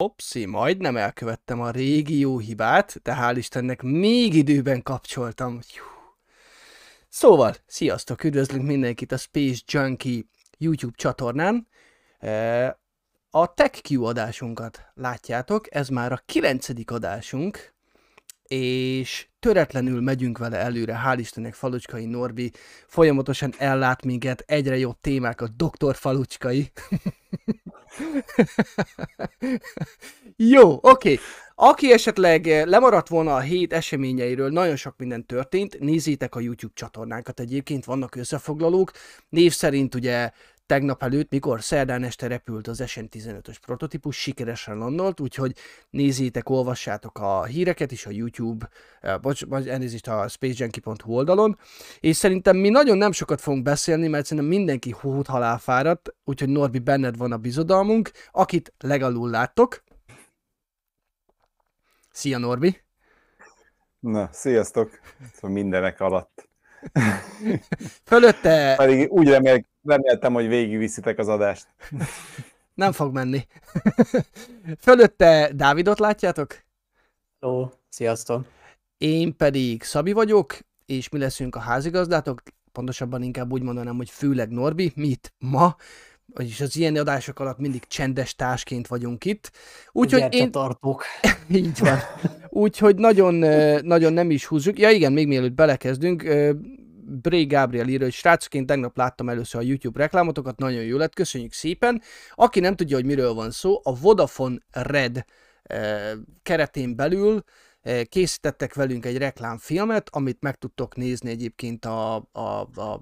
Opszi, majdnem elkövettem a régi jó hibát, de hál' Istennek még időben kapcsoltam. Szóval, sziasztok, üdvözlünk mindenkit a Space Junkie YouTube csatornán. A TechQ adásunkat látjátok, ez már a 9. adásunk, és töretlenül megyünk vele előre, hál' Istennek Falucskai Norbi folyamatosan ellát minket, egyre jobb témákat, Dr. Falucskai. Jó, oké. Aki esetleg lemaradt volna a hét eseményeiről, nagyon sok minden történt, nézzétek a YouTube csatornánkat, egyébként vannak összefoglalók. Név szerint ugye tegnap előtt, mikor szerdán este repült az SN15-ös prototípus, sikeresen landolt, úgyhogy nézzétek, olvassátok a híreket is a YouTube, elnézést a spacejunkie.hu oldalon, és szerintem mi nagyon nem sokat fogunk beszélni, mert szerintem mindenki hót halál fáradt, úgyhogy Norbi, benned van a bizodalmunk, akit legalul láttok. Szia, Norbi! Na, sziasztok! Szóval mindenek alatt. Fölötte... Pedig úgy reméltem, hogy végigviszitek az adást. Nem fog menni. Fölötte Dávidot látjátok? Hello, sziasztok! Én pedig Szabi vagyok, és mi leszünk a házigazdátok, pontosabban inkább úgy mondanám, hogy főleg Norbi, mi itt ma, vagyis az ilyen adások alatt mindig csendes társként vagyunk itt. Úgyhogy Gyertyatartók. Így van. Úgyhogy nagyon nem is húzzuk. Ja igen, még mielőtt belekezdünk, Bray Gabriel írja, hogy srácként tegnap láttam először a YouTube reklámotokat, nagyon jó lett, köszönjük szépen. Aki nem tudja, hogy miről van szó, a Vodafone Red keretén belül készítettek velünk egy reklámfilmet, amit meg tudtok nézni egyébként a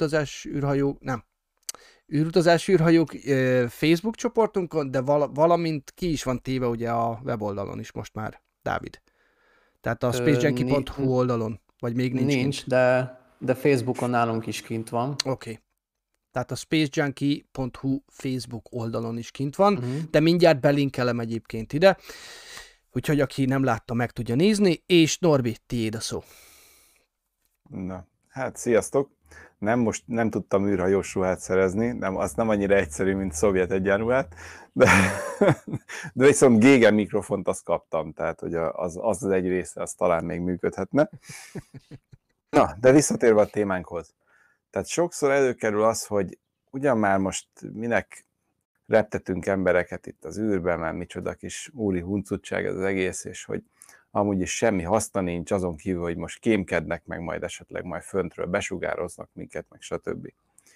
űrhajók Facebook csoportunkon, de valamint ki is van téve ugye a weboldalon is most már, Dávid. Tehát a spacejunkie.hu oldalon, vagy még nincs? Nincs, de Facebookon nálunk is kint van. Oké. Tehát a spacejunkie.hu Facebook oldalon is kint van, de mindjárt belinkelem egyébként ide, úgyhogy aki nem látta, meg tudja nézni, és Norbi, tiéd a szó. Na, hát sziasztok! Most nem tudtam űrhajós ruhát szerezni, az nem annyira egyszerű, mint szovjet egyenruhát, de viszont Gégen mikrofont azt kaptam, tehát hogy az egy része, az talán még működhetne. Na, de visszatérve a témánkhoz. Tehát sokszor előkerül az, hogy ugyan már most minek reptetünk embereket itt az űrben, mert micsoda kis úri huncutság ez az egész, és hogy amúgy is semmi haszna nincs, azon kívül, hogy most kémkednek, meg majd esetleg majd föntről besugároznak minket, meg stb.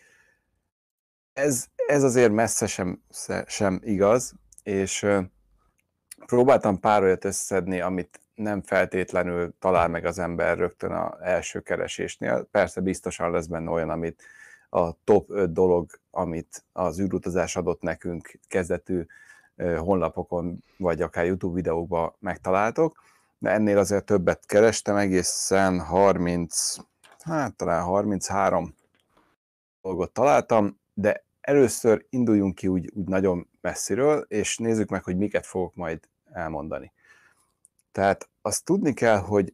Ez azért messze sem igaz, és próbáltam pár olyat összeszedni, amit nem feltétlenül talál meg az ember rögtön az első keresésnél. Persze biztosan lesz benne olyan, amit a top 5 dolog, amit az űrutazás adott nekünk kezdetű honlapokon, vagy akár YouTube videókban megtaláltok, de ennél azért többet kerestem, egészen talán 33 dolgot találtam, de először induljunk ki úgy nagyon messziről, és nézzük meg, hogy miket fogok majd elmondani. Tehát azt tudni kell,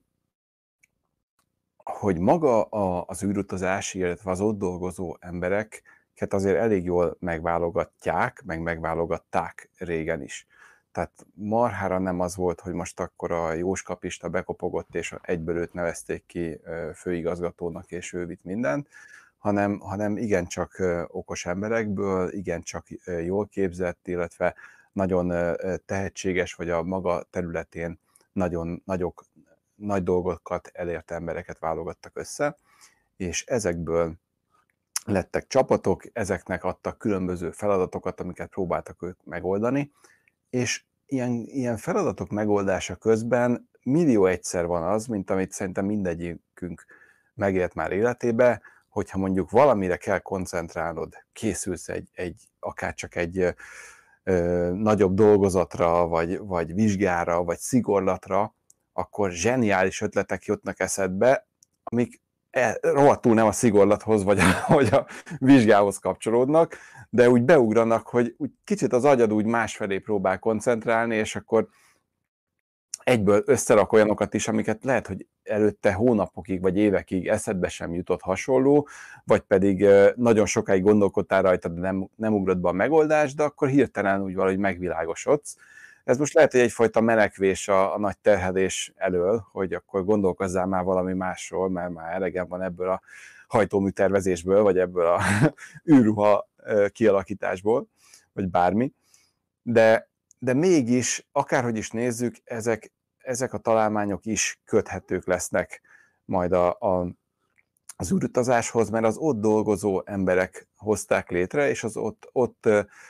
hogy maga az űrutazás, illetve az ott dolgozó embereket azért elég jól megválogatják, meg megválogatták régen is. Tehát marhára nem az volt, hogy most akkor a Jóska Pista bekopogott, és egyből őt nevezték ki főigazgatónak, és ő vitt mindent, hanem igencsak okos emberekből, igencsak jól képzett, illetve nagyon tehetséges, vagy a maga területén nagyon nagy dolgokat elért embereket válogattak össze, és ezekből lettek csapatok, ezeknek adtak különböző feladatokat, amiket próbáltak ők megoldani, és ilyen feladatok megoldása közben millió egyszer van az, mint amit szerintem mindegyikünk megélt már életébe, hogyha mondjuk valamire kell koncentrálnod, készülsz akár csak egy nagyobb dolgozatra, vagy vizsgára, vagy szigorlatra, akkor zseniális ötletek jutnak eszedbe, amik rohadtul nem a szigorlathoz, vagy a vizsgához kapcsolódnak, de úgy beugranak, hogy úgy kicsit az agyad úgy másfelé próbál koncentrálni, és akkor egyből összerak olyanokat is, amiket lehet, hogy előtte hónapokig vagy évekig eszedbe sem jutott hasonló, vagy pedig nagyon sokáig gondolkodtál rajta, de nem ugrott be a megoldás, de akkor hirtelen úgy valahogy megvilágosodsz. Ez most lehet, hogy egyfajta menekvés a nagy terhelés elől, hogy akkor gondolkozzál már valami másról, mert már elegem van ebből a hajtóműtervezésből, vagy ebből a űrruha kialakításból, vagy bármi. De mégis, akárhogy is nézzük, ezek a találmányok is köthetők lesznek majd az űrutazáshoz, mert az ott dolgozó emberek hozták létre, és az ott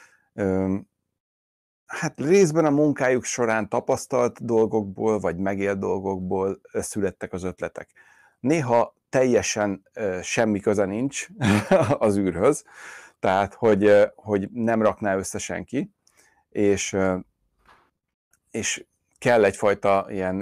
hát részben a munkájuk során tapasztalt dolgokból, vagy megélt dolgokból születtek az ötletek. Néha teljesen semmi köze nincs az űrhöz, tehát hogy nem rakná össze senki, és kell egyfajta ilyen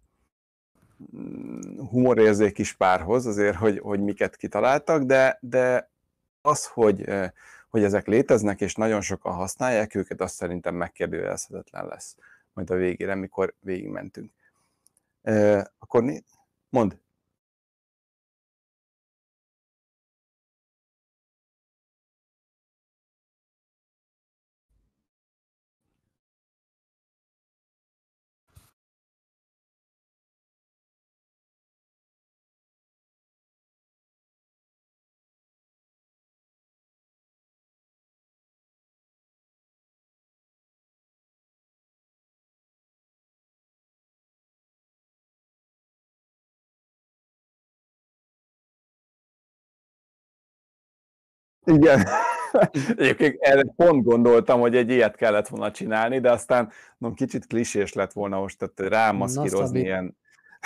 humorérzék is párhoz, azért, hogy miket kitaláltak, de az, hogy ezek léteznek, és nagyon sokan használják őket, azt szerintem megkérdőjelezhetetlen lesz majd a végére, mikor végigmentünk. Akkor mondd. Igen. Egyébként erre pont gondoltam, hogy egy ilyet kellett volna csinálni, de aztán kicsit klisés lett volna most, tehát rámaszkírozni ilyen...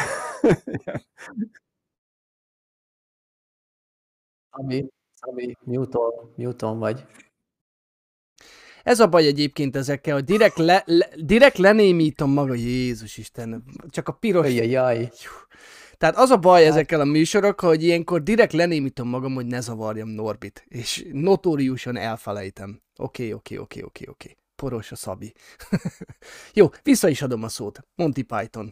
Szabi, Newton vagy. Ez a baj egyébként ezekkel, hogy direkt lenémítom maga, Jézus Isten, csak a piros... Jaj. Tehát az a baj ezekkel a műsorokkal, hogy ilyenkor direkt lenémítom magam, hogy ne zavarjam Norbit, és notóriusan elfelejtem. Oké. Poros a Szabi. Jó, vissza is adom a szót. Monty Python.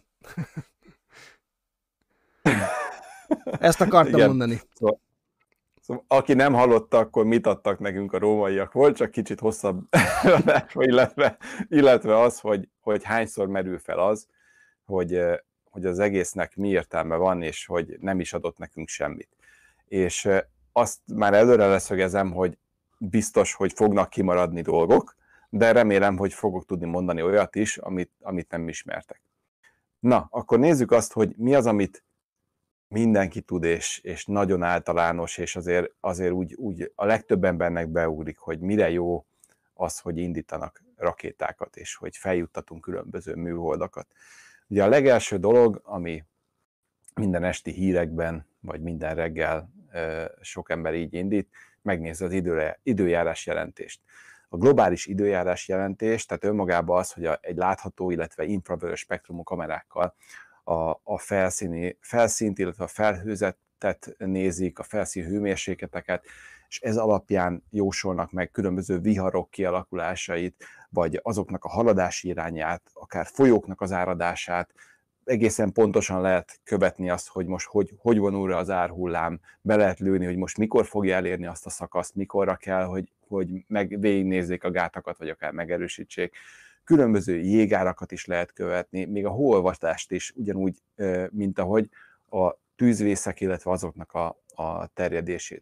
Ezt akartam mondani. Szóval, aki nem hallotta, akkor mit adtak nekünk a rómaiak? Volt csak kicsit hosszabb, illetve az, hogy hányszor merül fel az, hogy az egésznek mi értelme van, és hogy nem is adott nekünk semmit. És azt már előre leszögezem, hogy biztos, hogy fognak kimaradni dolgok, de remélem, hogy fogok tudni mondani olyat is, amit nem ismertek. Na, akkor nézzük azt, hogy mi az, amit mindenki tud, és nagyon általános, és azért úgy a legtöbb embernek beugrik, hogy mire jó az, hogy indítanak rakétákat, és hogy feljuttatunk különböző műholdakat. Ugye a legelső dolog, ami minden esti hírekben, vagy minden reggel sok ember így indít, megnézze az időjárás jelentést. A globális időjárás jelentés, tehát önmagában az, hogy egy látható, illetve infravörös spektrumú kamerákkal a felszínt, illetve a felhőzetet nézik, a felszín hőmérsékleteket, és ez alapján jósolnak meg különböző viharok kialakulásait, vagy azoknak a haladási irányát, akár folyóknak az áradását, egészen pontosan lehet követni azt, hogy most hogy vonul az árhullám, be lehet lőni, hogy most mikor fogja elérni azt a szakaszt, mikorra kell, hogy végignézzék a gátakat, vagy akár megerősítsék. Különböző jégárakat is lehet követni, még a hóolvatást is ugyanúgy, mint ahogy a tűzvészek, illetve azoknak a terjedését.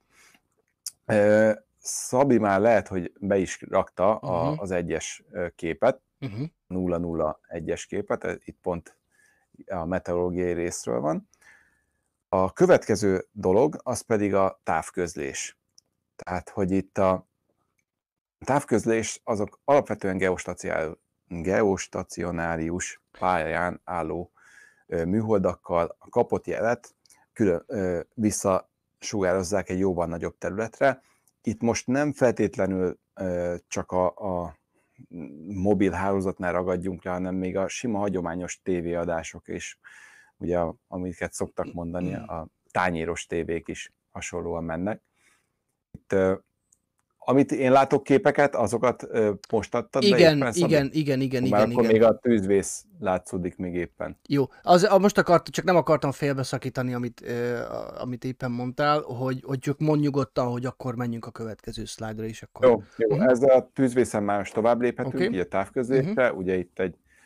Szabi már lehet, hogy be is rakta az egyes képet, 001-es képet, itt pont a meteorológiai részről van. A következő dolog, az pedig a távközlés. Tehát, hogy itt a távközlés azok alapvetően geostacionárius pályán álló műholdakkal a kapott jelet visszasugározzák egy jóval nagyobb területre. Itt most nem feltétlenül csak a mobil hálózatnál ragadjunk le, hanem még a sima hagyományos tévéadások is, ugye amiket szoktak mondani, a tányéros tévék is hasonlóan mennek. Itt, amit én látok képeket, azokat most adtad be éppen, Igen. Akkor még a tűzvész látszódik még éppen. Jó, csak nem akartam félbeszakítani, amit éppen mondtál, hogy csak mondj nyugodtan, hogy akkor menjünk a következő szlájdra is. Akkor... Jó, ezzel a tűzvészen már most tovább léphetünk, így a távközlésre, ugye itt egy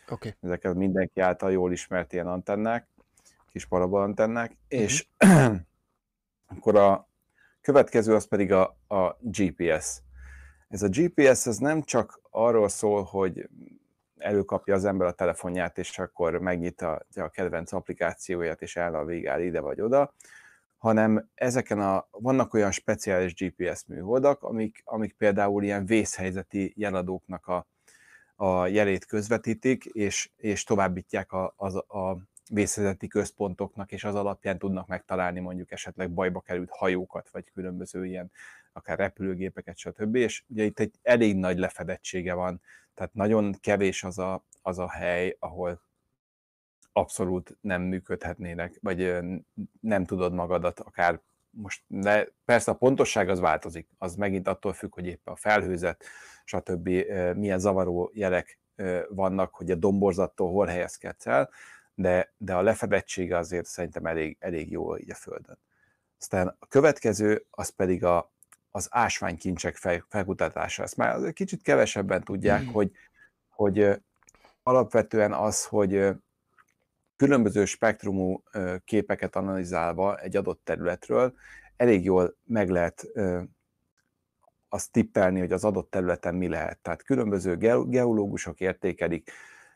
Oké. Ezek a mindenki által jól ismert ilyen antennák, kis parabola antennák, és akkor a következő az pedig a GPS. Ez a GPS ez nem csak arról szól, hogy előkapja az ember a telefonját, és akkor megnyitja a kedvenc applikációját, és elnavigál ide vagy oda, hanem vannak olyan speciális GPS műholdak, amik például ilyen vészhelyzeti jeladóknak a jelét közvetítik, és továbbítják a vészhelyzeti központoknak, és az alapján tudnak megtalálni mondjuk esetleg bajba került hajókat, vagy különböző ilyen akár repülőgépeket, stb. És ugye itt egy elég nagy lefedettsége van, tehát nagyon kevés az a hely, ahol abszolút nem működhetnének, vagy nem tudod magadat akár most, de persze a pontosság az változik, az megint attól függ, hogy éppen a felhőzet, stb. Milyen zavaró jelek vannak, hogy a domborzattól hol helyezkedsz el, de a lefedettsége azért szerintem elég jó így a Földön. Aztán a következő, az pedig az ásványkincsek felkutatása. Ezt már azért kicsit kevesebben tudják, hogy alapvetően az, hogy különböző spektrumú képeket analizálva egy adott területről elég jól meg lehet azt tippelni, hogy az adott területen mi lehet. Tehát különböző geológusok értékelik,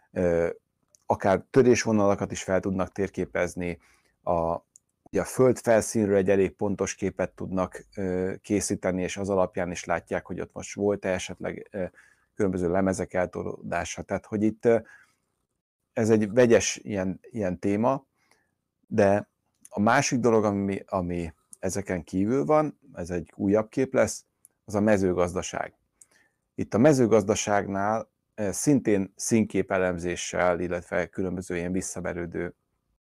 akár törésvonalakat is fel tudnak térképezni, ugye a föld felszínről egy elég pontos képet tudnak készíteni, és az alapján is látják, hogy ott most volt-e esetleg különböző lemezek eltolódása. Tehát, hogy itt ez egy vegyes ilyen téma, de a másik dolog, ami ezeken kívül van, ez egy újabb kép lesz, az a mezőgazdaság. Itt a mezőgazdaságnál szintén színképelemzéssel, illetve különböző ilyen visszaverődő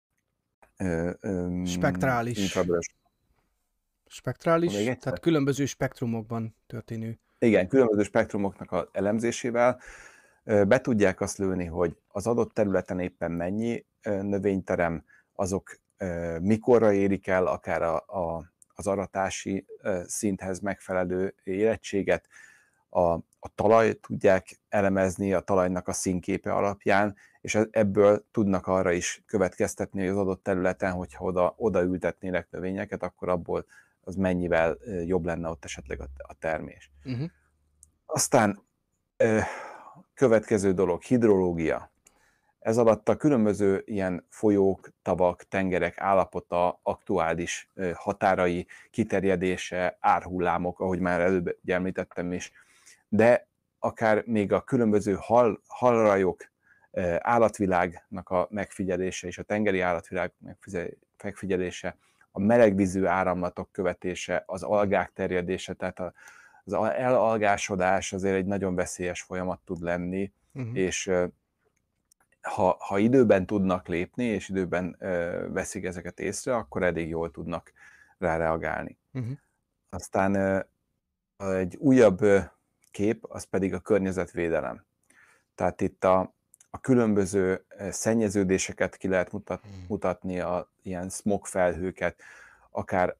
Spektrális, tehát különböző spektrumokban történő. Igen, különböző spektrumoknak az elemzéság be tudják azt lőni, hogy az adott területen éppen mennyi növényterem, azok mikorra érik el akár az aratási szinthez megfelelő érettséget, a talajt tudják elemezni a talajnak a színképe alapján, és ebből tudnak arra is következtetni, hogy az adott területen, hogyha oda ültetnének növényeket, akkor abból az mennyivel jobb lenne ott esetleg a termés. Aztán következő dolog, hidrológia. Ez alatt a különböző ilyen folyók, tavak, tengerek állapota, aktuális határai, kiterjedése, árhullámok, ahogy már előbb említettem is, de akár még a különböző halrajok, állatvilágnak a megfigyelése és a tengeri állatvilág megfigyelése, a melegvízű áramlatok követése, az algák terjedése, tehát az elalgásodás azért egy nagyon veszélyes folyamat tud lenni, és ha időben tudnak lépni, és időben veszik ezeket észre, akkor elég jól tudnak rá reagálni. Aztán egy újabb kép, az pedig a környezetvédelem. Tehát itt a különböző szennyeződéseket ki lehet mutatni, ilyen smog felhőket, akár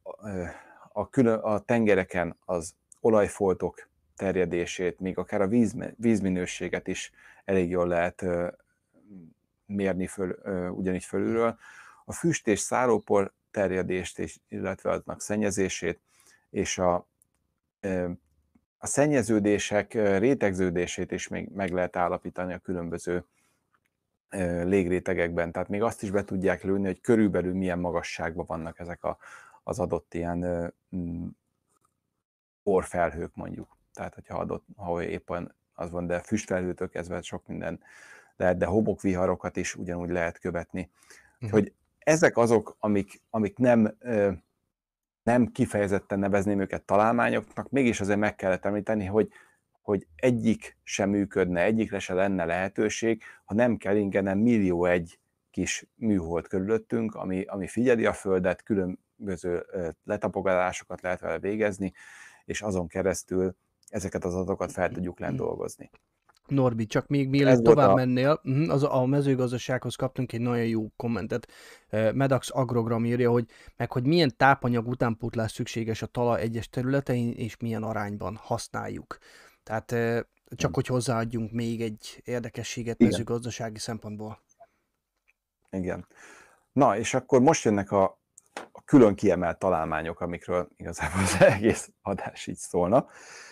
a tengereken az olajfoltok terjedését, még akár a vízminőséget is elég jól lehet mérni ugyanígy fölülről. A füst és szárópor terjedést, illetve aznak szennyezését, és a szennyeződések rétegződését is még meg lehet állapítani a különböző légrétegekben. Tehát még azt is be tudják lőni, hogy körülbelül milyen magasságban vannak ezek az adott ilyen porfelhők mondjuk. Tehát, ha éppen az van, de füstfelhőtől kezdve sok minden lehet, de homokviharokat is ugyanúgy lehet követni. Hogy ezek azok, amik nem kifejezetten nevezném őket találmányoknak, mégis azért meg kellett említeni, hogy egyik sem működne, egyikre se lenne lehetőség, ha nem keringene millió egy kis műhold körülöttünk, ami figyeli a Földet, különböző letapogatásokat lehet vele végezni, és azon keresztül ezeket az adatokat fel tudjuk lendolgozni. Norbi, csak még mielőtt tovább mennél, a mezőgazdasághoz kaptunk egy nagyon jó kommentet. Medax Agrogram írja, hogy milyen tápanyag utánpótlás szükséges a talaj egyes területein, és milyen arányban használjuk. Tehát csak hogy hozzáadjunk még egy érdekességet Igen. mezőgazdasági szempontból. Igen. Na, és akkor most jönnek a külön kiemelt találmányok, amikről igazából az egész adás így szólna.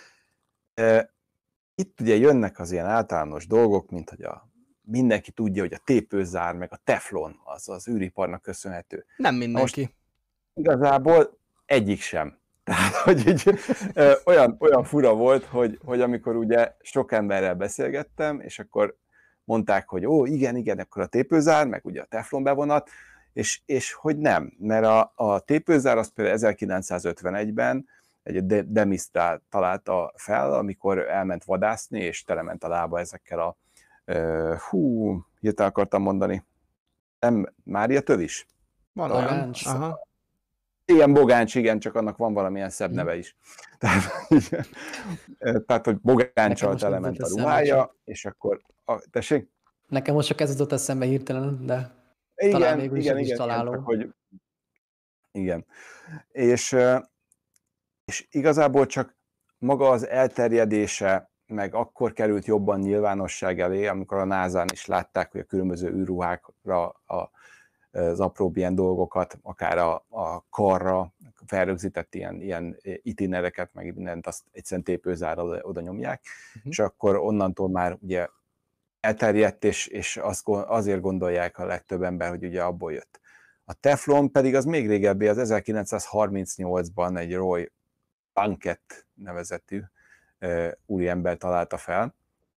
Itt ugye jönnek az ilyen általános dolgok, mint hogy mindenki tudja, hogy a tépőzár, meg a teflon az űriparnak köszönhető. Nem mindenki. Most igazából egyik sem. Tehát, hogy így, olyan fura volt, hogy amikor ugye sok emberrel beszélgettem, és akkor mondták, hogy igen, akkor a tépőzár, meg ugye a teflon bevonat, és hogy nem, mert a tépőzár az például 1951-ben egy Demisztrál találta fel, amikor elment vadászni, és telement a lába ezekkel a hirtelen akartam mondani, nem, Mária tövis? Van Bogáncs. olyan. Aha. Igen, bogáncs, igen, csak annak van valamilyen szebb neve is. Tehát hogy bogáncsal telement a ruhája, és akkor, tessék? Nekem most csak ez jutott eszembe hirtelen, de talán végül is találó. Csak, hogy igen. És igazából csak maga az elterjedése, meg akkor került jobban nyilvánosság elé, amikor a NASA-n is látták, hogy a különböző űrruhákra az apróbb ilyen dolgokat, akár a karra felrögzített ilyen itinereket, meg mindent, azt egyszerűen tépőzárral oda nyomják, és akkor onnantól már ugye elterjedt, és azért gondolják a legtöbb ember, hogy ugye abból jött. A teflon pedig az még régebbi, az 1938-ban egy Roy Plunkett nevezetű úriember találta fel,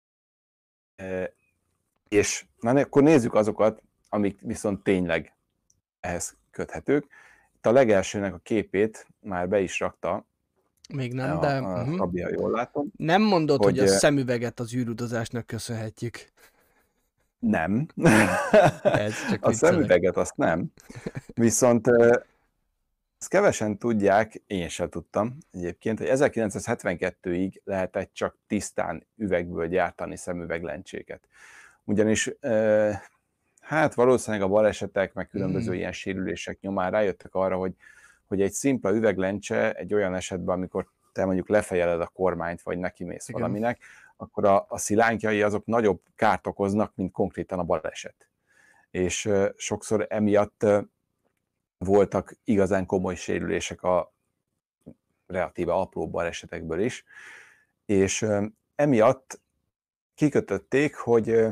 és akkor nézzük azokat, amik viszont tényleg ehhez köthetők. Itt a legelsőnek a képét már be is rakta. Még nem, de... Szabi, ha jól látom. Nem mondod, hogy a szemüveget az űrutazásnak köszönhetjük. Nem. Ez csak a szemüveget azt nem. Viszont ezt kevesen tudják, én sem tudtam egyébként, hogy 1972-ig lehetett csak tisztán üvegből gyártani szemüveglencséket. Ugyanis hát valószínűleg a balesetek, meg különböző ilyen sérülések nyomán rájöttek arra, hogy egy szimpla üveglencse egy olyan esetben, amikor te mondjuk lefejeled a kormányt, vagy nekimész valaminek, akkor a szilánkjai azok nagyobb kárt okoznak, mint konkrétan a baleset. És sokszor emiatt voltak igazán komoly sérülések a relatíve apró balesetekből is, és emiatt kikötötték, hogy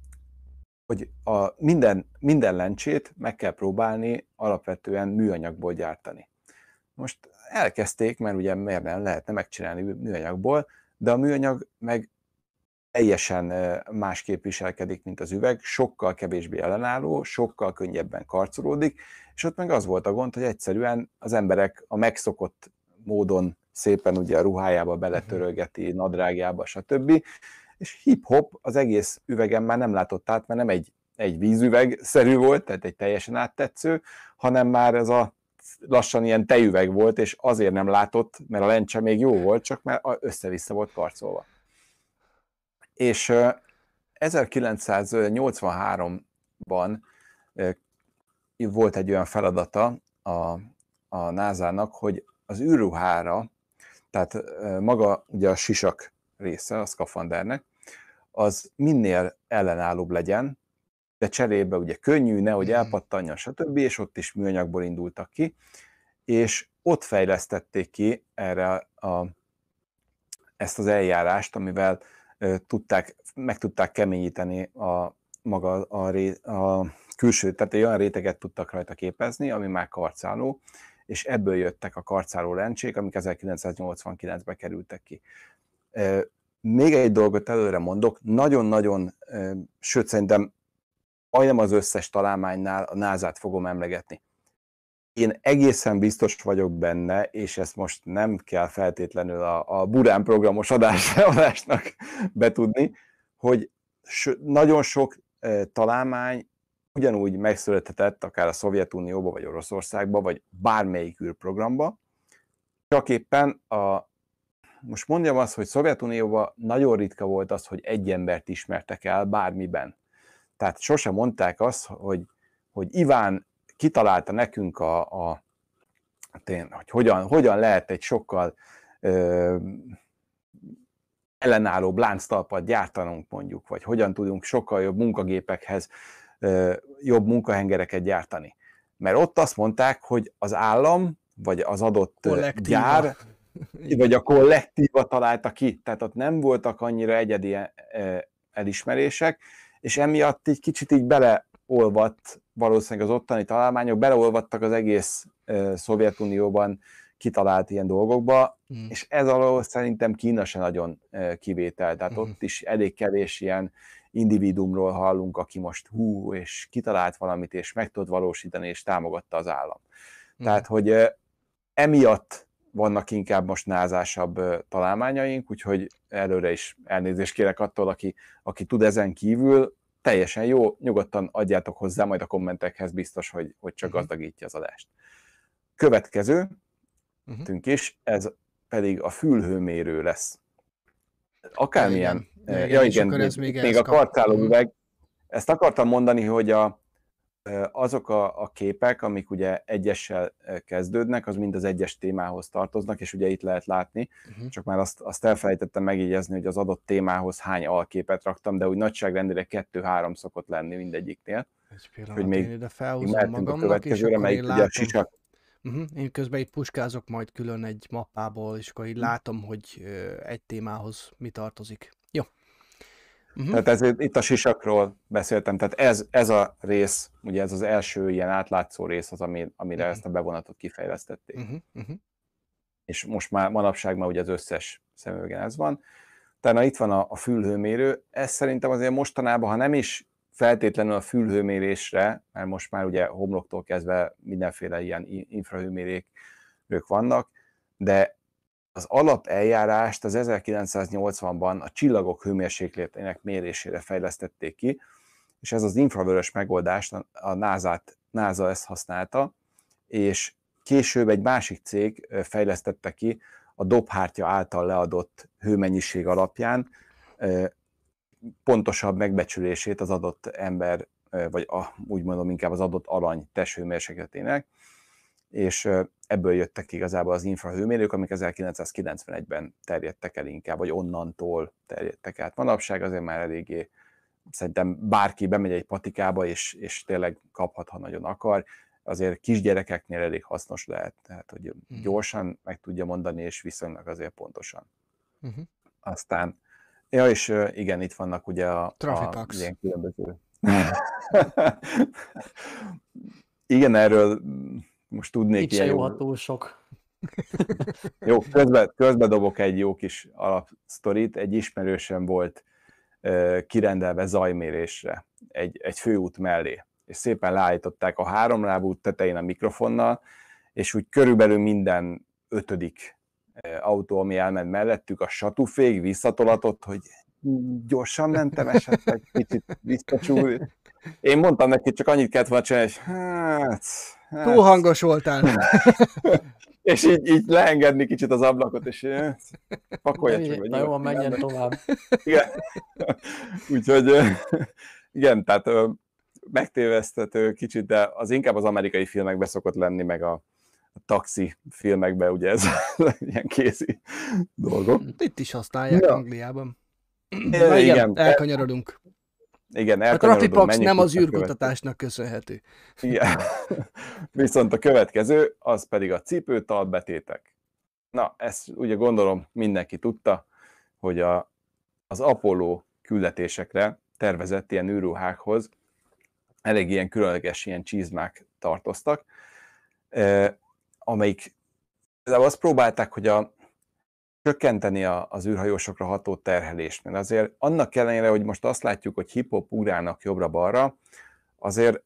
minden lencsét meg kell próbálni alapvetően műanyagból gyártani. Most elkezdték, mert ugye miért nem lehetne megcsinálni műanyagból, de a műanyag meg teljesen másképp viselkedik, mint az üveg, sokkal kevésbé ellenálló, sokkal könnyebben karcolódik, és ott meg az volt a gond, hogy egyszerűen az emberek a megszokott módon szépen ugye a ruhájába beletörölgeti, nadrágjába, stb. És hip-hop az egész üvegen már nem látott át, mert nem egy vízüveg-szerű volt, tehát egy teljesen áttetsző, hanem már ez a lassan ilyen tejüveg volt, és azért nem látott, mert a lencse még jó volt, csak már össze-vissza volt karcolva. És 1983-ban volt egy olyan feladata a NASA-nak, hogy az űrruhára, tehát maga ugye a sisak része a szkafandernek, az minél ellenállóbb legyen, de cserébe ugye könnyű, nehogy elpattanjon, stb., és ott is műanyagból indultak ki, és ott fejlesztették ki erre ezt az eljárást, amivel meg tudták keményíteni a külső, tehát olyan réteget tudtak rajta képezni, ami már karcáló, és ebből jöttek a karcáló lencsék, amik 1989-ben kerültek ki. Még egy dolgot előre mondok, nagyon-nagyon, sőt szerintem majdnem az összes találmánynál a NASA-t fogom emlegetni. Én egészen biztos vagyok benne, és ezt most nem kell feltétlenül a Burán programos adásnak betudni, hogy nagyon sok találmány ugyanúgy megszülethetett, akár a Szovjetunióba, vagy Oroszországba, vagy bármelyik űrprogramba, csak éppen most mondjam azt, hogy Szovjetunióban nagyon ritka volt az, hogy egy embert ismertek el bármiben. Tehát sosem mondták azt, hogy Iván kitalálta nekünk hogy hogyan lehet egy sokkal ellenálló lánctalpat gyártanunk mondjuk, vagy hogyan tudunk sokkal jobb munkagépekhez jobb munkahengereket gyártani. Mert ott azt mondták, hogy az állam, vagy az adott kollektíva. Gyár, vagy a kollektíva találta ki, tehát ott nem voltak annyira egyedi elismerések, és emiatt egy kicsit így beleolvadt valószínűleg az ottani találmányok, beleolvadtak az egész Szovjetunióban kitalált ilyen dolgokba, és ez alól szerintem Kína se nagyon kivétel, tehát ott is elég kevés ilyen individuumról hallunk, aki most és kitalált valamit, és meg tud valósítani, és támogatta az állam. Tehát, hogy emiatt vannak inkább most názásabb találmányaink, úgyhogy előre is elnézést kérek attól, aki tud ezen kívül, teljesen jó, nyugodtan adjátok hozzá majd a kommentekhez, biztos, hogy csak gazdagítja az adást. Következő is, ez pedig a fülhőmérő lesz. Akármilyen, még a karcáló üveg, ezt akartam mondani, hogy azok a képek, amik ugye egyessel kezdődnek, az mind az egyes témához tartoznak, és ugye itt lehet látni, csak már azt elfelejtettem megjegyezni, hogy az adott témához hány alképet raktam, de úgy nagyságrendileg 2-3 szokott lenni mindegyiknél. Egy pillanat, hogy még ide felhúzom magamnak, és akkor én látom. Én közben itt puskázok majd külön egy mappából, és akkor így látom, hogy egy témához mi tartozik. Jó. Tehát itt a sisakról beszéltem, tehát ez a rész, ugye ez az első ilyen átlátszó rész az, amire ezt a bevonatot kifejlesztették. És most már manapság már ugye az összes szemüvegen ez van. Tehát itt van a fülhőmérő, ez szerintem azért mostanában, ha nem is feltétlenül a fülhőmérésre, mert most már ugye homloktól kezdve mindenféle ilyen infrahőmérők vannak, de az alapeljárást az 1980-ban a csillagok hőmérsékletének mérésére fejlesztették ki, és ez az infravörös megoldást a NASA ezt használta, és később egy másik cég fejlesztette ki a dobhártya által leadott hőmennyiség alapján pontosabb megbecsülését az adott ember, vagy úgy mondom inkább az adott alany testhőmérsékletének, és ebből jöttek igazából az infrahőmérők, amik 1991-ben terjedtek el inkább, vagy onnantól terjedtek át. Manapság azért már eléggé, szerintem bárki bemegy egy patikába, és tényleg kaphat, ha nagyon akar, azért kisgyerekeknél elég hasznos lehet, tehát hogy gyorsan meg tudja mondani, és viszonylag azért pontosan. Aztán, és igen, itt vannak ugye a ilyen különböző... Igen, erről most tudnék itt ilyen jó túl sok. Jó, közbe dobok egy jó kis alapsztorit. Egy ismerősöm volt kirendelve zajmérésre egy főút mellé, és szépen leállították a 3 lábú tetején a mikrofonnal, és úgy körülbelül minden 5. autó, ami elment mellettük, a satúfék visszatolatott, hogy gyorsan mentem esetleg, kicsit visszacsúr. Én mondtam neki, csak annyit kellett volna csinálni, hogy túl hangos voltál. És így leengedni kicsit az ablakot, és pakolja csak. Na jó, menjen tovább. Igen. Úgyhogy igen, tehát megtévesztető kicsit, de az inkább az amerikai filmekben szokott lenni, meg a taxi filmekben, ugye ez ilyen kézi dolgok. Itt is használják Angliában. Igen, elkanyarodunk. Igen, a Trafipax nem az űrkutatásnak köszönhető. Igen. Viszont a következő, az pedig a cipőtalbetétek. Na, ezt ugye gondolom mindenki tudta, hogy az Apollo küldetésekre tervezett ilyen űrruhákhoz elég ilyen különleges ilyen csizmák tartoztak, amelyik azt próbálták, hogy csökkenteni az űrhajósokra ható terhelést, mert azért annak ellenére, hogy most azt látjuk, hogy hip-hop ugrálnak jobbra-balra, azért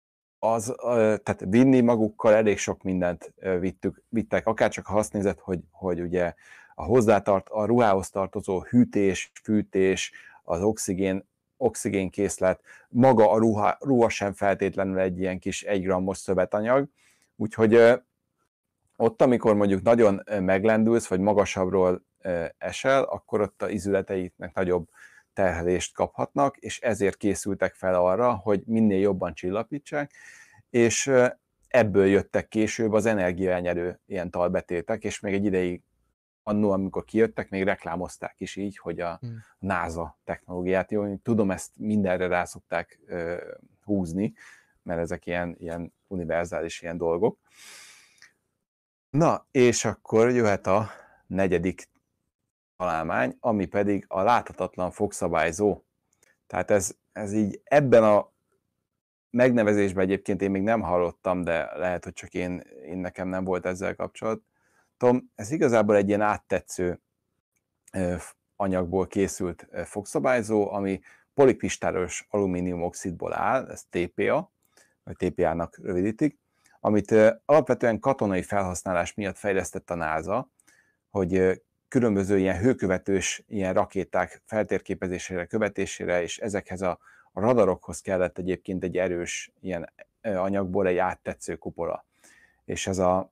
tehát vinni magukkal elég sok mindent vittek, akárcsak ha azt nézed, hogy ugye a ruhához tartozó hűtés, fűtés, az oxigénkészlet, maga a ruha sem feltétlenül egy ilyen kis 1 grammos szövetanyag, úgyhogy ott, amikor mondjuk nagyon meglendülsz, vagy magasabbról esel, akkor ott az izületeiknek nagyobb terhelést kaphatnak, és ezért készültek fel arra, hogy minél jobban csillapítsák, és ebből jöttek később az energiaelnyelő ilyen talbetétek, és még egy ideig annó, amikor kijöttek, még reklámozták is így, hogy a NASA technológiát, jó, tudom, ezt mindenre rá szokták húzni, mert ezek ilyen univerzális ilyen dolgok. Na, és akkor jöhet a negyedik találmány, ami pedig a láthatatlan fogszabályzó. Tehát ez így ebben a megnevezésben egyébként én még nem hallottam, de lehet, hogy csak én nekem nem volt ezzel kapcsolatom. Ez igazából egy ilyen áttetsző anyagból készült fogszabályzó, ami polikristályos alumíniumoxidból áll, ez TPA, vagy TPA-nak rövidítik, amit alapvetően katonai felhasználás miatt fejlesztett a NASA, hogy különböző ilyen hőkövetős ilyen rakéták feltérképezésére, követésére, és ezekhez a radarokhoz kellett egyébként egy erős ilyen anyagból egy áttetsző kupola. És ez a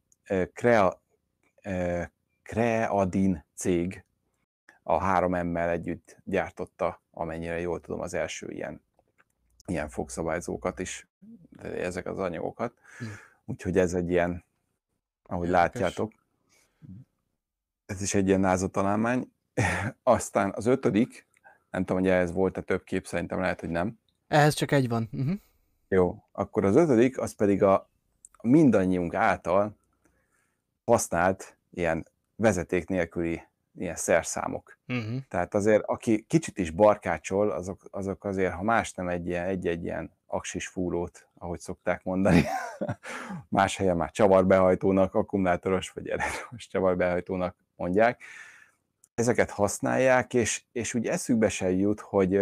Creadin cég a 3M-mel együtt gyártotta, amennyire jól tudom, az első ilyen fogszabályzókat is, ezek az anyagokat. Úgyhogy ez egy ilyen, ahogy látjátok, ez is egy ilyen NASA találmány. Aztán az 5., nem tudom, hogy ehhez volt-e több kép, szerintem lehet, hogy nem. Ehhez csak egy van. Jó, akkor az 5., az pedig a mindannyiunk által használt ilyen vezeték nélküli ilyen szerszámok. Tehát azért, aki kicsit is barkácsol, azok azért, ha más nem egy-egy ilyen aksis fúrót, ahogy szokták mondani, más helyen már csavarbehajtónak, akkumulátoros vagy elektromos csavarbehajtónak mondják. Ezeket használják, és úgy eszükbe se jut,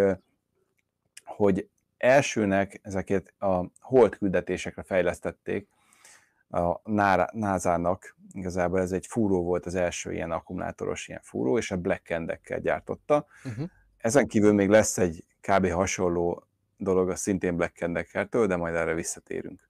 hogy elsőnek ezeket a hold küldetésekre fejlesztették a NASA-nak, igazából ez egy fúró volt, az első ilyen akkumulátoros ilyen fúró, és a Black Hand-ekkel gyártotta. Ezen kívül még lesz egy kb. Hasonló dolog, a szintén Black Hand-ekkeltől, de majd erre visszatérünk.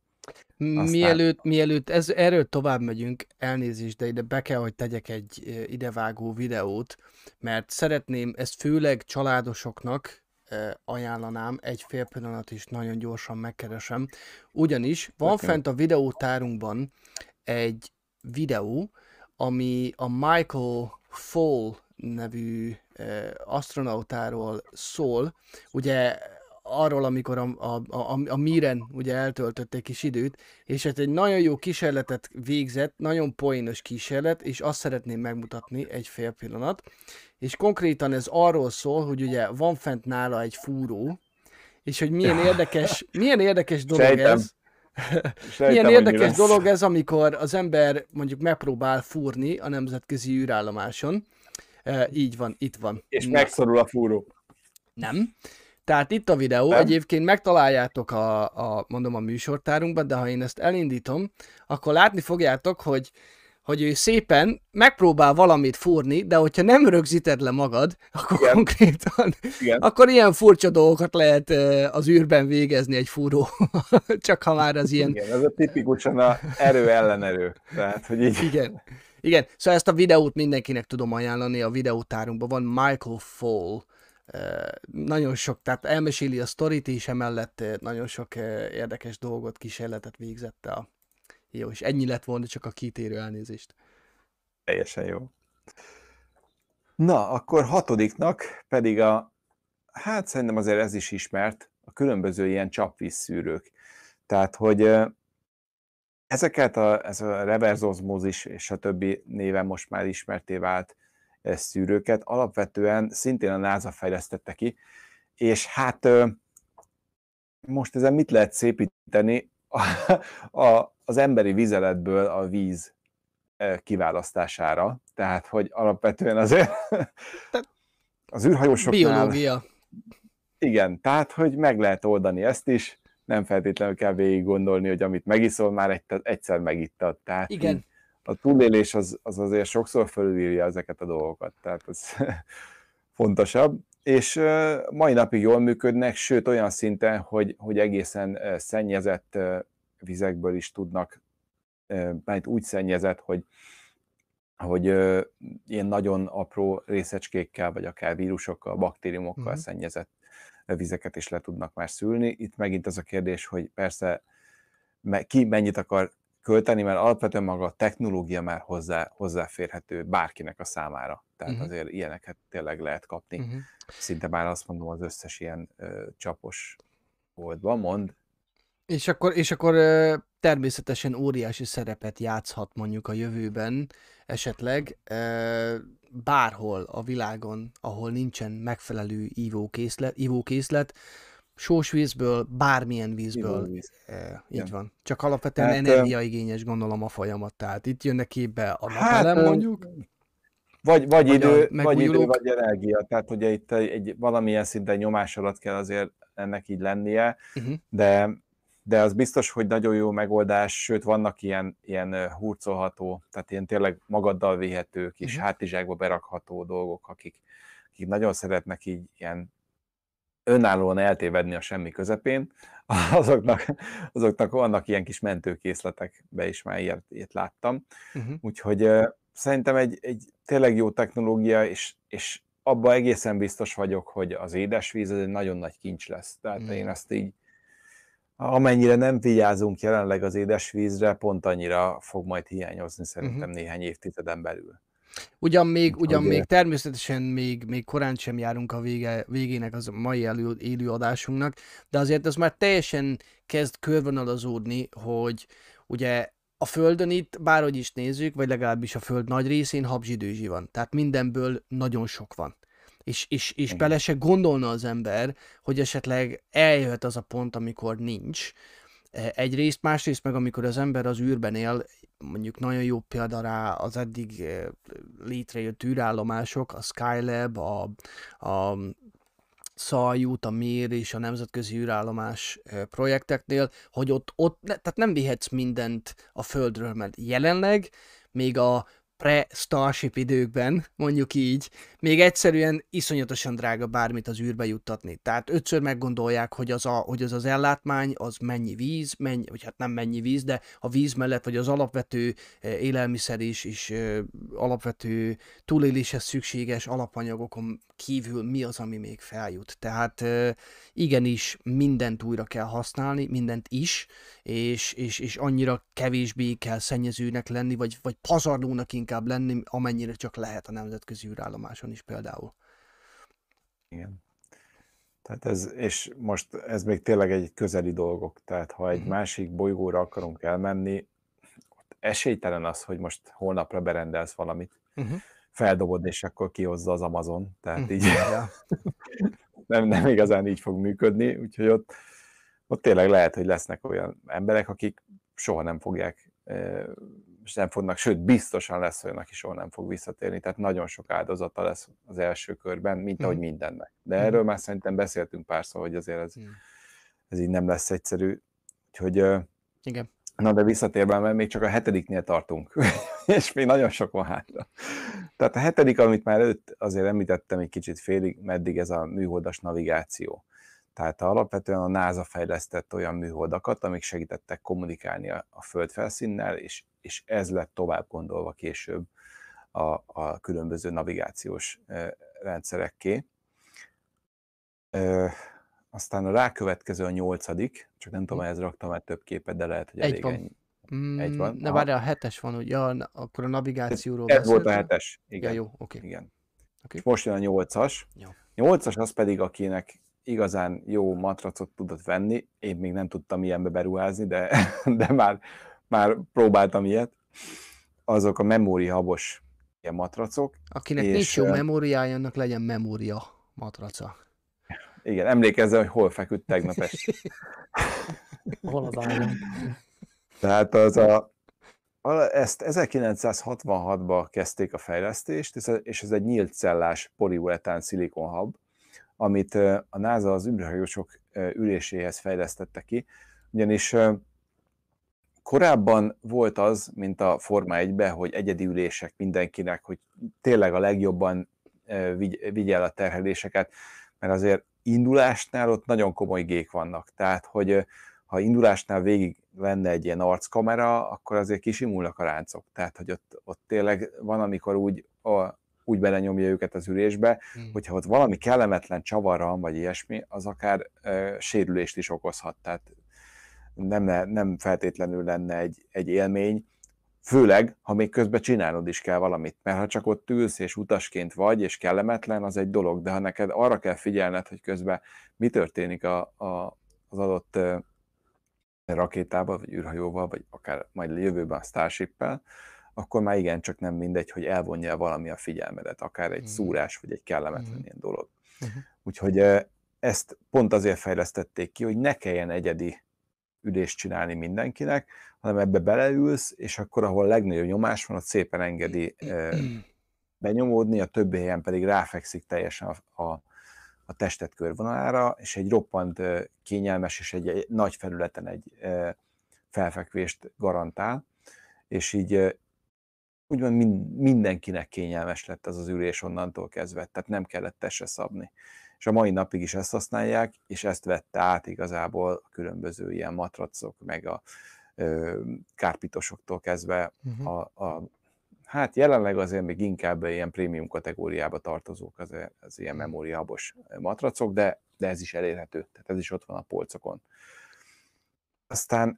Mielőtt erről tovább megyünk, elnézést, de ide be kell, hogy tegyek egy idevágó videót, mert szeretném, ezt főleg családosoknak ajánlanám, egy fél pillanat is nagyon gyorsan megkeresem, ugyanis van fent a videótárunkban egy videó, ami a Michael Fall nevű asztronautáról szól, ugye arról, amikor a Miren ugye eltöltött egy kis időt, és ez egy nagyon jó kísérletet végzett, nagyon poénos kísérlet, és azt szeretném megmutatni egy fél pillanat, és konkrétan ez arról szól, hogy ugye van fent nála egy fúró, és hogy milyen érdekes dolog ez. Milyen érdekes dolog ez, amikor az ember mondjuk megpróbál fúrni a nemzetközi űrállomáson. Így van, itt van. És megszorul a fúró. Nem. Tehát itt a videó, nem? Egyébként megtaláljátok mondom a műsortárunkban, de ha én ezt elindítom, akkor látni fogjátok, hogy ő szépen megpróbál valamit fúrni, de hogyha nem rögzíted le magad, akkor konkrétan, akkor ilyen furcsa dolgokat lehet az űrben végezni egy fúró. Csak ha már az ilyen... Igen, ez a tipikusan a erő ellenerő. Tehát, hogy így... Igen, szóval ezt a videót mindenkinek tudom ajánlani, a videótárunkban van Michael Fall. Nagyon sok, tehát elmeséli a sztorit, és emellett nagyon sok érdekes dolgot, kísérletet végzett a... Jó, és ennyi lett volna csak a kitérő, elnézést. Teljesen jó. Na, akkor 6. pedig hát szerintem azért ez is ismert, a különböző ilyen csapvízszűrők. Tehát, hogy ez a reverse osmosis és a többi néven most már ismerté vált szűrőket alapvetően szintén a NASA fejlesztette ki, és hát most ezen mit lehet szépíteni? Az emberi vizeletből a víz kiválasztására, tehát hogy alapvetően azért az űrhajósoknál... Biológia. Igen, tehát hogy meg lehet oldani ezt is, nem feltétlenül kell végig gondolni, hogy amit megiszol, már egyszer megittad. Tehát igen. A túlélés az azért sokszor fölülírja ezeket a dolgokat, tehát ez fontosabb. És mai napig jól működnek, sőt olyan szinten, hogy egészen szennyezett vizekből is tudnak, mert úgy szennyezett, hogy ilyen nagyon apró részecskékkel, vagy akár vírusokkal, baktériumokkal szennyezett vizeket is le tudnak már szűrni. Itt megint az a kérdés, hogy persze ki mennyit akar költeni, mert alapvetően maga a technológia már hozzáférhető bárkinek a számára. Tehát azért ilyeneket tényleg lehet kapni. Szinte már azt mondom, az összes ilyen csapos boltban mond. És akkor természetesen óriási szerepet játszhat mondjuk a jövőben esetleg bárhol a világon, ahol nincsen megfelelő ivókészlet, sós vízből, bármilyen vízből. Így van. Csak alapvetően energiaigényes gondolom a folyamat. Tehát itt jönnek képbe a napelem mondjuk. Vagy idő, vagy energia. Tehát ugye itt valamilyen szinten nyomás alatt kell azért ennek így lennie, de az biztos, hogy nagyon jó megoldás, sőt vannak ilyen hurcolható, tehát ilyen tényleg magaddal vihető, kis hátizsákba berakható dolgok, akik nagyon szeretnek így ilyen önállóan eltévedni a semmi közepén, azoknak vannak ilyen kis mentőkészletek, be is már ilyet láttam. Úgyhogy szerintem egy tényleg jó technológia, és abban egészen biztos vagyok, hogy az édesvíz egy nagyon nagy kincs lesz. Tehát én azt így, amennyire nem vigyázunk jelenleg az édesvízre, pont annyira fog majd hiányozni szerintem néhány évtizeden belül. Ugyan még természetesen még korán sem járunk a végének az mai élő adásunknak, de azért ez már teljesen kezd körvonalazódni, hogy ugye a Földön itt, bárhogy is nézzük, vagy legalábbis a Föld nagy részén habzsidőzsi van. Tehát mindenből nagyon sok van. És bele se gondolna az ember, hogy esetleg eljöhet az a pont, amikor nincs. Egyrészt, másrészt meg amikor az ember az űrben él, mondjuk nagyon jó példa rá az eddig létrejött űrállomások, a Skylab, a Szajút, a Mir és a nemzetközi űrállomás projekteknél, hogy tehát nem vihetsz mindent a Földről, mert jelenleg még a pre-Starship időkben, mondjuk így, még egyszerűen iszonyatosan drága bármit az űrbe juttatni. Tehát 5-ször meggondolják, hogy az ellátmány, az mennyi víz, vagy hát nem mennyi víz, de a víz mellett, vagy az alapvető élelmiszer és alapvető túléléshez szükséges alapanyagokon kívül mi az, ami még feljut. Tehát igenis mindent újra kell használni, mindent is, és annyira kevésbé kell szennyezőnek lenni, vagy pazarlónak inkább lenni, amennyire csak lehet a nemzetközi űrállomáson is például. Igen. Tehát és most ez még tényleg egy közeli dolgok, tehát ha egy másik bolygóra akarunk elmenni, ott esélytelen az, hogy most holnapra berendelsz valamit, feldobod, és akkor kihozza az Amazon, tehát így nem igazán így fog működni, úgyhogy ott tényleg lehet, hogy lesznek olyan emberek, akik soha nem fogják, és nem fognak, sőt, biztosan lesz olyan, aki soha nem fog visszatérni, tehát nagyon sok áldozata lesz az első körben, mint ahogy mindennek. De erről már szerintem beszéltünk párszor, hogy azért ez így nem lesz egyszerű, úgyhogy igen. Na de visszatérve, mert még csak a 7-nél tartunk, és még nagyon sok van hátra. Tehát a 7., amit már előtt azért említettem egy kicsit félig, meddig ez a műholdas navigáció. Tehát alapvetően a NASA fejlesztett olyan műholdakat, amik segítettek kommunikálni a földfelszínnel, és ez lett tovább gondolva később a különböző navigációs rendszerekké. Aztán a rákövetkező a 8., csak nem tudom, hogy ez raktam már több képet, de lehet, hogy elég ennyi. Egy van. Ne várjál, a 7. van, ugye? Akkor a navigációról ez volt a 7, igen. Ja, jó, oké. Igen. Okay. És most jön a 8. Jó. 8 az pedig, akinek igazán jó matracot tudott venni, én még nem tudtam ilyenbe beruházni, de már próbáltam ilyet. Azok a memóriahabos ilyen matracok. Akinek nincs jó memóriája, annak legyen memória matraca. Igen, emlékezzel, hogy hol feküdt tegnap este. Hol az ágyon. Tehát ezt 1966-ban kezdték a fejlesztést, és ez egy nyílt cellás poliuretán szilikonhab, amit a NASA az űrhajósok üléséhez fejlesztette ki, ugyanis korábban volt az, mint a Forma 1-ben, hogy egyedi ülések mindenkinek, hogy tényleg a legjobban vigye el a terheléseket, mert azért indulásnál ott nagyon komoly gék vannak, tehát hogy ha indulásnál végig lenne egy ilyen arckamera, akkor azért kisimulnak a ráncok, tehát hogy ott tényleg van, amikor úgy belenyomja őket az ülésbe, hogyha ott valami kellemetlen csavar van, vagy ilyesmi, az akár sérülést is okozhat, tehát nem feltétlenül lenne egy élmény, főleg, ha még közben csinálnod is kell valamit, mert ha csak ott ülsz és utasként vagy, és kellemetlen, az egy dolog, de ha neked arra kell figyelned, hogy közben mi történik az adott rakétával, vagy űrhajóval, vagy akár majd jövőben a Starship-pel, akkor már igencsak nem mindegy, hogy elvonja valami a figyelmedet, akár egy szúrás, vagy egy kellemetlen ilyen dolog. Úgyhogy ezt pont azért fejlesztették ki, hogy ne kelljen egyedi ülést csinálni mindenkinek, hanem ebbe beleülsz, és akkor, ahol legnagyobb nyomás van, ott szépen engedi benyomódni, a többi helyen pedig ráfekszik teljesen a testet körvonalára, és egy roppant kényelmes és egy nagy felületen egy felfekvést garantál, és így úgymond mindenkinek kényelmes lett az ülés onnantól kezdve, tehát nem kellett testre szabni. És a mai napig is ezt használják, és ezt vette át igazából a különböző ilyen matracok, meg a kárpitosoktól kezdve hát jelenleg azért még inkább ilyen prémium kategóriába tartozók az ilyen memóriahubos matracok, de ez is elérhető, tehát ez is ott van a polcokon. Aztán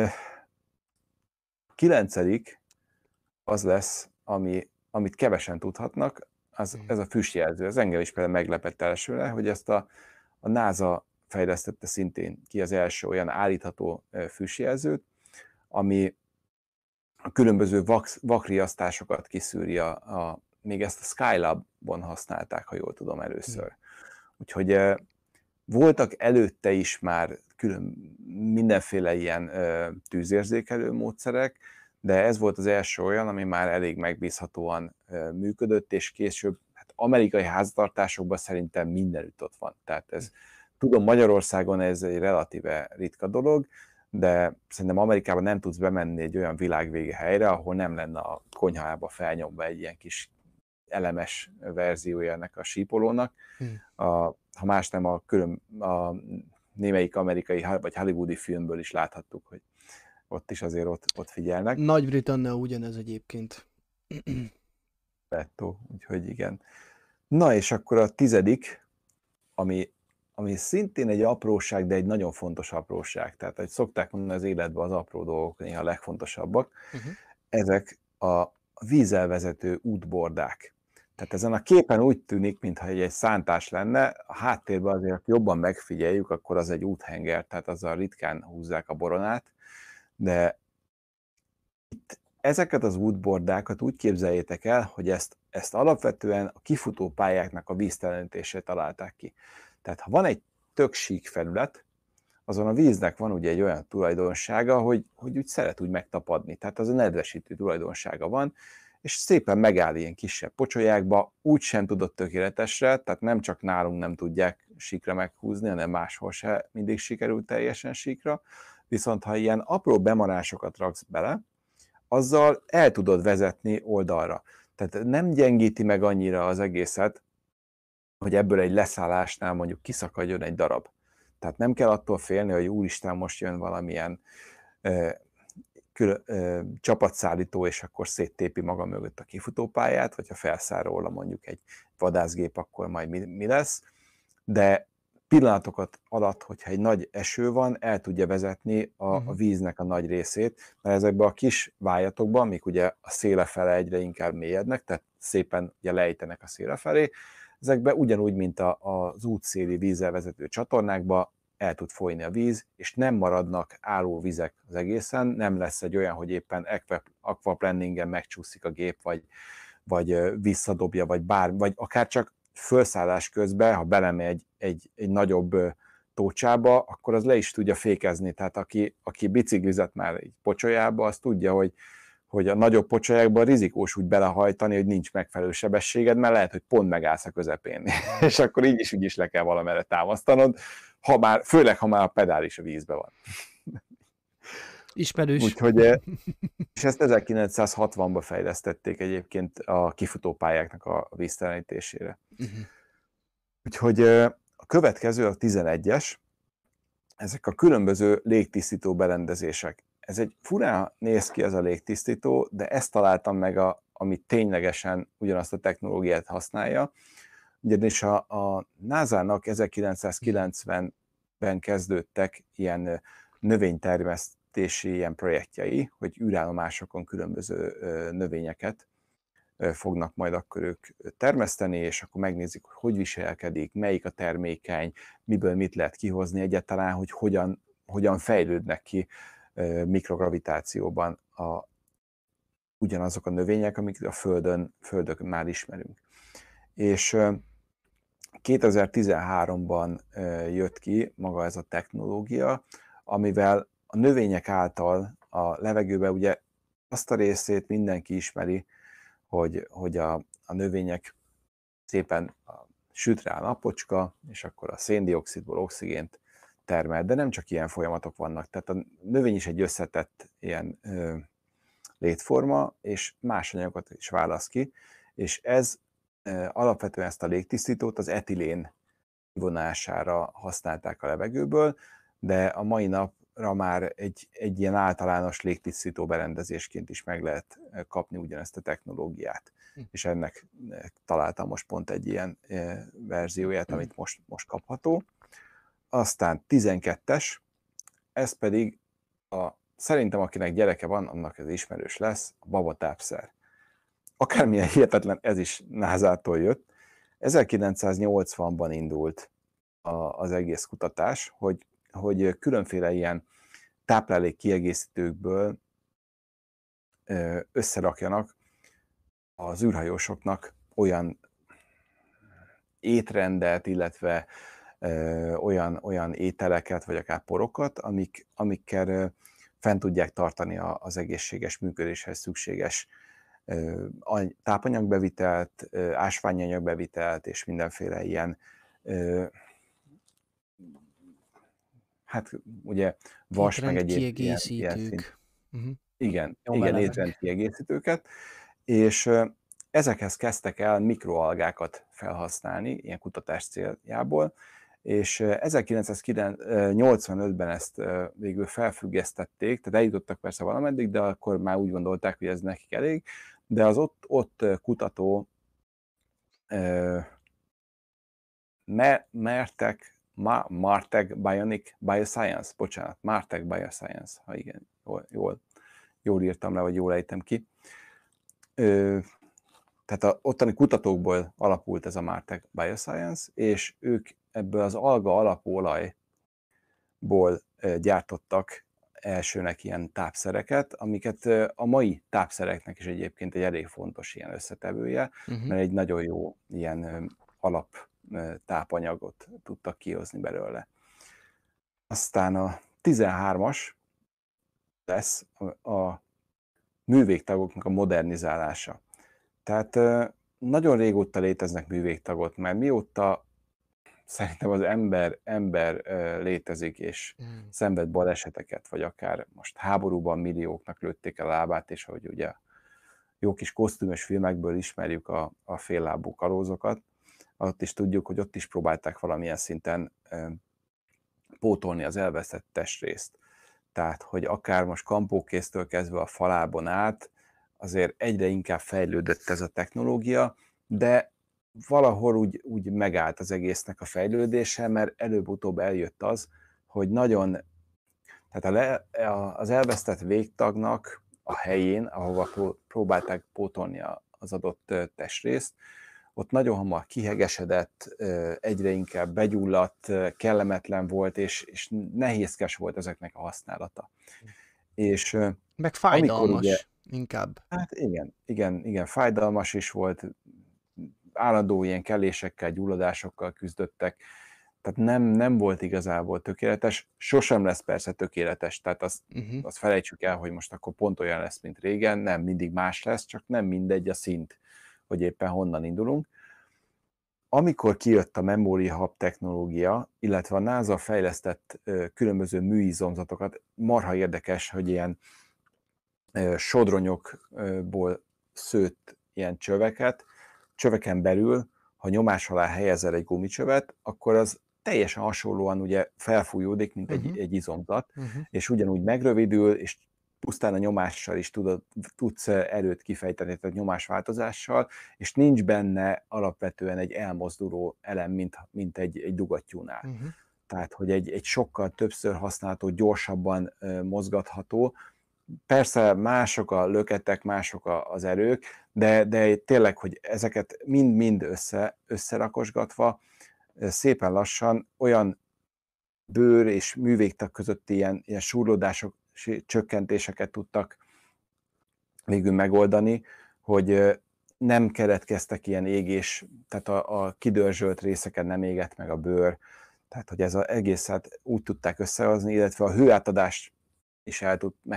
9. az lesz, amit kevesen tudhatnak, ez a füstjelző. Ez engem is például meglepett elsőre, hogy ezt a NASA fejlesztette szintén ki az első olyan állítható füstjelzőt, ami a különböző vakriasztásokat kiszűri, még ezt a Skylab-on használták, ha jól tudom, először. Úgyhogy voltak előtte is már mindenféle ilyen tűzérzékelő módszerek, de ez volt az első olyan, ami már elég megbízhatóan működött, és később amerikai háztartásokban szerintem mindenütt ott van. Tehát ez, tudom, Magyarországon ez egy relatíve ritka dolog, de szerintem Amerikában nem tudsz bemenni egy olyan világvége helyre, ahol nem lenne a konyhába felnyomva egy ilyen kis elemes verziója ennek a sípolónak. Ha más nem, a némelyik amerikai vagy hollywoodi filmből is láthattuk, hogy ott is azért ott figyelnek. Nagy-Britannia ugyanez egyébként. Lettó, úgyhogy igen. Na és akkor a 10., ami szintén egy apróság, de egy nagyon fontos apróság. Tehát, hogy szokták mondani, az életben az apró dolgok néha a legfontosabbak. Ezek a vízelvezető útbordák. Tehát ezen a képen úgy tűnik, mintha egy szántás lenne, a háttérben azért jobban megfigyeljük, akkor az egy úthenger, tehát azzal ritkán húzzák a boronát, de itt ezeket az útbordákat úgy képzeljétek el, hogy ezt alapvetően a kifutó pályáknak a víztelenítését találták ki. Tehát ha van egy tök sík felület, azon a víznek van ugye egy olyan tulajdonsága, hogy úgy szeret úgy megtapadni. Tehát az a nedvesítő tulajdonsága van, és szépen megáll ilyen kisebb pocsolyákba, úgy sem tudott tökéletesre, tehát nem csak nálunk nem tudják síkra meghúzni, hanem máshol se mindig sikerült teljesen síkra. Viszont ha ilyen apró bemarásokat raksz bele, azzal el tudod vezetni oldalra. Tehát nem gyengíti meg annyira az egészet, hogy ebből egy leszállásnál mondjuk kiszakadjon egy darab. Tehát nem kell attól félni, hogy úristen, most jön valamilyen csapatszállító, és akkor széttépi maga mögött a kifutópályát, vagy ha felszáll róla mondjuk egy vadászgép, akkor majd mi lesz. De pillanatokat alatt, hogyha egy nagy eső van, el tudja vezetni a víznek a nagy részét, mert ezekben a kis vájatokban, amik ugye a széle fele egyre inkább mélyednek, tehát szépen ugye lejtenek a széle felé, ezekben ugyanúgy, mint az útszéli vízzel vezető csatornákba el tud folyni a víz, és nem maradnak álló vizek az egészen, nem lesz egy olyan, hogy éppen aquaplaningen megcsúszik a gép, vagy visszadobja, vagy akár csak felszállás közben, ha belemegy egy nagyobb tócsába, akkor az le is tudja fékezni. Tehát aki biciklizett már egy pocsolyába, az tudja, hogy a nagyobb pocsolyákban rizikós úgy belehajtani, hogy nincs megfelelő sebességed, mert lehet, hogy pont megállsz a közepén. És akkor így is úgy is le kell valamerre támasztanod, főleg, ha már a pedál is a vízbe van. Ismerős. Úgyhogy, és ezt 1960-ban fejlesztették egyébként a kifutópályáknak a víztelenítésére. Úgyhogy a következő, a 11-es, ezek a különböző légtisztító berendezések. Ez egy furán néz ki ez a légtisztító, de ezt találtam meg, ami ténylegesen ugyanazt a technológiát használja. Ugyanis a NASA-nak 1990-ben kezdődtek ilyen növénytermesztési ilyen projektjei, hogy űrállomásokon különböző növényeket fognak majd akkor ők termeszteni, és akkor megnézik, hogy viselkedik, melyik a termékeny, miből mit lehet kihozni egyáltalán, hogy hogyan fejlődnek ki mikrogravitációban ugyanazok a növények, amik a Földön már ismerünk. És 2013-ban jött ki maga ez a technológia, amivel a növények által a levegőbe ugye azt a részét mindenki ismeri, hogy a növények szépen süt rá a napocska, és akkor a széndioxidból oxigént termel, de nem csak ilyen folyamatok vannak. Tehát a növény is egy összetett ilyen létforma, és más anyagokat is választ ki, és ez alapvetően ezt a légtisztítót az etilén kivonására használták a levegőből, de a mai napra már egy ilyen általános légtisztító berendezésként is meg lehet kapni ugyanezt a technológiát. És ennek találtam most pont egy ilyen verzióját, amit most kapható. Aztán 12-es, ez pedig szerintem akinek gyereke van, annak ez ismerős lesz, a babatápszer. Akármilyen hihetetlen, ez is NASA-tól jött. 1980-ban indult az egész kutatás, hogy különféle ilyen táplálék kiegészítőkből összerakjanak az űrhajósoknak olyan étrendet, illetve olyan ételeket, vagy akár porokat, amikkel fent tudják tartani az egészséges működéshez szükséges tápanyagbevitelt, ásványanyagbevitelt, és mindenféle ilyen, hát ugye vas, meg egyéb ilyen szint. Igen, étrendkiegészítőket, és ezekhez kezdtek el mikroalgákat felhasználni, ilyen kutatás céljából, és 1985-ben ezt végül felfüggesztették, tehát eljutottak persze valameddig, de akkor már úgy gondolták, hogy ez nekik elég, de az ott kutató Martech Bioscience, ha igen, jól írtam le, vagy jól ejtem ki. Tehát a ottani kutatókból alapult ez a Martech Bioscience, és ők ebből az alga alapú olajból gyártottak elsőnek ilyen tápszereket, amiket a mai tápszereknek is egyébként egy elég fontos ilyen összetevője, mert egy nagyon jó ilyen alap tápanyagot tudtak kihozni belőle. Aztán a 13-as lesz a művégtagoknak a modernizálása. Tehát nagyon régóta léteznek művégtagok, mert mióta szerintem az ember létezik, és szenved baleseteket, vagy akár most háborúban millióknak lőtték el a lábát, és ahogy ugye jó kis kosztümös filmekből ismerjük a féllábú kalózokat, ott is tudjuk, hogy ott is próbálták valamilyen szinten pótolni az elveszett testrészt. Tehát, hogy akár most kampókésztől kezdve a falábon át, azért egyre inkább fejlődött ez a technológia, de valahol úgy megállt az egésznek a fejlődése, mert előbb-utóbb eljött az, hogy tehát az elvesztett végtagnak a helyén, ahova próbálták pótolni az adott testrészt, ott nagyon hamar kihegesedett, egyre inkább begyulladt, kellemetlen volt, és nehézkes volt ezeknek a használata. És meg fájdalmas ugye, inkább. Hát igen, fájdalmas is volt, állandó ilyen kellésekkel, gyulladásokkal küzdöttek, tehát nem volt igazából tökéletes, sosem lesz persze tökéletes, tehát azt felejtsük el, hogy most akkor pont olyan lesz, mint régen, nem, mindig más lesz, csak nem mindegy a szint, hogy éppen honnan indulunk. Amikor kijött a Memory Hub technológia, illetve a NASA fejlesztett különböző műizomzatokat, marha érdekes, hogy ilyen sodronyokból szőtt ilyen csöveken belül, ha nyomás alá helyezel egy gumicsövet, akkor az teljesen hasonlóan ugye felfújódik, mint egy izomzat, és ugyanúgy megrövidül, és pusztán a nyomással is tudsz erőt kifejteni, tehát nyomásváltozással, és nincs benne alapvetően egy elmozduló elem, mint egy dugattyúnál. tehát hogy egy sokkal többször használható, gyorsabban mozgatható. Persze mások a löketek, mások az erők, de tényleg, hogy ezeket mind-mind összerakosgatva, szépen lassan olyan bőr és művégtag közötti ilyen súrlódások, csökkentéseket tudtak végül megoldani, hogy nem keletkeztek ilyen égés, tehát a kidörzsölt részeken nem égett meg a bőr, tehát hogy ez az egészet úgy tudták összehozni, illetve a hőátadást is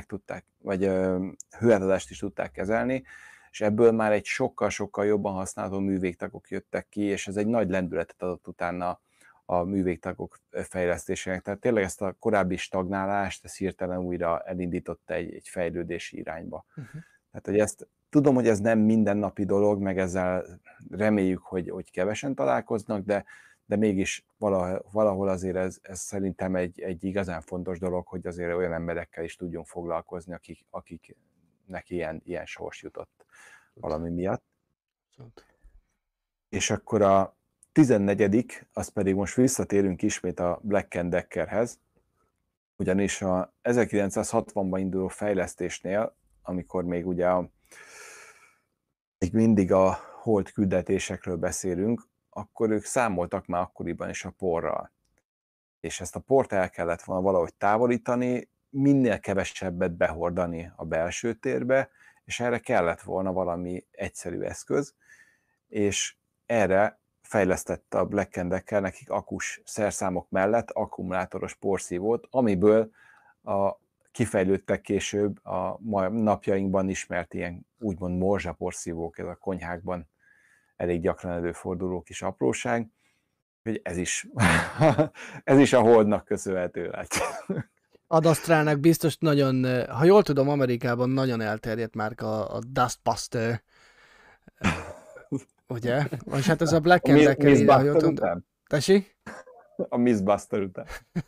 hőátadást is tudták kezelni, és ebből már egy sokkal-sokkal jobban használható művégtagok jöttek ki, és ez egy nagy lendületet adott utána a művégtagok fejlesztésének. Tehát tényleg ezt a korábbi stagnálást, ez hirtelen újra elindította egy fejlődési irányba. Tehát, hogy ezt tudom, hogy ez nem mindennapi dolog, meg ezzel reméljük, hogy kevesen találkoznak, de mégis valahol azért ez szerintem egy igazán fontos dolog, hogy azért olyan emberekkel is tudjunk foglalkozni, akiknek ilyen sors jutott valami miatt. És akkor a 14., az pedig most visszatérünk ismét a Black & Deckerhez, ugyanis a 1960-ban induló fejlesztésnél, amikor még ugye még mindig a hold küldetésekről beszélünk, akkor ők számoltak már akkoriban is a porral. És ezt a port el kellett volna valahogy távolítani, minél kevesebbet behordani a belső térbe, és erre kellett volna valami egyszerű eszköz, és erre fejlesztette a Black & Decker nekik akus szerszámok mellett akkumulátoros porszívót, amiből kifejlődtek később a napjainkban ismert ilyen úgymond morzsaporszívók, ez a konyhákban elég gyakran előforduló kis apróság, hogy ez is a Holdnak köszönhető lett. Adasztrálnak biztos nagyon, ha jól tudom, Amerikában nagyon elterjedt már a Dustbuster, ugye? Vagy hát ez a Black & Decker, ha jól tudom. Tessék? A Miss Buster után.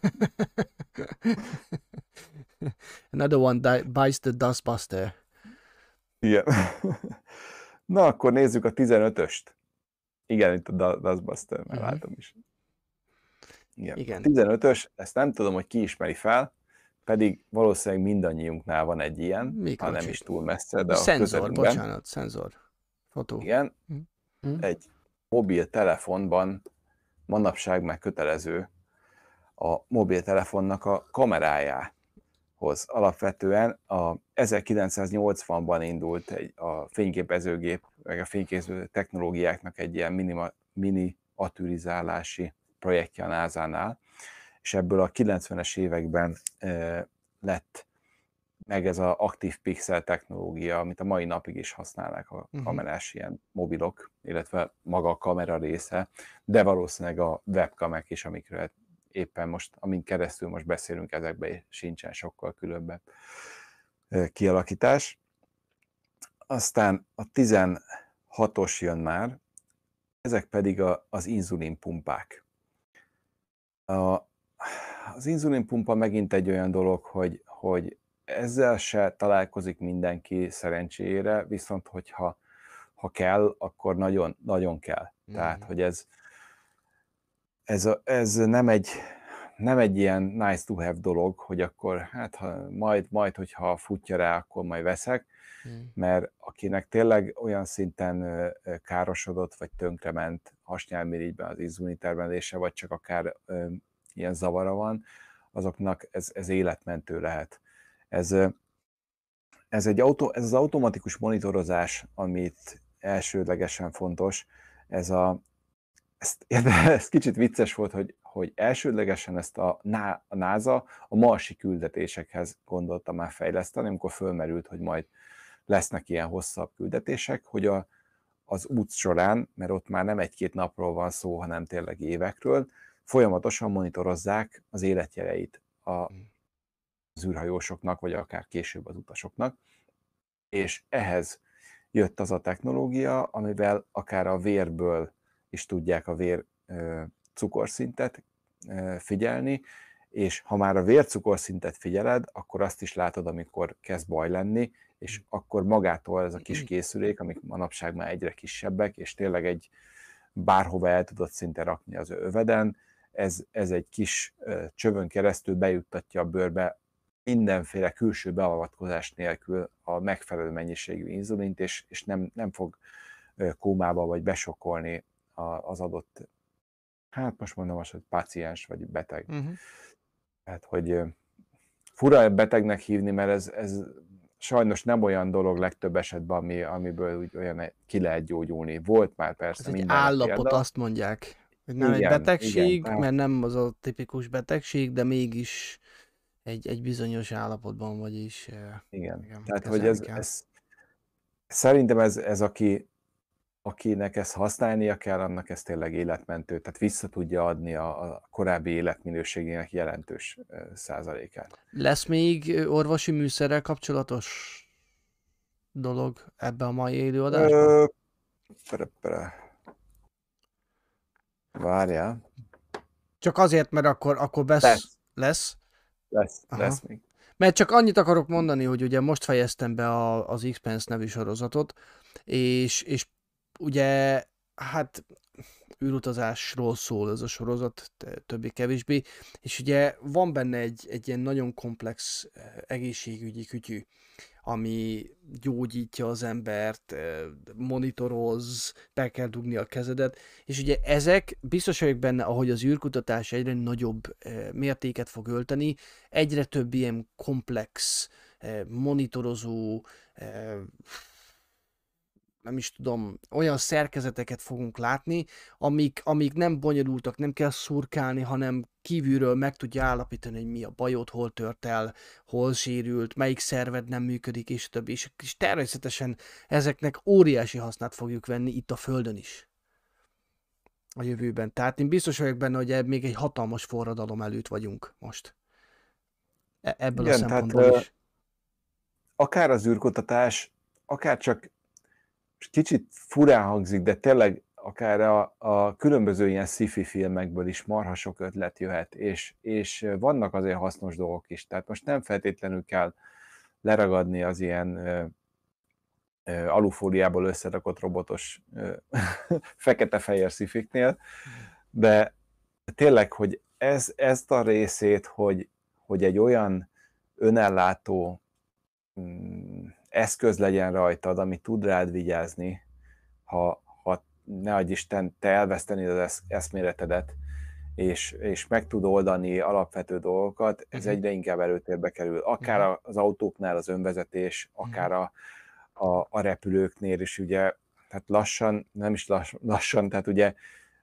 Another one buys the Dustbuster. Igen. Na, akkor nézzük a 15-öst. Igen, itt a Dustbuster, már látom is. Igen. A 15-ös, ezt nem tudom, hogy ki ismeri fel, pedig valószínűleg mindannyiunknál van egy ilyen, ha nem is túl messze, de a szenzor, bocsánat, szenzor. Fotó. Igen. Egy mobiltelefonban manapság már kötelező a mobiltelefonnak a kamerájához. Alapvetően a 1980-ban indult a fényképezőgép, meg a fényképező technológiáknak egy ilyen miniaturizálási projektje a NASA-nál, és ebből a 90-es években lett meg ez az aktív pixel technológia, amit a mai napig is használnak a kamerás ilyen mobilok, illetve maga a kamera része, de valószínűleg a webkamek is, amikről éppen most, amin keresztül most beszélünk, ezekben sincsen sokkal különbebb kialakítás. Aztán a 16-os jön már, ezek pedig az inzulinpumpák. Az inzulinpumpa megint egy olyan dolog, hogy ezzel se találkozik mindenki szerencsére, viszont hogyha kell, akkor nagyon, nagyon kell. Tehát, hogy ez nem egy ilyen nice to have dolog, hogy akkor hát majd hogyha futja rá, akkor majd veszek, mert akinek tényleg olyan szinten károsodott, vagy tönkrement hasnyálmirigyben az inzulintermelése, vagy csak akár ilyen zavara van, azoknak ez életmentő lehet. Ez az automatikus monitorozás, amit elsődlegesen fontos, ez kicsit vicces volt, hogy elsődlegesen ezt a NASA a marsi küldetésekhez gondolta már fejleszteni, amikor fölmerült, hogy majd lesznek ilyen hosszabb küldetések, hogy az út során, mert ott már nem 1-2 napról van szó, hanem tényleg évekről, folyamatosan monitorozzák az életjeleit az űrhajósoknak, vagy akár később az utasoknak, és ehhez jött az a technológia, amivel akár a vérből is tudják a vér cukorszintet figyelni, és ha már a vércukorszintet figyeled, akkor azt is látod, amikor kezd baj lenni, és akkor magától ez a kis készülék, amik manapság már egyre kisebbek, és tényleg bárhova el tudod szinte rakni az öveden, ez egy kis csövön keresztül bejuttatja a bőrbe mindenféle külső beavatkozás nélkül a megfelelő mennyiségű inzulint, és nem fog kómába vagy besokkolni az adott, hát most mondom azt, hogy páciens vagy beteg. Tehát, hogy fura betegnek hívni, mert ez sajnos nem olyan dolog legtöbb esetben, amiből úgy olyan ki lehet gyógyulni. Volt már persze minden. Ez egy állapot, példa. Azt mondják. Hogy nem igen, egy betegség, igen, mert nem az a tipikus betegség, de mégis egy bizonyos állapotban vagyis. Igen. Tehát, hogy ez szerintem ez akinek ezt használnia kell, annak ez tényleg életmentő, tehát vissza tudja adni a korábbi életminőségének jelentős százalékát. Lesz még orvosi műszerrel kapcsolatos dolog ebbe a mai élőadásban? Várjál. Csak azért, mert akkor lesz? Lesz még. Mert csak annyit akarok mondani, hogy ugye most fejeztem be az Expanse nevű sorozatot, és ugye, hát űrutazásról szól ez a sorozat, többé-kevésbé, és ugye van benne egy ilyen nagyon komplex egészségügyi kütyű, ami gyógyítja az embert, monitoroz, be kell dugni a kezedet, és ugye ezek, biztos vagyok benne, ahogy az űrkutatás egyre nagyobb mértéket fog ölteni, egyre több ilyen komplex, monitorozó, nem is tudom, olyan szerkezeteket fogunk látni, amik nem bonyolultak, nem kell szurkálni, hanem kívülről meg tudja állapítani, hogy mi a bajod, hol tört el, hol sérült, melyik szerved nem működik, és többi. És természetesen ezeknek óriási hasznát fogjuk venni itt a Földön is a jövőben. Tehát én biztos vagyok benne, hogy még egy hatalmas forradalom előtt vagyunk most. Ebből igen, a szempontból tehát, is. Akár az űrkutatás, akár csak kicsit furán hangzik, de tényleg akár a különböző ilyen sci-fi filmekből is marha sok ötlet jöhet, és vannak azért hasznos dolgok is. Tehát most nem feltétlenül kell leragadni az ilyen alufóliából összerakott robotos fekete-fehér sci-fiknél, de tényleg, hogy ezt a részét, hogy egy olyan önellátó eszköz legyen rajtad, ami tud rád vigyázni, ha ne adj Isten, te elvesztenéd az eszméletedet, és meg tud oldani alapvető dolgokat, ez egyre inkább előtérbe kerül. Akár az autóknál az önvezetés, akár a repülőknél is, ugye, tehát lassan, nem is lassan, tehát ugye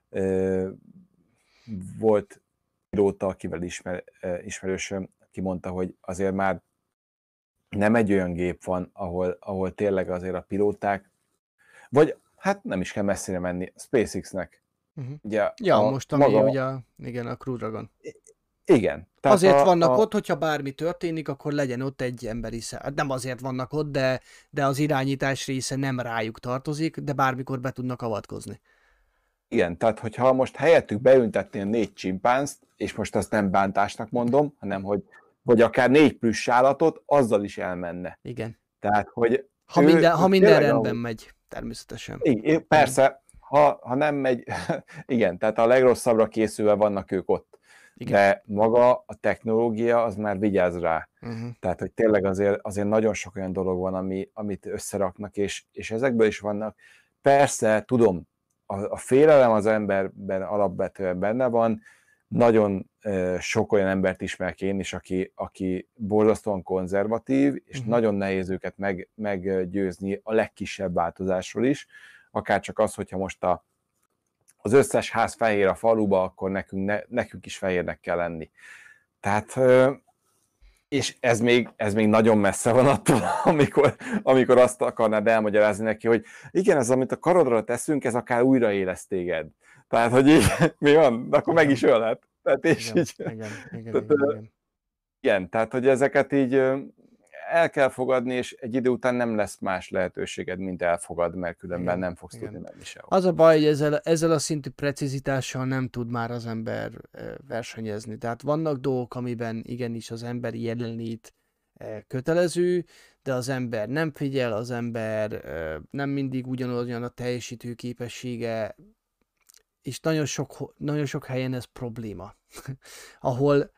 volt pilóta, akivel ismerősöm, ki mondta, hogy azért már nem egy olyan gép van, ahol tényleg azért a pilóták, vagy hát nem is kell messzire menni, SpaceX-nek. Ugye most ami maga... ugye, igen, a Crew Dragon. Igen. Tehát azért vannak ott, hogyha bármi történik, akkor legyen ott egy emberi szám. Nem azért vannak ott, de az irányítás része nem rájuk tartozik, de bármikor be tudnak avatkozni. Igen, tehát hogyha most helyettük beüntetnél 4 csimpánzt, és most azt nem bántásnak mondom, hanem hogy vagy akár 4 plüss állatot, azzal is elmenne. Igen. Tehát, hogy ha minden rendben megy, természetesen. Igen, persze, ha nem megy, igen, tehát a legrosszabbra készülve vannak ők ott. Igen. De maga a technológia az már vigyáz rá. Tehát, hogy tényleg azért nagyon sok olyan dolog van, amit összeraknak, és ezekből is vannak. Persze, tudom, a félelem az emberben alapvetően benne van, nagyon sok olyan embert ismerek én is, aki borzasztóan konzervatív, és nagyon nehéz őket meggyőzni a legkisebb változásról is, akár csak az, hogyha most az összes ház fehér a faluba, akkor nekünk is fehérnek kell lenni. Tehát, és ez még nagyon messze van attól, amikor azt akarnád elmagyarázni neki, hogy igen, ez amit a karodra teszünk, ez akár újraéleszt téged. Tehát, hogy így, mi van? Akkor meg is ölhet. Tehát, és igen, tehát, hogy ezeket így el kell fogadni, és egy idő után nem lesz más lehetőséged, mint elfogad, mert különben nem fogsz tudni menni sehol. Az a baj, hogy ezzel a szintű precizitással nem tud már az ember versenyezni. Tehát vannak dolgok, amiben igenis az emberi jelenlét kötelező, de az ember nem figyel, az ember nem mindig ugyanolyan a teljesítő képessége, és nagyon sok helyen ez probléma. ahol,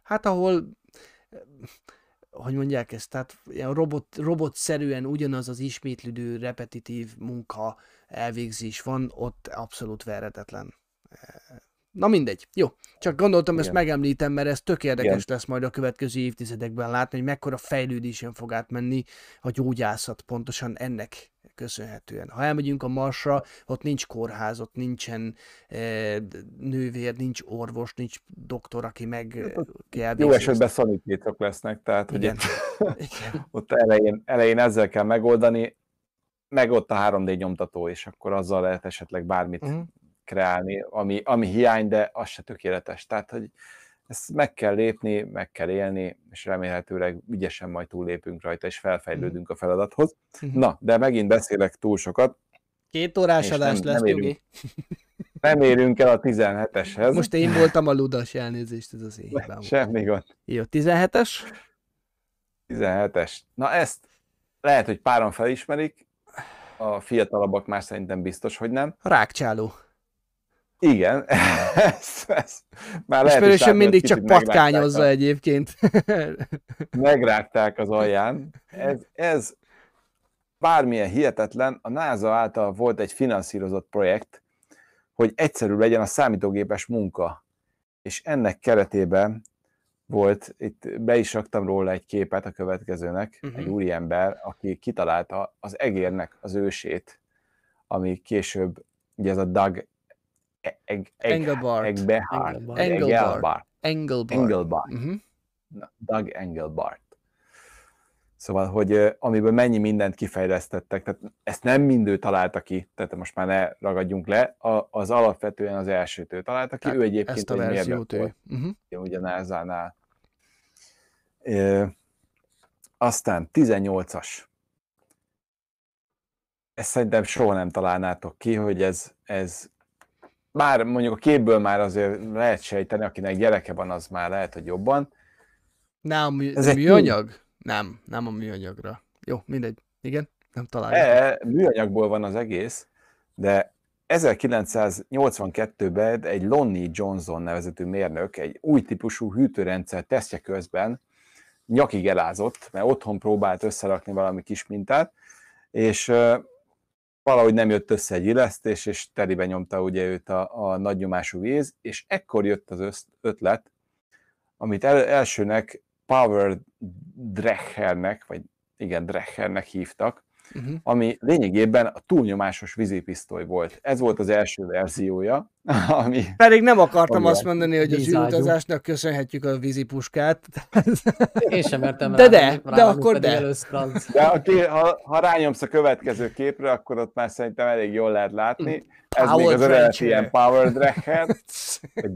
hogy mondják ezt, tehát ilyen robotszerűen ugyanaz az ismétlődő, repetitív munka elvégzés van, ott abszolút verhetetlen. Na mindegy. Jó, csak gondoltam, igen, ezt megemlítem, mert ez tök érdekes lesz majd a következő évtizedekben látni, hogy mekkora fejlődésen fog átmenni a gyógyászat pontosan ennek köszönhetően. Ha elmegyünk a Marsra, ott nincs kórház, ott nincsen nővér, nincs orvos, nincs doktor, aki meg kell. Jó esetben szanitétok lesznek, tehát igen. Hogy ott elején ezzel kell megoldani, meg ott a 3D nyomtató, és akkor azzal lehet esetleg bármit kreálni, ami hiány, de az se tökéletes. Tehát, hogy ezt meg kell lépni, meg kell élni, és remélhetőleg ügyesen majd túllépünk rajta, és felfejlődünk a feladathoz. Na, de megint beszélek túl sokat. 2 órás adás lesz, Nyugi. Nem érünk el a 17-eshez. Most én voltam a ludas, elnézést, ez az én. Semmi gond. Jó, 17-es? 17-es. Na ezt lehet, hogy páran felismerik, a fiatalabbak már szerintem biztos, hogy nem. Rákcsáló. Igen. Már ismerősen mindig csak patkányozza egyébként. Megrágták az alján. Ez bármilyen hihetetlen, a NASA által volt egy finanszírozott projekt, hogy egyszerű legyen a számítógépes munka. És ennek keretében volt, itt be is raktam róla egy képet a következőnek, egy úriember, aki kitalálta az egérnek az ősét, ami később, ugye ez a Doug Engelbart. Doug Engelbart. Szóval, hogy amiből mennyi mindent kifejlesztettek, tehát ezt nem mindő találta ki, tehát most már ne ragadjunk le, az alapvetően az elsőtől találta ki, ő egyébként egy mérnök volt, ugye a NASA-nál. Aztán 18-as. Ezt szerintem soha nem találnátok ki, hogy ez bár mondjuk a képből már azért lehet sejteni, akinek gyereke van, az már lehet, hogy jobban. Nem, ez egy műanyag? Nem a műanyagra. Jó, mindegy. Igen, nem találjuk. Műanyagból van az egész, de 1982-ben egy Lonnie Johnson nevezetű mérnök egy új típusú hűtőrendszer tesztje közben nyakig elázott, mert otthon próbált összerakni valami kis mintát, és valahogy nem jött össze egy illesztés, és telibe nyomta ugye őt a nagynyomású víz, és ekkor jött az ötlet, amit elsőnek Power Drechernek, vagy igen, Drechernek hívtak, ami lényegében a túlnyomásos vízipisztoly volt. Ez volt az első verziója, ami... Pedig nem akartam azt mondani, hogy az űrutazásnak köszönhetjük a vízipuskát. Én sem mertem de akkor de. De ha rányomsz a következő képre, akkor ott már szerintem elég jól lehet látni. Ez még az eredeti ilyen Power Drecher, vagy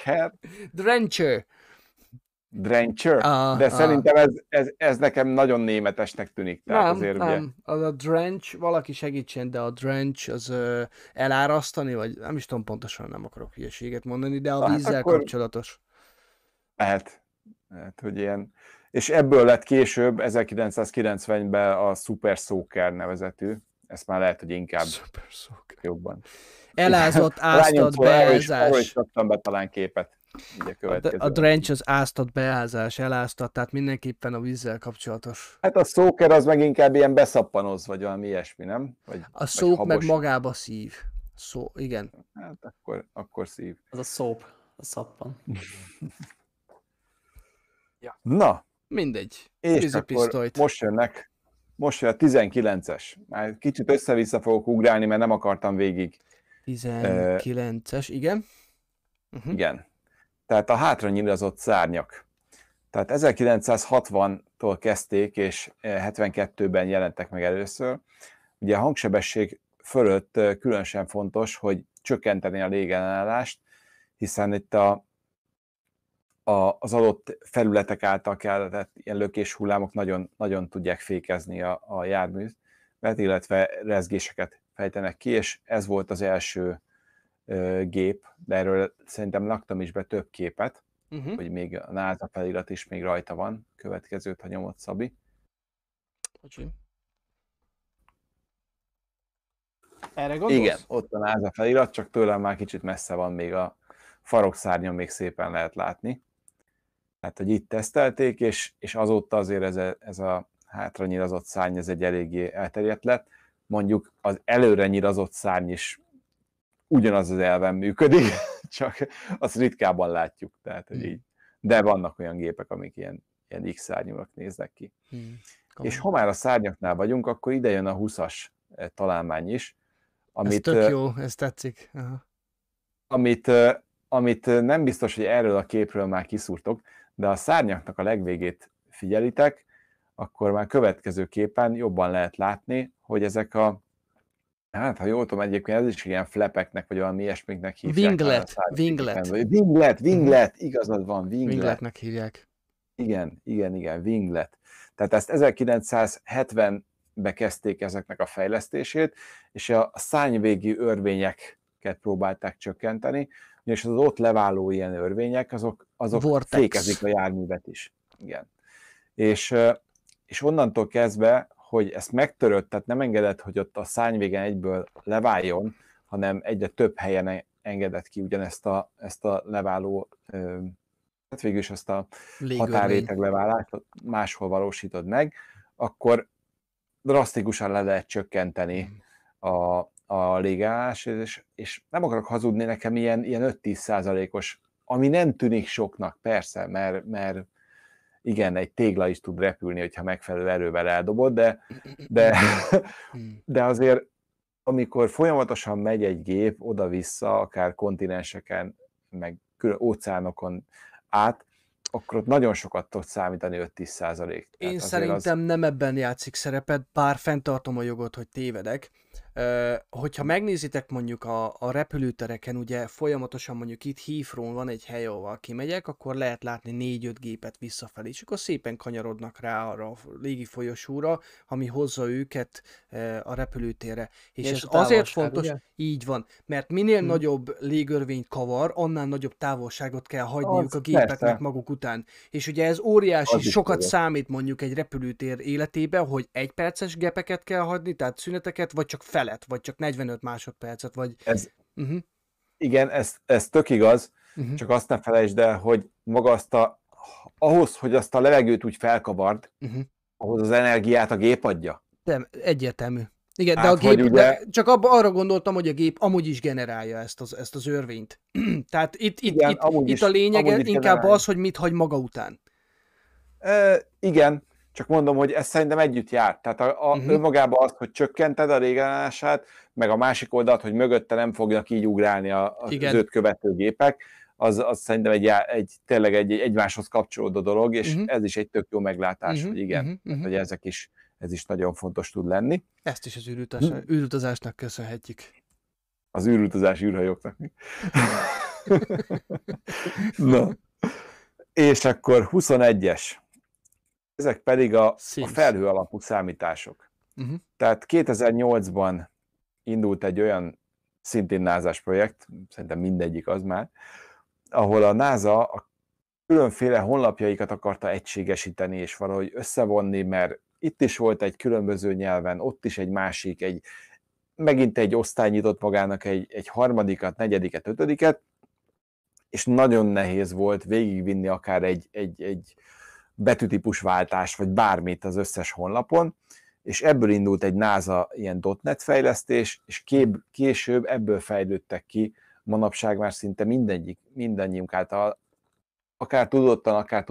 Drencher, de szerintem ez nekem nagyon németesnek tűnik. Tehát nem, azért, nem. Ugye... Az a drench, valaki segítsen, de a drench az elárasztani, vagy nem is tudom pontosan, nem akarok hülyeséget mondani, de a vízzel kapcsolatos. Lehet, hogy ilyen. És ebből lett később 1990-ben a Super Soaker nevezetű. Ezt már lehet, hogy inkább jobban. Elázott, áztat, beázás. Arról is kaptam be talán képet. A drench az áztat, beázás, eláztat, tehát mindenképpen a vízzel kapcsolatos. Hát a soaker az meg inkább ilyen beszappanoz, vagy valami ilyesmi, nem? A soak meg magába szív. Igen. Hát akkor szív. Az a soap, a szappan. Ja. Na. Mindegy. És akkor most jön a 19-es. Már kicsit össze-vissza fogok ugrálni, mert nem akartam végig. 19-es, igen. Igen. Tehát a hátra nyilazott szárnyak. Tehát 1960-tól kezdték, és 72-ben jelentek meg először. Ugye a hangsebesség fölött különösen fontos, hogy csökkenteni a légellenállást, hiszen itt az adott felületek által keltett ilyen lökéshullámok nagyon, nagyon tudják fékezni a járművet, illetve rezgéseket fejtenek ki, és ez volt az első gép, de erről szerintem laktam is be több képet, hogy még a NASA felirat is még rajta van. Következőt, ha nyomott, Szabi. Bocsi. Erre gondolsz? Igen, ott a NASA felirat, csak tőlem már kicsit messze van, még a farokszárnyon még szépen lehet látni. Tehát, hogy itt tesztelték, és azóta azért ez a hátra nyilazott szárny, ez egy eléggé elterjedt lett. Mondjuk az előre nyilazott szárny is ugyanaz az elven működik, csak azt ritkábban látjuk. Tehát, hogy így. De vannak olyan gépek, amik ilyen X-szárnyúak néznek ki. És ha már a szárnyaknál vagyunk, akkor ide jön a 20-as találmány is. Ez tök jó, ez tetszik. Aha. Amit nem biztos, hogy erről a képről már kiszúrtok, de a szárnyaknak a legvégét figyelitek, akkor már következő képen jobban lehet látni, hogy ezek hát ha jól tudom, egyébként ez is ilyen flepeknek, vagy valami ilyesmiknek hívják. Winglet, igazad van, Wingletnek hívják. Igen, winglet. Tehát ezt 1970-ben kezdték ezeknek a fejlesztését, és a szárnyvégi örvényeket próbálták csökkenteni, és az ott leváló ilyen örvények, azok fékezik a járművet is. Igen. És onnantól kezdve, hogy ezt megtörött, tehát nem engedett, hogy ott a szárnyvégen egyből leváljon, hanem egyre több helyen engedett ki ugyanezt a leváló, hát végül is ezt a határréteg leválást máshol valósítod meg, akkor drasztikusan le lehet csökkenteni a légállás, és nem akarok hazudni, nekem ilyen 5-10%-os, ami nem tűnik soknak, persze, mert igen, egy tégla is tud repülni, hogyha megfelelő erővel eldobod, de azért, amikor folyamatosan megy egy gép oda-vissza, akár kontinenseken, meg óceánokon át, akkor ott nagyon sokat tud számítani 5-10%. Én szerintem nem ebben játszik szerepet, bár fenntartom a jogot, hogy tévedek. Hogyha megnézitek mondjuk a repülőtereken, ugye folyamatosan mondjuk itt Heathrow van egy hely, ahol kimegyek, akkor lehet látni 4-5 gépet visszafelé, és akkor szépen kanyarodnak rá arra a légi folyosóra, ami hozza őket a repülőtérre. És ez azért fontos, ugye? Így van, mert minél nagyobb légörvényt kavar, annál nagyobb távolságot kell hagyniuk a gépeknek maguk után. És ugye ez óriási, sokat számít mondjuk egy repülőtér életében, hogy 1 perces gepeket kell hagyni, tehát szüneteket, vagy csak felet, vagy csak 45 másodpercet, vagy... Igen, ez tök igaz, csak azt ne felejtsd el, hogy maga ahhoz, hogy azt a levegőt úgy felkavard, ahhoz az energiát a gép adja. Nem, egyértelmű. Igen, hát, de a gép, ugye... de csak arra gondoltam, hogy a gép amúgy is generálja ezt az örvényt. Tehát itt a lényege inkább az, hogy mit hagy maga után. Igen, csak mondom, hogy ez szerintem együtt jár. Tehát önmagában az, hogy csökkented a légállását, meg a másik oldalt, hogy mögötte nem fognak így ugrálni az őt követő gépek, az szerintem tényleg egy egymáshoz kapcsolódó dolog, és ez is egy tök jó meglátás, hogy igen, hogy ez is nagyon fontos tud lenni. Ezt is az űrutazásnak köszönhetjük. Az űrutazás űrhajóknak. Na. És akkor 21-es. Ezek pedig a felhő alapú számítások. Tehát 2008-ban indult egy olyan szintén NASA-s projekt, szerintem mindegyik az már, ahol a NASA a különféle honlapjaikat akarta egységesíteni és valahogy összevonni, mert itt is volt egy különböző nyelven, ott is egy másik, megint egy osztály nyitott magának egy harmadikat, negyediket, ötödiket, és nagyon nehéz volt végigvinni akár egy betűtípus váltás, vagy bármit az összes honlapon, és ebből indult egy NASA ilyen .NET fejlesztés, és később ebből fejlődtek ki manapság már szinte mindannyiunk által, akár tudottan, akár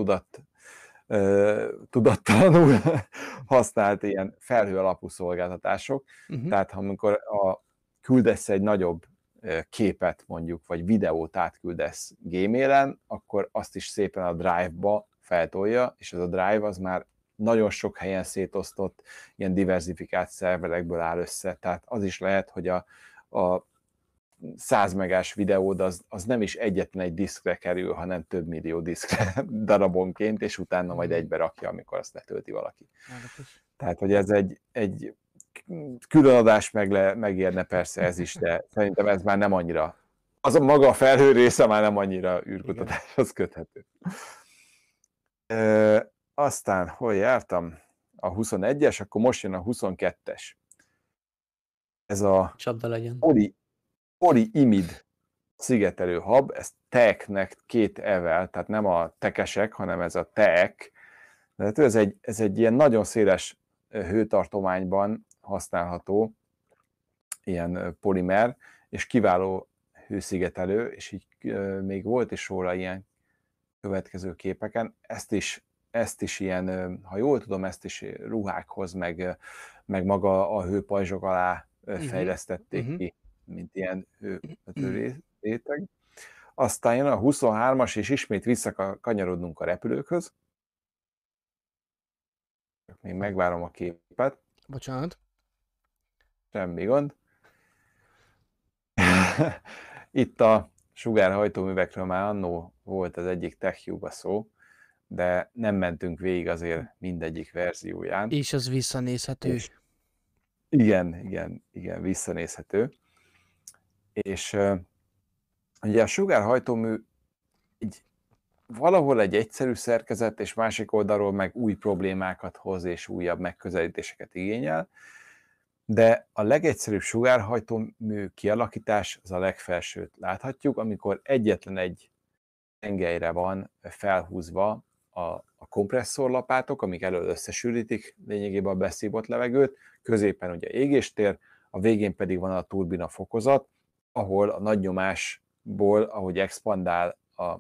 tudattalanul használt ilyen felhő alapú szolgáltatások. Tehát amikor küldesz egy nagyobb képet mondjuk, vagy videót átküldesz Gmailen, akkor azt is szépen a Drive-ba feltolja, és ez a Drive az már nagyon sok helyen szétosztott, ilyen diversifikált szerverekből áll össze, tehát az is lehet, hogy a 100 megás videód az nem is egyetlen egy diszkre kerül, hanem több millió diszkre darabonként, és utána majd egybe rakja, amikor azt letölti valaki. Tehát, hogy ez egy különadás megérne persze ez is, de szerintem ez már nem annyira, az a maga a felhő része már nem annyira űrkutatáshoz köthető. Aztán, hol jártam? A 21-es, akkor most jön a 22-es. ez a csapda legyen. polyimid szigetelő hab, ez TEK-nek 2 E-vel, tehát nem a tekesek, hanem ez a TEK. Ez egy ilyen nagyon széles hőtartományban használható ilyen polimer, és kiváló hőszigetelő, és így még volt is róla ilyen következő képeken. Ezt is ilyen, ha jól tudom, ezt is ruhákhoz, meg maga a hőpajzsok alá fejlesztették ki, mint ilyen hővető réteg. Aztán jön a 23-as, és ismét visszakanyarodnunk a repülőkhöz. Még megvárom a képet. Bocsánat. Semmi gond. Itt a sugárhajtóművekről már annó volt az egyik TechHube-ba szó, de nem mentünk végig azért mindegyik verzióján. És az visszanézhető. És igen, visszanézhető. És ugye a sugárhajtómű valahol egy egyszerű szerkezet, és másik oldalról meg új problémákat hoz, és újabb megközelítéseket igényel, de a legegyszerűbb sugárhajtómű kialakítás az a legfelsőt láthatjuk, amikor egyetlen egy tengelyre van felhúzva a kompresszorlapátok, amik elől összesűrítik lényegében a beszívott levegőt, középen ugye égéstér, a végén pedig van a turbina fokozat, ahol a nagy nyomásból, ahogy expandál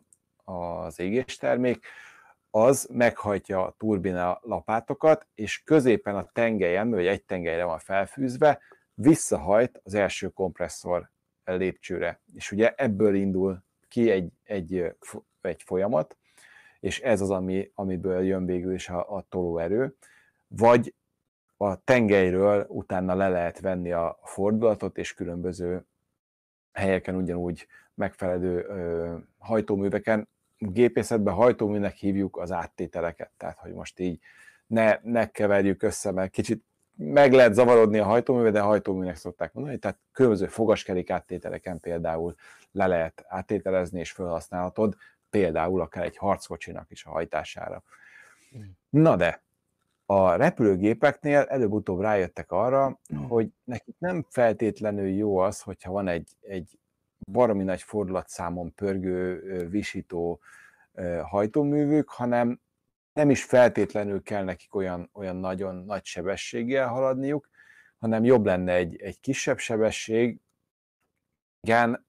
az égéstermék, az meghajtja a turbina lapátokat, és középen a tengelyen, vagy egy tengelyre van felfűzve, visszahajt az első kompresszor lépcsőre. És ugye ebből indul ki egy folyamat, és ez az, amiből jön végül is a tolóerő, vagy a tengelyről utána le lehet venni a fordulatot, és különböző helyeken ugyanúgy megfelelő hajtóműveken, gépészetben hajtóműnek hívjuk az áttételeket, tehát hogy most így ne keverjük össze, mert kicsit meg lehet zavarodni a hajtóművet, de hajtóműnek szokták mondani, tehát különböző fogaskerék áttételeken például le lehet áttételezni, és felhasználhatod, például akár egy harckocsinak is a hajtására. Na de, a repülőgépeknél előbb-utóbb rájöttek arra, hogy nekik nem feltétlenül jó az, hogyha van egy baromi nagy fordulatszámon pörgő, visító hajtóművük, hanem nem is feltétlenül kell nekik olyan nagyon nagy sebességgel haladniuk, hanem jobb lenne egy kisebb sebesség, igen,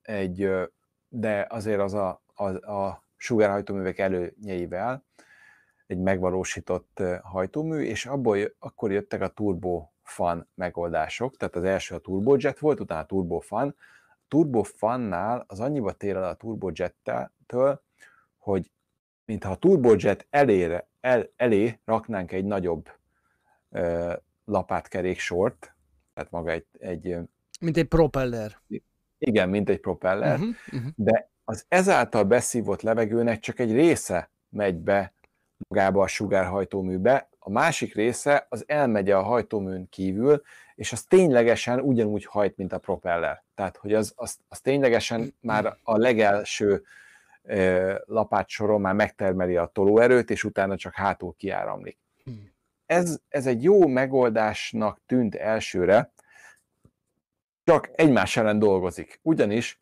de azért az a sugárhajtóművek előnyeivel egy megvalósított hajtómű, és akkor jöttek a turbofan megoldások, tehát az első a turbojet volt, utána a turbofan. A turbofannál az annyiba tér el a turbojettől, hogy mintha a turbojet elé raknánk egy nagyobb lapátkerék sort, tehát maga egy mint egy propeller. Igen, mint egy propeller, de az ezáltal beszívott levegőnek csak egy része megy be magába a sugárhajtóműbe, a másik része az elmegy a hajtóműn kívül, és az ténylegesen ugyanúgy hajt, mint a propeller. Tehát, hogy az ténylegesen már a legelső lapátsoron már megtermeli a tolóerőt, és utána csak hátul kiáramlik. Ez egy jó megoldásnak tűnt elsőre, csak egymás ellen dolgozik. Ugyanis,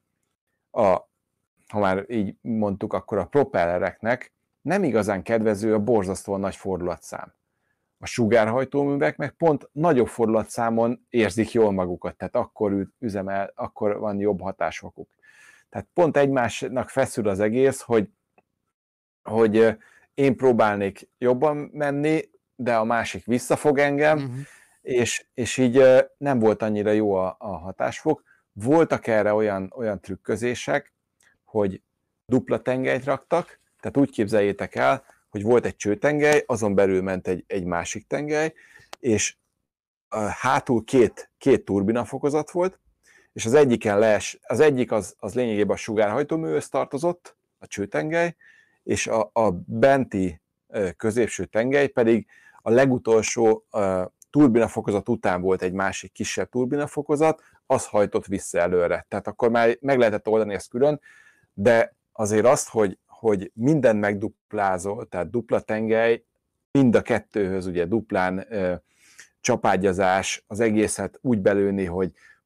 ha már így mondtuk, akkor a propellereknek nem igazán kedvező a borzasztóan nagy fordulatszám. A sugárhajtóművek meg pont nagyobb fordulatszámon érzik jól magukat, tehát akkor van jobb hatásfokuk. Tehát pont egymásnak feszül az egész, hogy én próbálnék jobban menni, de a másik visszafog engem, és így nem volt annyira jó a hatásfok. Voltak erre olyan trükközések, hogy dupla tengelyt raktak, tehát úgy képzeljétek el, hogy volt egy csőtengely, azon belül ment egy másik tengely, és hátul két turbinafokozat volt, és az egyik az lényegében a sugárhajtóműhöz tartozott, a csőtengely, és a benti középső tengely pedig a legutolsó turbinafokozat után volt egy másik kisebb turbinafokozat, az hajtott vissza előre. Tehát akkor már meg lehetett oldani ezt külön, de azért azt, hogy mindent megduplázol, tehát dupla tengely, mind a kettőhöz ugye duplán csapágyazás, az egészet úgy belőni, hogy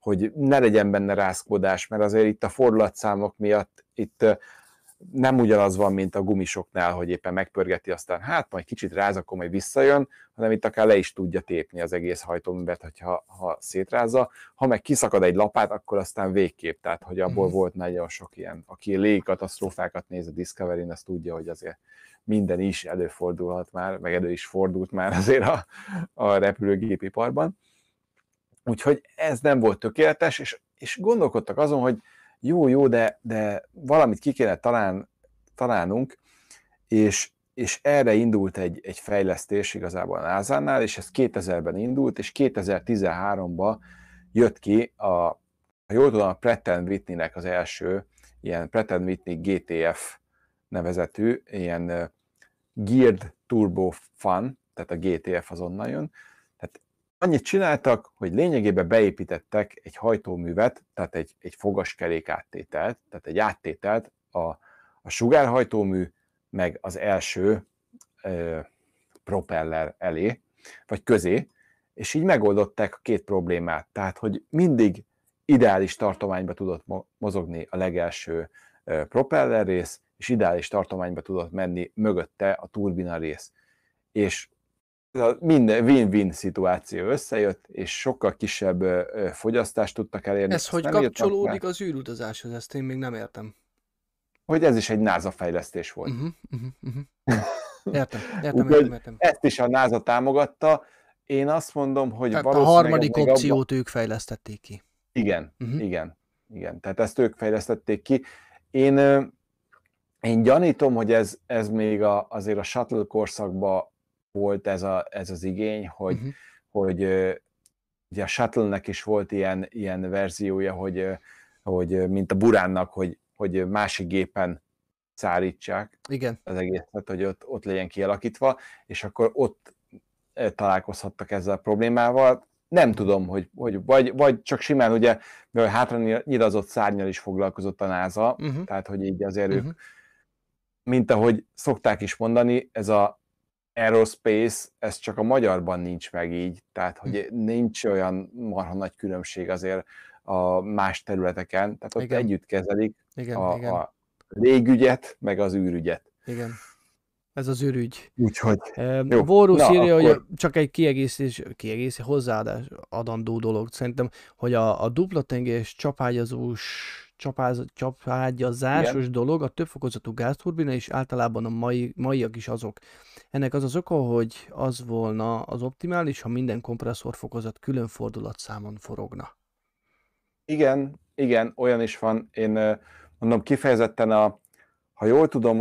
hogy ne legyen benne rázkódás, mert azért itt a fordulatszámok miatt itt nem ugyanaz van, mint a gumisoknál, hogy éppen megpörgeti, aztán hát majd kicsit ráz, akkor majd visszajön, hanem itt akár le is tudja tépni az egész hajtóművet, ha szétrázza. Ha meg kiszakad egy lapát, akkor aztán végképp, tehát hogy abból volt nagyon sok ilyen. Aki légikatasztrófákat néz a Discovery-n, azt tudja, hogy azért minden is előfordulhat már, meg elő is fordult már azért a repülőgépiparban. Úgyhogy ez nem volt tökéletes, és gondolkodtak azon, hogy jó, de valamit ki kéne találnunk, és erre indult egy fejlesztés igazából a NASA-nál, és ez 2000-ben indult, és 2013-ban jött ki, ha jól tudom, a Pratt & Whitney-nek az első ilyen Pratt & Whitney GTF nevezetű, ilyen Geared Turbo Fan, tehát a GTF az onnan jön. Tehát annyit csináltak, hogy lényegében beépítettek egy hajtóművet, tehát egy fogaskerék áttételt, tehát egy áttételt a sugárhajtómű, meg az első propeller elé, vagy közé, és így megoldották a két problémát. Tehát, hogy mindig ideális tartományba tudott mozogni a legelső propeller rész, és ideális tartományba tudott menni mögötte a turbina rész. És minden win-win szituáció összejött, és sokkal kisebb fogyasztást tudtak elérni. Ez hogy kapcsolódik az űrutazáshoz? Ezt én még nem értem. Hogy ez is egy NASA fejlesztés volt. Értem. Ezt is a NASA támogatta. Én azt mondom, hogy tehát a harmadik opciót ők fejlesztették ki. Igen. Tehát ezt ők fejlesztették ki. Én gyanítom, hogy ez még azért a shuttle korszakban volt ez az igény, hogy ugye a shuttle-nek is volt ilyen verziója, hogy mint a Buránnak, hogy másik gépen szállítsák az egészet, hogy ott legyen kialakítva, és akkor ott találkozhattak ezzel a problémával. Nem tudom, hogy vagy csak simán ugye, mivel hátra nyilazott szárnnyal is foglalkozott a NASA, tehát hogy így azért ők, mint ahogy szokták is mondani, ez a aerospace, ez csak a magyarban nincs meg így, tehát hogy nincs olyan marha nagy különbség azért a más területeken, tehát ott együtt kezelik a légügyet, meg az űrügyet. Igen. Ez az űrügy. Úgyhogy Vorus írja, akkor... hogy csak egy kiegészítés hozzáadás adandó dolog. Szerintem, hogy a duplatengés csapágyazásos dolog, a többfokozatú gázturbina, és általában a maiak is azok. Ennek az oka, hogy az volna az optimális, ha minden kompresszorfokozat külön fordulatszámon forogna. Igen, olyan is van. Én mondom kifejezetten ha jól tudom,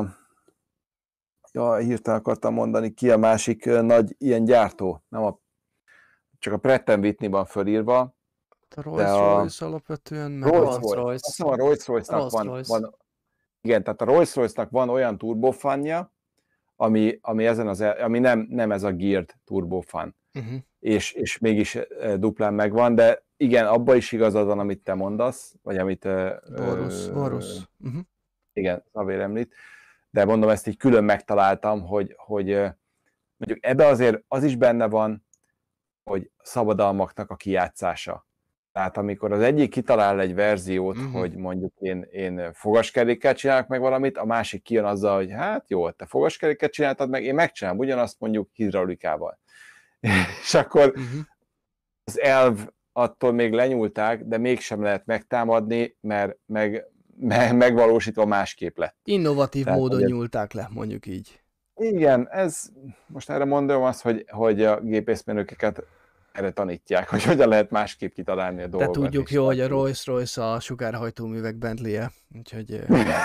hirtelen akartam mondani, ki a másik nagy ilyen gyártó, csak a Pratt & Whitney van fölírva. A Rolls-Royce alapvetően, Rolls-Royce. Azt hiszem a Rolls-Royce-nak van. Igen, tehát a Rolls-Royce-nak van olyan turbofanja, ami nem ez a geared turbofan. És mégis duplán megvan, de igen, abban is igazad van, amit te mondasz, vagy amit Varus. Igen, Szavér említ, de mondom, ezt így külön megtaláltam, hogy mondjuk ebbe azért az is benne van, hogy szabadalmaknak a kijátszása. Tehát amikor az egyik kitalál egy verziót, hogy mondjuk én fogaskerékkel csinálok meg valamit, a másik kijön azzal, hogy hát jó, te fogaskerékkel csináltad meg, én megcsinálom ugyanazt mondjuk hidraulikával. És akkor az elv attól még lenyúlták, de mégsem lehet megtámadni, mert megvalósítva másképp lett. Innovatív módon nyúlták le, mondjuk így. Igen, ez most erre mondom azt, hogy a gépészmérnökeket erre tanítják, hogy hogyan lehet másképp kitalálni a dolgokat. De tudjuk jó, hogy a Rolls-Royce a sugárhajtóművek Bentley-je, úgyhogy...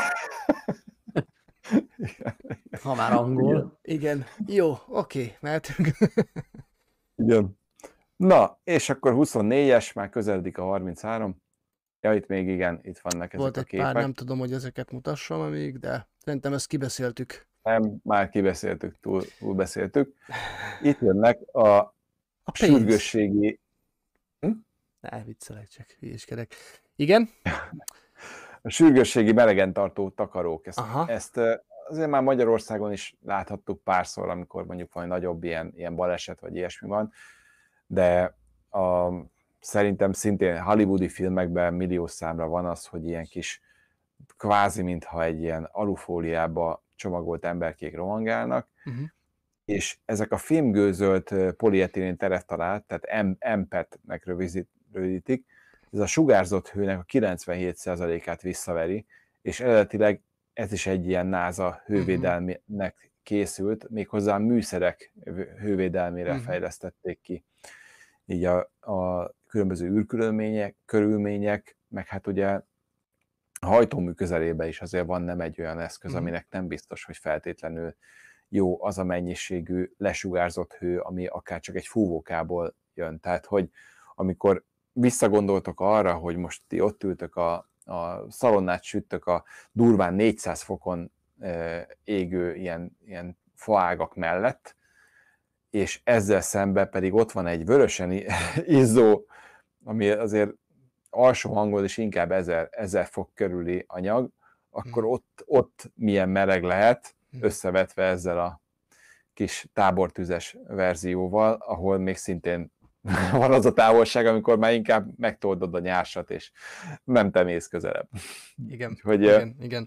Ha már angol. Igen. Jó, oké, mehetünk. Igen. Na, és akkor 24-es, már közeledik a 33. Ja, itt még igen, itt vannak ezek volt a képek. Pár, nem tudom, hogy ezeket mutassam még, de szerintem ezt kibeszéltük. Nem, már kibeszéltük, túlbeszéltük. Itt jönnek a sürgősségi... Ne, viccelek csak, hülyéskedek. Igen? A sürgősségi melegen-tartó takarók. Ezt azért már Magyarországon is láthattuk párszor, amikor mondjuk valami nagyobb ilyen baleset vagy ilyesmi van, de szerintem szintén hollywoodi filmekben milliós számra van az, hogy ilyen kis kvázi, mintha egy ilyen alufóliába csomagolt emberkék rohangálnak, és ezek a filmgőzölt polietilén tereftalált, tehát MPET-nek rövidítik, ez a sugárzott hőnek a 97%-át visszaveri, és eredetileg ez is egy ilyen NASA hővédelmének készült, méghozzá műszerek hővédelmére fejlesztették ki. Így a különböző körülmények, meg hát ugye a hajtómű közelében is azért van nem egy olyan eszköz, aminek nem biztos, hogy feltétlenül jó az a mennyiségű lesugárzott hő, ami akár csak egy fúvókából jön. Tehát, hogy amikor visszagondoltok arra, hogy most ti ott ültök a szalonnát süttök a durván 400 fokon égő ilyen faágak mellett, és ezzel szemben pedig ott van egy vörösen izzó, ami azért alsó hangon is inkább 1000 fok körüli anyag, akkor ott milyen meleg lehet, összevetve ezzel a kis tábortüzes verzióval, ahol még szintén van az a távolság, amikor már inkább megtoldod a nyársat, és nem te mész közelebb. Igen, hogy, igen.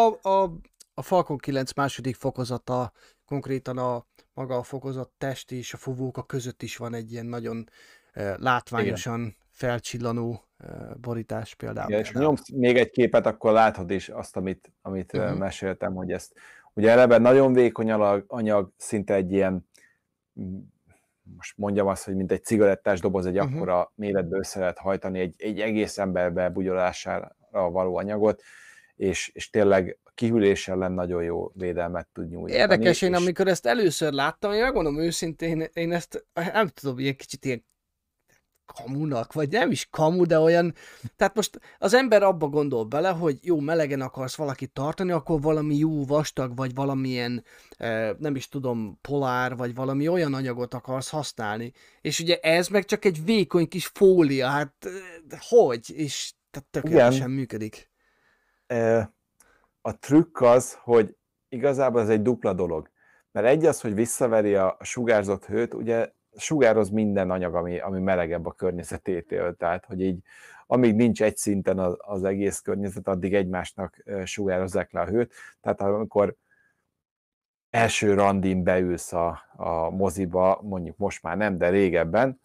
A Falcon 9 második fokozata, konkrétan maga a fokozott test és a fúvóka között is van egy ilyen nagyon látványosan felcsillanó borítás például. Igen, és nyomsz még egy képet, akkor látod is azt, amit meséltem, hogy ezt ugye eleve nagyon vékony anyag, szinte egy ilyen, most mondjam azt, hogy mint egy cigarettás doboz, egy akkora méretbe össze lehet hajtani egy egész ember bebugyolására való anyagot, és tényleg kihűlés ellen nagyon jó védelmet tud nyújtani. Érdekes, én amikor ezt először láttam, én megmondom őszintén, én ezt nem tudom, ilyen kicsit ilyen kamunak, vagy nem is kamu, de olyan, tehát most az ember abba gondol bele, hogy jó, melegen akarsz valakit tartani, akkor valami jó vastag, vagy valamilyen, nem is tudom, polár, vagy valami olyan anyagot akarsz használni. És ugye ez meg csak egy vékony kis fólia, hát hogy? És tehát tökéletesen működik. A trükk az, hogy igazából ez egy dupla dolog. Mert egy az, hogy visszaveri a sugárzott hőt, ugye sugároz minden anyag, ami melegebb a környezetétől, tehát hogy így amíg nincs egy szinten az egész környezet, addig egymásnak sugározzák le a hőt, tehát amikor első randin beülsz a moziba, mondjuk most már nem, de régebben,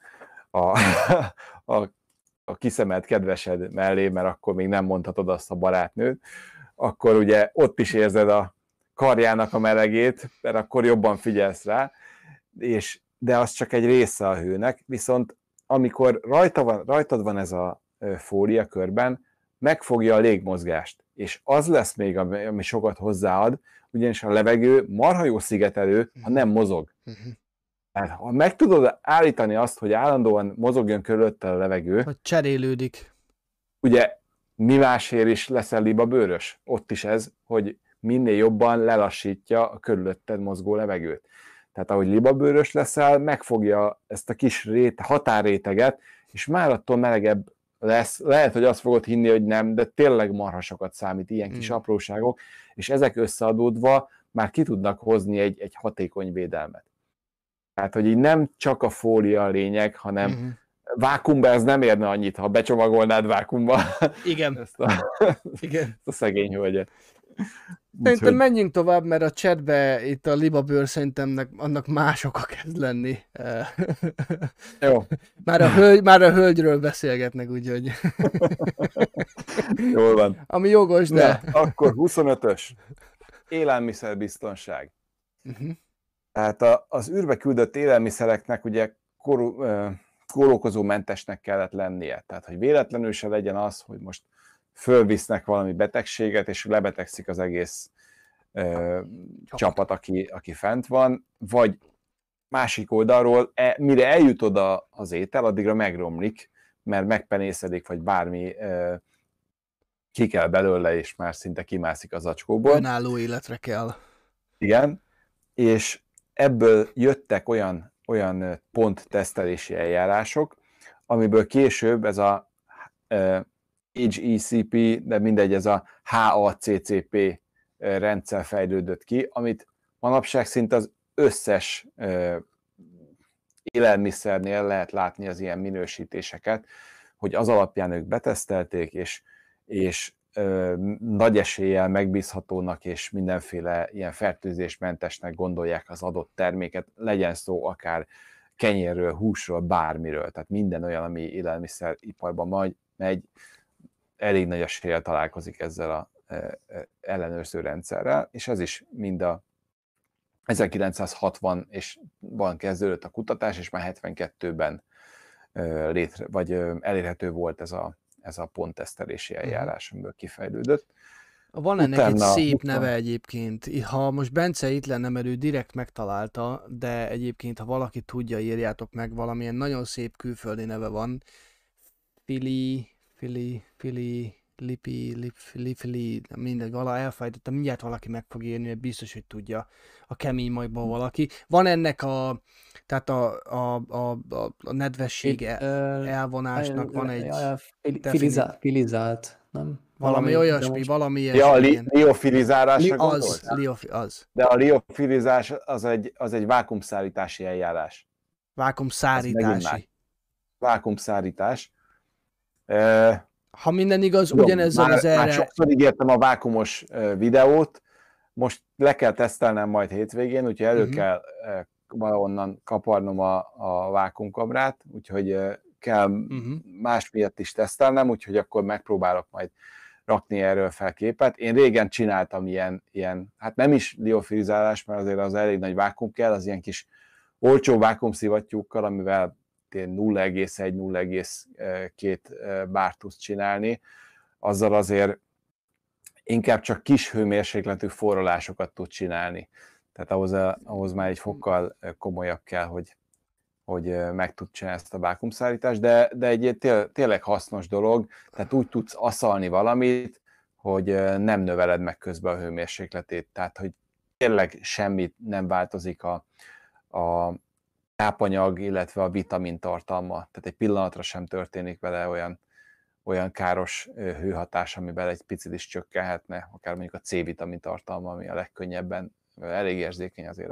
a kiszemelt kedvesed mellé, mert akkor még nem mondhatod azt a barátnőt, akkor ugye ott is érzed a karjának a melegét, mert akkor jobban figyelsz rá, de az csak egy része a hőnek, viszont amikor rajtad van ez a fólia körben, megfogja a légmozgást, és az lesz még, ami sokat hozzáad, ugyanis a levegő marha jó szigetelő, ha nem mozog. Tehát, ha meg tudod állítani azt, hogy állandóan mozogjon körülötte a levegő, hogy cserélődik. Ugye mi másért is leszel libabőrös? Ott is ez, hogy minél jobban lelassítja a körülötted mozgó levegőt. Tehát ahogy libabőrös leszel, megfogja ezt a kis határréteget, és már attól melegebb lesz. Lehet, hogy azt fogod hinni, hogy nem, de tényleg marha sokat számít ilyen kis apróságok, és ezek összeadódva már ki tudnak hozni egy hatékony védelmet. Tehát, hogy így nem csak a fólia a lényeg, hanem vákumba ez nem érne annyit, ha becsomagolnád vákumba. Igen. Ezt a szegény hölgyet. Szerintem menjünk tovább, mert a chatbe itt a libabőr szerintem annak más oka kezd lenni. Jó. Már a hölgyről beszélgetnek, úgyhogy... Jól van. Ami jogos, de... Na, akkor 25-ös. Élelmiszerbiztonság. Tehát az űrbe küldött élelmiszereknek ugye kórokozómentesnek kellett lennie. Tehát, hogy véletlenül se legyen az, hogy most fölvisznek valami betegséget, és lebetegszik az egész csapat, aki fent van, vagy másik oldalról, mire eljut oda az étel, addigra megromlik, mert megpenészedik, vagy bármi ki kell belőle, és már szinte kimászik az zacskóból. Önálló életre kell. Igen, és ebből jöttek olyan ponttesztelési eljárások, amiből később ez a HECP, de mindegy, ez a HACCP rendszer fejlődött ki, amit manapság szinte az összes élelmiszernél lehet látni az ilyen minősítéseket, hogy az alapján ők betesztelték, és nagy eséllyel megbízhatónak és mindenféle ilyen fertőzésmentesnek gondolják az adott terméket, legyen szó akár kenyérről, húsról, bármiről, tehát minden olyan, ami élelmiszeriparban majd megy, elég nagy eséllyel találkozik ezzel a ellenőrző rendszerrel, és ez is mind a 1960 és van kezdődött a kutatás, és már 72-ben elérhető volt ez a ponttesztelési eljárás, amiből kifejlődött. Van ennek egy szép neve egyébként. Ha most Bence itt lenne, mert ő direkt megtalálta, de egyébként, ha valaki tudja, írjátok meg, valamilyen nagyon szép külföldi neve van. Lipi, mindegy, elfejtettem, mindjárt valaki meg fog írni, mert biztos, hogy tudja a kemény majban valaki. Van ennek tehát a nedvesség elvonásnak van egy... Filizált, nem? Valami olyasmi, valami ilyesmi. Ja, liofilizálásra gondolsz? Az. De a liofilizás az egy vákuumszállítási eljárás. Vákuumszárítás. Ha minden igaz, ugyanezzel az erre... Már sokszor ígértem a vákumos videót, most le kell tesztelnem majd hétvégén, úgyhogy elő kell valahonnan kaparnom a vákuumkamrát, úgyhogy kell más miatt is tesztelnem, úgyhogy akkor megpróbálok majd rakni erről fel képet. Én régen csináltam ilyen hát nem is liofilizálás, mert azért az elég nagy vákuum kell, az ilyen kis olcsó vákuumszivattyúkkal, amivel 0,1-0,2 bár tudsz csinálni, azzal azért inkább csak kis hőmérsékletű forralásokat tud csinálni. Tehát ahhoz már egy fokkal komolyabb kell, hogy meg tud csinálni ezt a vákuumszállítást, de egy tényleg hasznos dolog, tehát úgy tudsz asszalni valamit, hogy nem növeled meg közben a hőmérsékletét, tehát hogy tényleg semmit nem változik a tápanyag, illetve a vitamin tartalma. Tehát egy pillanatra sem történik vele olyan káros hőhatás, amivel egy picit is csökkenhetne, akár mondjuk a C-vitamin tartalma, ami a legkönnyebben elég érzékeny azért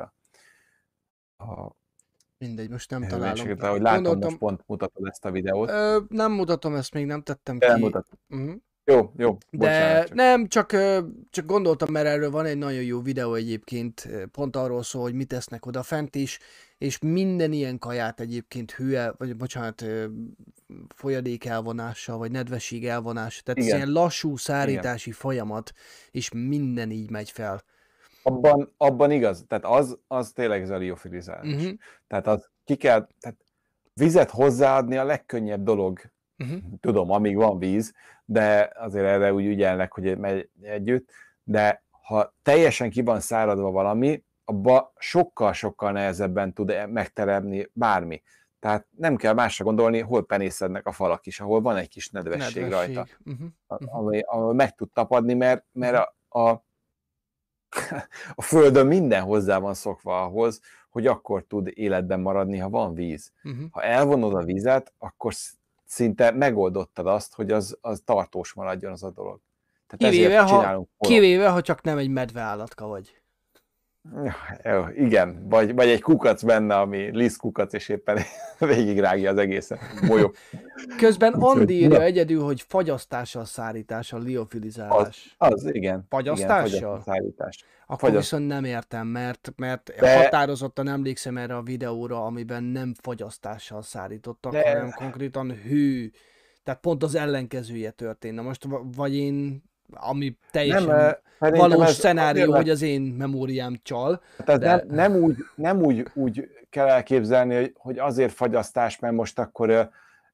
mindegy, most nem találom. De ahogy látom, most pont mutatod ezt a videót. Nem mutatom, ezt még nem tettem ki. Elmutatom. Jó. De nem, csak gondoltam, mert erről van egy nagyon jó videó egyébként, pont arról szól, hogy mit tesznek odafent is, és minden ilyen kaját egyébként folyadék elvonással, vagy nedvesség elvonása, tehát ez ilyen lassú szárítási folyamat, és minden így megy fel. Abban igaz, tehát az tényleg ez a liofilizálás. Tehát az tehát vizet hozzáadni a legkönnyebb dolog, tudom, amíg van víz, de azért erre úgy ügyelnek, hogy megy együtt, de ha teljesen ki van száradva valami, abba sokkal-sokkal nehezebben tud megteremni bármi. Tehát nem kell másra gondolni, hol penészednek a falak is, ahol van egy kis nedvesség rajta, ahol meg tud tapadni, mert a Földön minden hozzá van szokva ahhoz, hogy akkor tud életben maradni, ha van víz. Ha elvonod a vizet, akkor szinte megoldottad azt, hogy az tartós maradjon az a dolog. Tehát kivéve, ha csak nem egy medveállatka vagy. Ja, igen, vagy egy kukac benne, ami lisztkukac, és éppen végigrágja az egészet. Bolyog. Közben Andi írja egyedül, hogy fagyasztással szárítás a liofilizálás. Igen. Fagyasztással? Szárítás. Akkor viszont nem értem, mert határozottan emlékszem erre a videóra, amiben nem fagyasztással szárítottak, hanem konkrétan hő. Tehát pont az ellenkezője történt. Na most vagy én, ami teljesen valós szenárió, hogy az én memóriám csal. Tehát nem úgy kell elképzelni, hogy azért fagyasztás, mert most akkor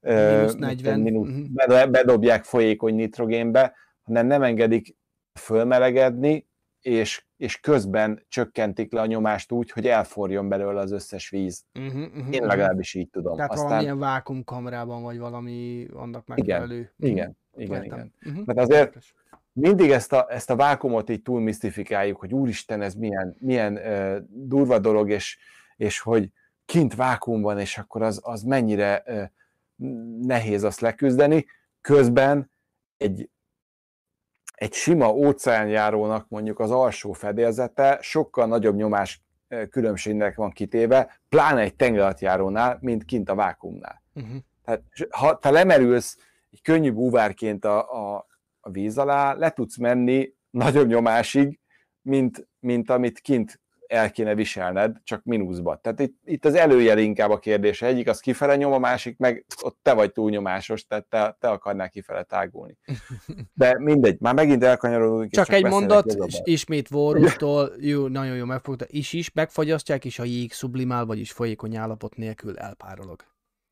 -40. Bedobják folyékony nitrogénbe, hanem nem engedik fölmelegedni, és közben csökkentik le a nyomást úgy, hogy elforjon belőle az összes víz. Én legalábbis így tudom. Tehát valamilyen vákuumkamrában, vagy valami annak megfelelő. Igen. Mert azért mindig ezt a vákuumot így túl misztifikáljuk, hogy úristen, ez milyen durva dolog, és hogy kint vákuum van, és akkor az mennyire nehéz azt leküzdeni. Közben egy sima óceánjárónak mondjuk az alsó fedélzete sokkal nagyobb nyomást különbségnek van kitéve, pláne egy tengeralattjárónál, mint kint a vákuumnál. Tehát ha te lemerülsz egy könnyű búvárként a víz alá, le tudsz menni nagyobb nyomásig, mint amit kint el kéne viselned, csak mínuszba. Tehát itt az előjel inkább a kérdése. Egyik az kifele nyom, a másik meg ott te vagy túlnyomásos, tehát te akarnál kifele tágulni. De mindegy, már megint elkanyarodunk. Csak egy mondat, és ismét Warhol-tól, nagyon jó megfogta, is megfagyasztják, és a jég sublimál, vagyis folyékony állapot nélkül elpárolog.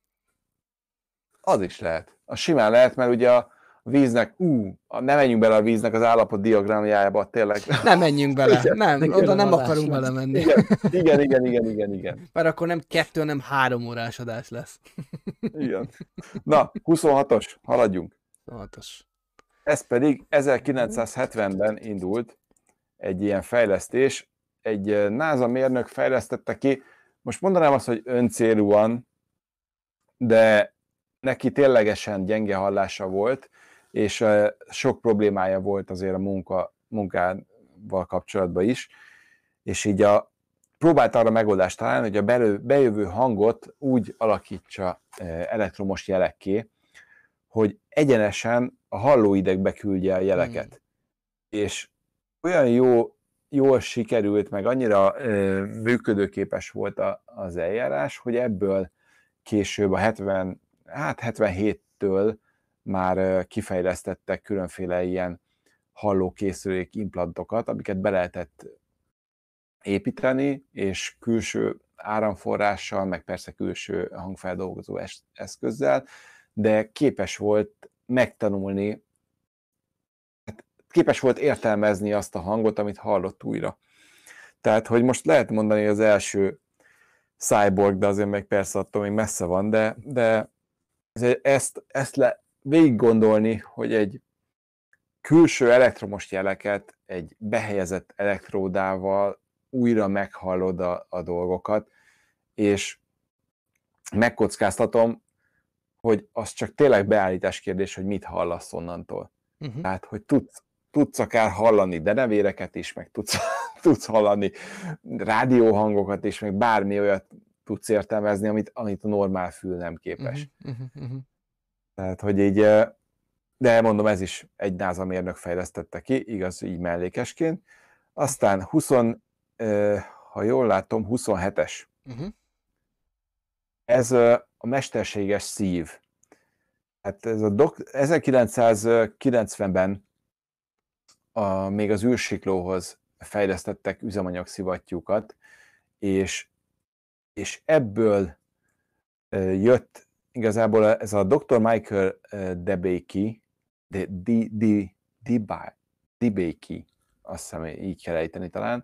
Az is lehet. Az simán lehet, mert ugye a víznek, ne menjünk bele a víznek az állapot diagramjába, tényleg. Nem menjünk bele, nem, oda nem akarunk belemenni. Igen. Mert akkor nem 2, hanem 3 órás adás lesz. Igen. Na, 26-os, haladjunk. 26-os. Ez pedig 1970-ben indult egy ilyen fejlesztés, egy NASA mérnök fejlesztette ki, most mondanám azt, hogy öncélúan, de neki ténylegesen gyenge hallása volt, és sok problémája volt azért a munkával kapcsolatban is, és így próbált arra megoldást találni, hogy a bejövő hangot úgy alakítsa elektromos jelekké, hogy egyenesen a hallóidegbe küldje a jeleket. És olyan jól sikerült, meg annyira működőképes volt az eljárás, hogy ebből később a 77-től már kifejlesztettek különféle ilyen hallókészülék implantokat, amiket be lehetett építeni, és külső áramforrással, meg persze külső hangfeldolgozó eszközzel, de képes volt megtanulni, képes volt értelmezni azt a hangot, amit hallott újra. Tehát, hogy most lehet mondani, hogy az első cyborg, de azért meg persze attól még messze van, de ezt végig gondolni, hogy egy külső elektromos jeleket egy behelyezett elektródával újra meghallod a dolgokat, és megkockáztatom, hogy az csak tényleg beállítás kérdés, hogy mit hallasz onnantól. Tehát, hogy tudsz akár hallani denevéreket is, meg tudsz hallani rádióhangokat is, meg bármi olyat tudsz értelmezni, amit a normál fül nem képes. Tehát, hogy így, de mondom, ez is egy NASA mérnök fejlesztette ki, igaz, így mellékesként. Aztán ha jól látom, 27-es. Ez a mesterséges szív. Hát ez 1990-ben még az űrsiklóhoz fejlesztettek üzemanyag-szivattyúkat, és ebből jött igazából ez a Dr. Michael DeBakey, azt hiszem így kell ejteni talán,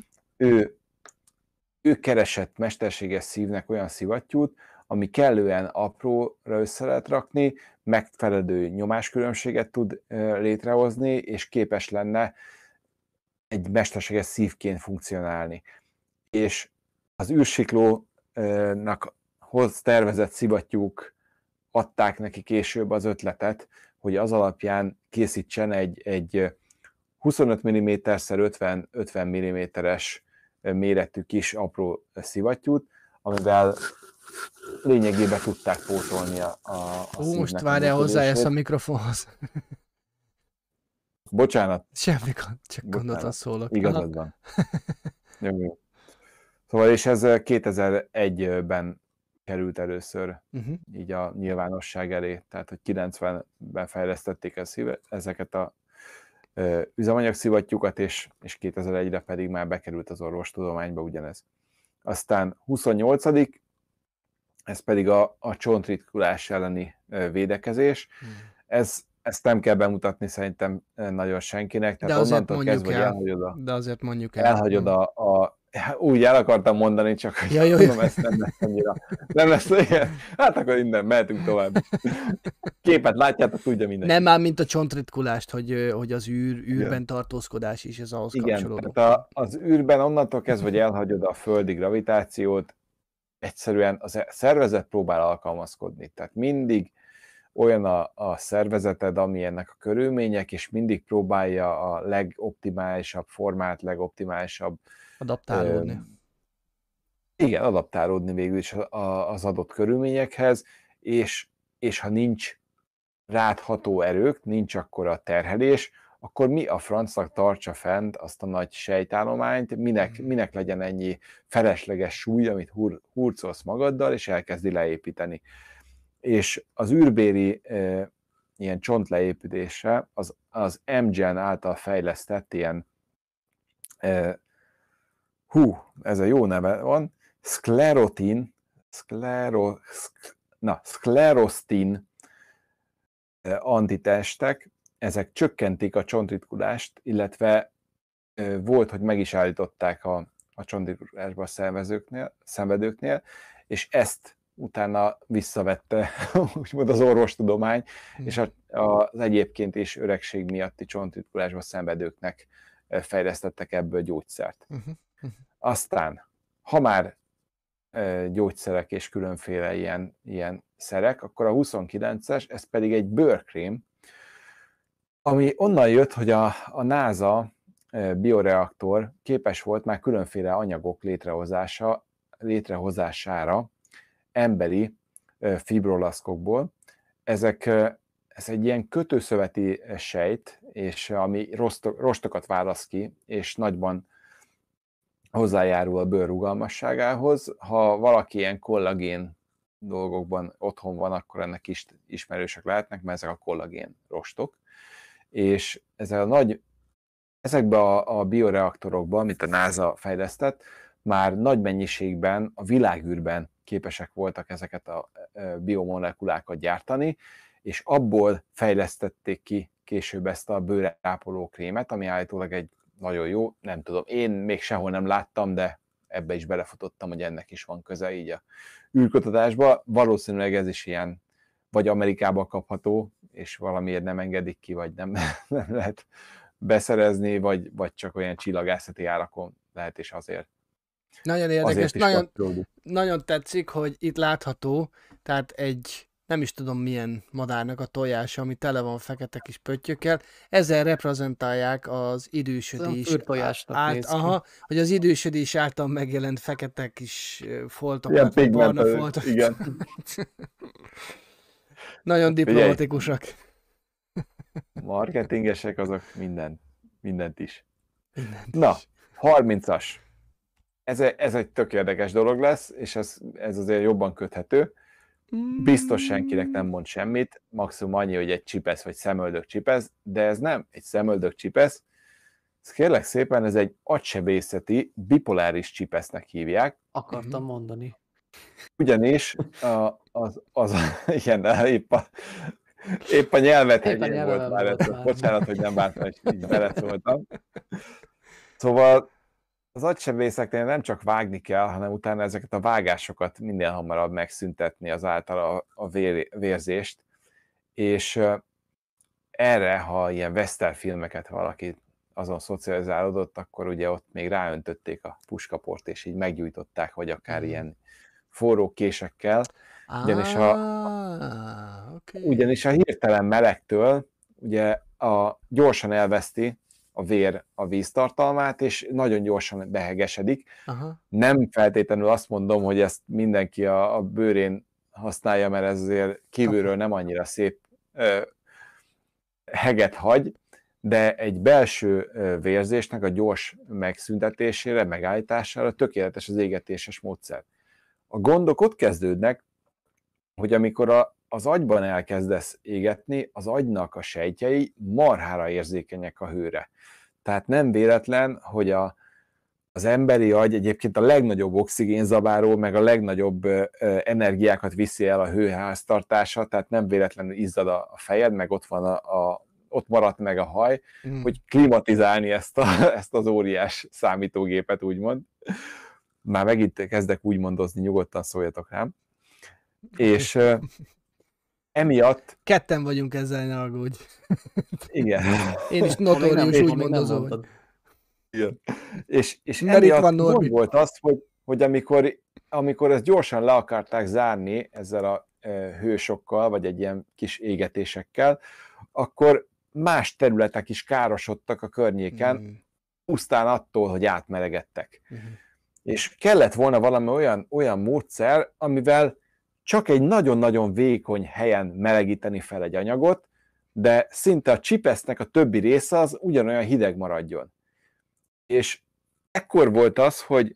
ő keresett mesterséges szívnek olyan szivattyút, ami kellően apróra össze lehet rakni, megfelelő nyomáskülönbséget tud létrehozni, és képes lenne egy mesterséges szívként funkcionálni. És az űrsiklónak tervezett szivattyúk adták neki később az ötletet, hogy az alapján készítsen egy 25 mm-50 mm-es méretű kis apró szivattyút, amivel lényegében tudták pótolni a szívnek. Most várjál hozzá ezt a mikrofonhoz. Bocsánat. Semmi gond, csak gondotan szólok. Igazad van. Jó. Szóval, és ez 2001-ben került először így a nyilvánosság elé, tehát hogy 90-ben fejlesztették ezeket a üzemanyag-szivattyúkat, és 2001-re pedig már bekerült az orvostudományba ugyanez. Aztán 28. ez pedig a csontritkulás elleni védekezés. Ezt nem kell bemutatni szerintem nagyon senkinek, tehát onnantól kezdve, hogy elhagyod úgy el akartam mondani, csak hogy mondom, ezt nem lesz annyira. Nem lesz, igen. Hát akkor innen mehetünk tovább. Képet látjátok, tudja mindenki. Nem már, mint a csontritkulást, hogy az űrben tartózkodás is, ez ahhoz kapcsolódik. Igen, tehát az űrben onnantól kezdve, hogy elhagyod a földi gravitációt, egyszerűen a szervezet próbál alkalmazkodni. Tehát mindig olyan a szervezeted, amilyennek a körülmények, és mindig próbálja a legoptimálisabb formát, legoptimálisabb adaptálódni. Igen, adaptálódni végül is az adott körülményekhez, és ha nincs rátható erők, nincs akkora terhelés, akkor mi a francnak tartsa fent azt a nagy sejtállományt, minek legyen ennyi felesleges súly, amit hurcolsz magaddal, és elkezdi leépíteni. És az űrbéli ilyen csontleépítése az MGen által fejlesztett ilyen ez a jó neve van, szklerosztin antitestek, ezek csökkentik a csontritkulást, illetve volt, hogy meg is állították a csontritkulásba szenvedőknél, és ezt utána visszavette úgymond az orvostudomány, és az egyébként is öregség miatti csontritkulásba szenvedőknek fejlesztettek ebből gyógyszert. Aztán, ha már gyógyszerek és különféle ilyen szerek, akkor a 29-es, ez pedig egy bőrkrém, ami onnan jött, hogy a NASA bioreaktor képes volt már különféle anyagok létrehozására emberi fibrolaszkokból. Ez egy ilyen kötőszöveti sejt, és ami rostokat választ ki, és nagyban hozzájárul a bőr rugalmasságához. Ha valaki ilyen kollagén dolgokban otthon van, akkor ennek is ismerősek lehetnek, mert ezek a kollagén rostok. És ezekben a bioreaktorokban, amit a NASA fejlesztett, már nagy mennyiségben a világűrben képesek voltak ezeket a biomolekulákat gyártani, és abból fejlesztették ki később ezt a bőrápoló krémet, ami állítólag egy nagyon jó, nem tudom, én még sehol nem láttam, de ebbe is belefutottam, hogy ennek is van köze így a űrkutatásba. Valószínűleg ez is ilyen, vagy Amerikában kapható, és valamiért nem engedik ki, vagy nem lehet beszerezni, vagy csak olyan csillagászati árakon lehet, és azért. Nagyon érdekes, nagyon tetszik, hogy itt látható, tehát nem is tudom milyen madárnak a tojása, ami tele van fekete kis pöttyökkel, ezzel reprezentálják az idősödés hogy az idősödés által megjelent fekete kis foltokat, vagy barna foltokat. Igen. Nagyon diplomatikusak. Marketingesek azok mindent is. Na, 30-as. Ez egy tök érdekes dolog lesz, és ez azért jobban köthető. Biztos senkinek nem mond semmit, maximum annyi, hogy egy csipesz vagy szemöldök csipesz, de ez nem egy szemöldök csipesz, ez kérlek szépen, ez egy agysebészeti bipoláris csipesznek hívják. Akartam mondani. Ugyanis igen, épp a nyelvet hegyén volt már ez. Bocsánat, hogy nem bántam, hogy így beleszóltam. Szóval az agysebészeknél nem csak vágni kell, hanem utána ezeket a vágásokat minél hamarabb megszüntetni azáltal a vérzést, és erre, ha ilyen western filmeket valaki azon szocializálódott, akkor ugye ott még ráöntötték a puskaport, és így meggyújtották, vagy akár ilyen forró késekkel, ugyanis a hirtelen melegtől ugye gyorsan elveszti a vér a víztartalmát, és nagyon gyorsan behegesedik. Aha. Nem feltétlenül azt mondom, hogy ezt mindenki a bőrén használja, mert ez azért kívülről nem annyira szép heget hagy, de egy belső vérzésnek a gyors megszüntetésére, megállítására tökéletes az égetéses módszer. A gondok ott kezdődnek, hogy amikor az agyban elkezdesz égetni, az agynak a sejtjei marhára érzékenyek a hőre. Tehát nem véletlen, hogy az emberi agy egyébként a legnagyobb oxigénzabáró, meg a legnagyobb energiákat viszi el a hőháztartása, tehát nem véletlenül izzad a fejed, meg ott maradt meg a haj, hogy klimatizálni ezt az óriás számítógépet, úgymond. Már megint kezdek úgy mondozni, nyugodtan szóljatok rám. És emiatt... Ketten vagyunk ezzel, ne aggódj. Igen. Én is notórius úgy mondozom. Igen. És emiatt gond volt az, hogy amikor ezt gyorsan le akarták zárni ezzel a hősokkal, vagy egy ilyen kis égetésekkel, akkor más területek is károsodtak a környéken, pusztán attól, hogy átmelegedtek. És kellett volna valami olyan módszer, amivel csak egy nagyon-nagyon vékony helyen melegíteni fel egy anyagot, de szinte a csipesznek a többi része az ugyanolyan hideg maradjon. És ekkor volt az, hogy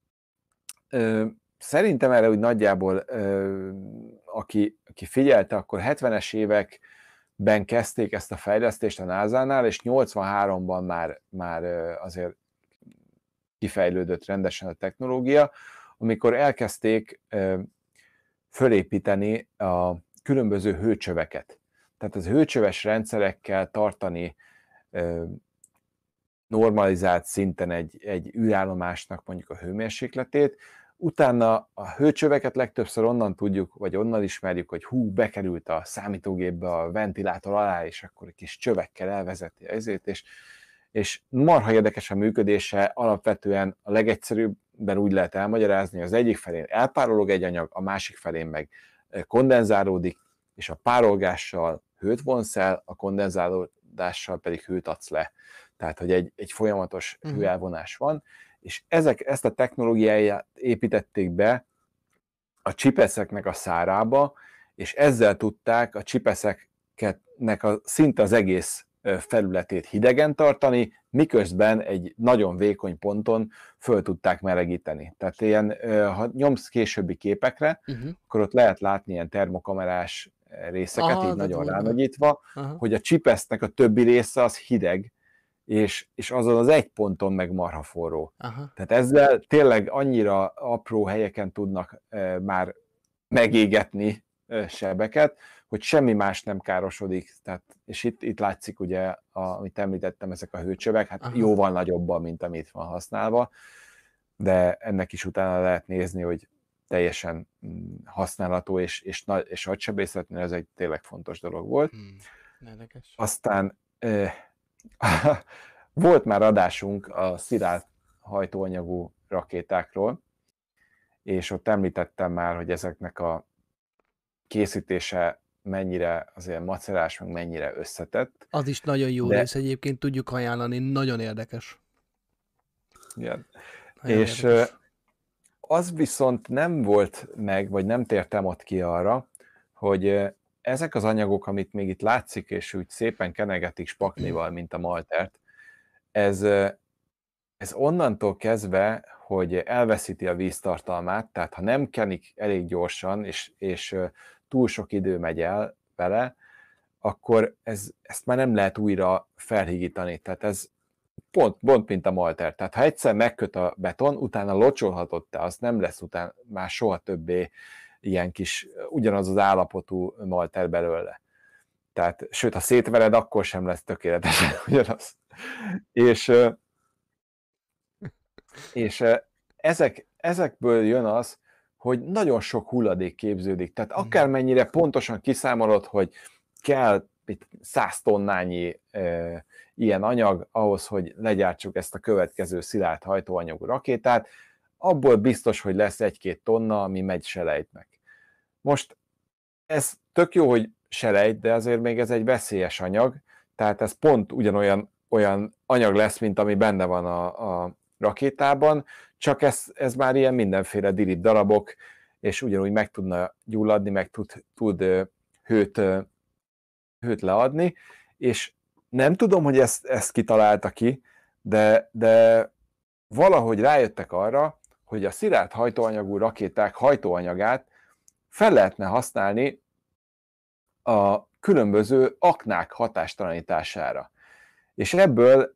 szerintem erre úgy nagyjából, aki figyelte, akkor 70-es években kezdték ezt a fejlesztést a NASA-nál, és 83-ban már azért kifejlődött rendesen a technológia, amikor elkezdték fölépíteni a különböző hőcsöveket. Tehát az hőcsöves rendszerekkel tartani normalizált szinten egy űrállomásnak mondjuk a hőmérsékletét, utána a hőcsöveket legtöbbször onnan tudjuk, vagy onnan ismerjük, hogy bekerült a számítógépbe a ventilátor alá, és akkor egy kis csövekkel elvezeti ezért, és marha érdekes a működése, alapvetően a legegyszerűbben úgy lehet elmagyarázni, az egyik felén elpárolog egy anyag, a másik felén meg kondenzálódik, és a párolgással hőt vonsz el, a kondenzálódással pedig hőt adsz le. Tehát, hogy egy folyamatos hőelvonás van, és ezt a technológiáját építették be a csipeszeknek a szárába, és ezzel tudták a csipeszeknek szinte az egész felületét hidegen tartani, miközben egy nagyon vékony ponton föl tudták melegíteni. Tehát ilyen, ha nyomsz későbbi képekre, akkor ott lehet látni ilyen termokamerás részeket, így nagyon ránagyítva, hogy a csipesznek a többi része az hideg, és azon az egy ponton meg marha forró. Tehát ezzel tényleg annyira apró helyeken tudnak már megégetni sebeket, hogy semmi más nem károsodik. Tehát, és itt látszik ugye, amit említettem, ezek a hőcsövek, hát jóval nagyobban, mint amit van használva, de ennek is utána lehet nézni, hogy teljesen használható, és agysebészetnél ez egy tényleg fontos dolog volt. Aztán volt már adásunk a szilárd hajtóanyagú rakétákról, és ott említettem már, hogy ezeknek a készítése mennyire azért macerás, meg mennyire összetett. Az is nagyon jó rész, egyébként tudjuk ajánlani, nagyon érdekes. Igen. És érdekes. Az viszont nem volt meg, vagy nem tértem ott ki arra, hogy ezek az anyagok, amit még itt látszik, és úgy szépen kenegetik spaknival, mint a maltert, ez onnantól kezdve, hogy elveszíti a víztartalmát, tehát ha nem kenik elég gyorsan, és túl sok idő megy el vele, akkor ezt már nem lehet újra felhigítani. Tehát ez pont mint a malter. Tehát ha egyszer megköt a beton, utána locsolhatod te, az nem lesz utána már soha többé ilyen kis, ugyanaz az állapotú malter belőle. Tehát, sőt, ha szétvered, akkor sem lesz tökéletesen ugyanaz. És ezekből jön az, hogy nagyon sok hulladék képződik. Tehát akármennyire pontosan kiszámolod, hogy kell 100 tonnányi ilyen anyag ahhoz, hogy legyártsuk ezt a következő szilárd hajtóanyagú rakétát, abból biztos, hogy lesz 1-2 tonna, ami megy selejtnek. Most ez tök jó, hogy selejt, de azért még ez egy veszélyes anyag, tehát ez pont olyan anyag lesz, mint ami benne van a rakétában, csak ez már ilyen mindenféle dirib darabok, és ugyanúgy meg tudna gyulladni, meg tud hőt leadni, és nem tudom, hogy ezt kitalálta ki, de valahogy rájöttek arra, hogy a szilárd hajtóanyagú rakéták hajtóanyagát fel lehetne használni a különböző aknák hatástalanítására. És ebből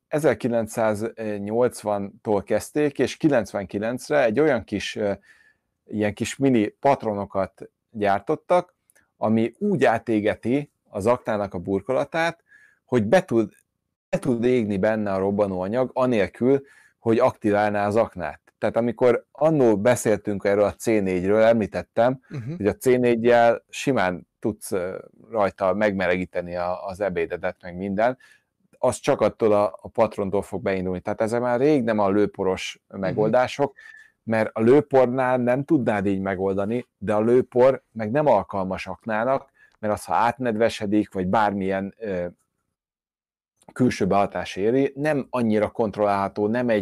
1980-tól kezdték, és 99-re egy olyan ilyen kis mini patronokat gyártottak, ami úgy átégeti az aknának a burkolatát, hogy be tud égni benne a robbanóanyag, anélkül, hogy aktiválná az aknát. Tehát amikor annól beszéltünk erről a C4-ről, említettem, hogy a C4-jel simán tudsz rajta megmelegíteni az ebédedet, meg minden, az csak attól a patrontól fog beindulni. Tehát ezek már rég nem a lőporos megoldások, mert a lőpornál nem tudnád így megoldani, de a lőpor meg nem alkalmas aknának, mert az, ha átnedvesedik, vagy bármilyen külső behatás éri, nem annyira kontrollálható, nem egy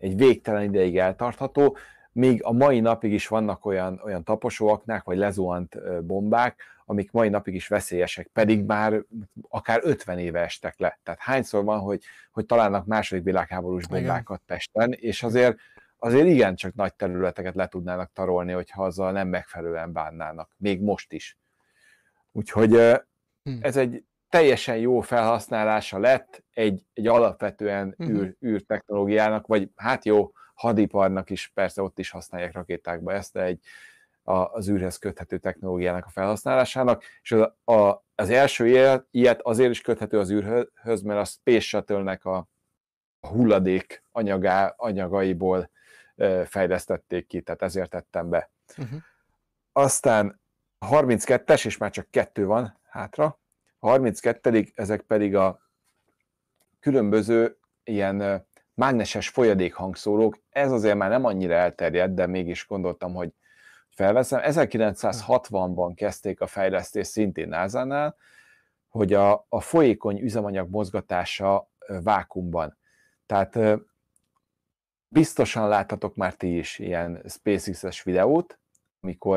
egy végtelen ideig eltartható, még a mai napig is vannak olyan taposóaknák, vagy lezuhant bombák, amik mai napig is veszélyesek, pedig már akár 50 éve estek le. Tehát hányszor van, hogy találnak második világháborús bombákat Pesten, és azért igencsak nagy területeket le tudnának tarolni, hogyha azzal nem megfelelően bánnának, még most is. Úgyhogy ez egy teljesen jó felhasználása lett egy alapvetően űrtechnológiának, vagy hát jó, hadiparnak is, persze ott is használják rakétákba ezt, de az űrhez köthető technológiának a felhasználásának, és az első ilyet azért is köthető az űrhöz, mert a Space Shuttle-nek a hulladék anyagaiból fejlesztették ki, tehát ezért tettem be. Aztán a 32-es, és már csak 2 van hátra, a 32. ezek pedig a különböző ilyen mágneses folyadékhangszórók, ez azért már nem annyira elterjedt, de mégis gondoltam, hogy felveszem. 1960-ban kezdték a fejlesztést szintén NASA-nál, hogy a folyékony üzemanyag mozgatása vákuumban. Tehát biztosan láttatok már ti is ilyen SpaceX-es videót, amikor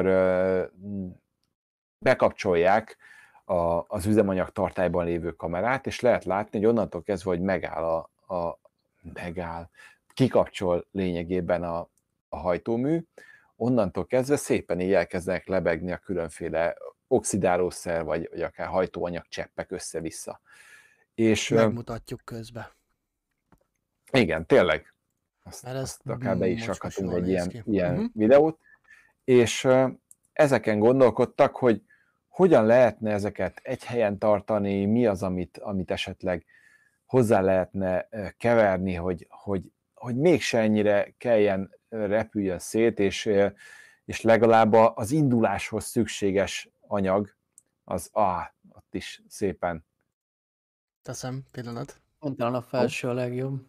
bekapcsolják az üzemanyag tartályban lévő kamerát, és lehet látni, hogy onnantól kezdve, hogy megáll, kikapcsol lényegében a hajtómű, onnantól kezdve szépen így elkezdenek lebegni a különféle oxidálószer, vagy akár hajtóanyag cseppek össze-vissza. És megmutatjuk közben. Igen, tényleg. Azt akár be is rakhatunk egy ilyen videót. És ezeken gondolkodtak, hogy hogyan lehetne ezeket egy helyen tartani, mi az, amit esetleg hozzá lehetne keverni, hogy mégse ennyire kelljen repüljön szét, és legalább az induláshoz szükséges anyag, az ott is szépen. Teszem, pillanat. Talán a felső a legjobb.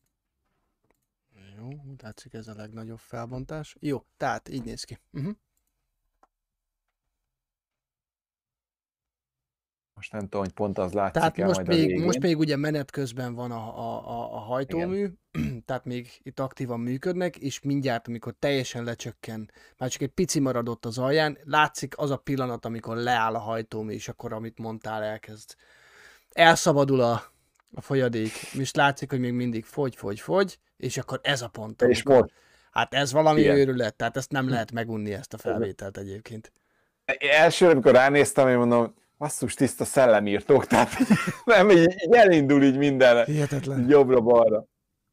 Jó, látszik ez a legnagyobb felbontás. Jó, tehát így néz ki. Most nem tudom, hogy pont az látszik. Tehát most még ugye menet közben van a hajtómű, tehát még itt aktívan működnek, és mindjárt, amikor teljesen lecsökken, már csak egy pici maradott az alján, látszik az a pillanat, amikor leáll a hajtómű, és akkor, amit mondtál, elszabadul a folyadék, és látszik, hogy még mindig fogy, és akkor ez a pont. És most? Hát ez valami őrület, tehát ezt nem lehet megunni, ezt a felvételt egyébként. Elsőre, amikor ránéztem, én mondom, basszus, tiszta szellemírtók, tehát nem, így elindul így minden. Hihetetlen. Jobbra-balra.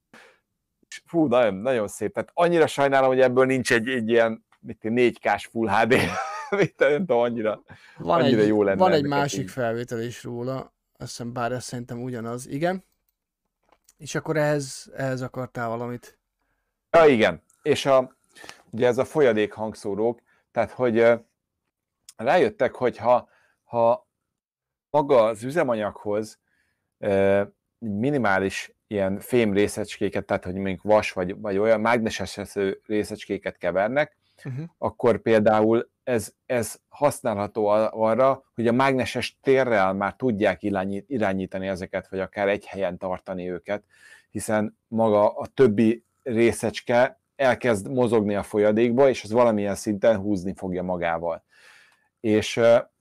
Fú, nagyon, nagyon szép. Tehát annyira sajnálom, hogy ebből nincs egy ilyen 4K-s Full HD, nem tudom, annyira jó lenne. Van egy másik felvétel is róla, azt hiszem, bár ez szerintem ugyanaz, igen. És akkor ehhez akartál valamit? Ja, igen. És ugye ez a folyadék hangszórók, tehát hogy rájöttek, hogy ha maga az üzemanyaghoz minimális ilyen fém részecskéket, tehát hogy mondjuk vas vagy olyan mágneses részecskéket kevernek, akkor például ez használható arra, hogy a mágneses térrel már tudják irányítani ezeket, vagy akár egy helyen tartani őket, hiszen maga a többi részecske elkezd mozogni a folyadékba, és az valamilyen szinten húzni fogja magával. És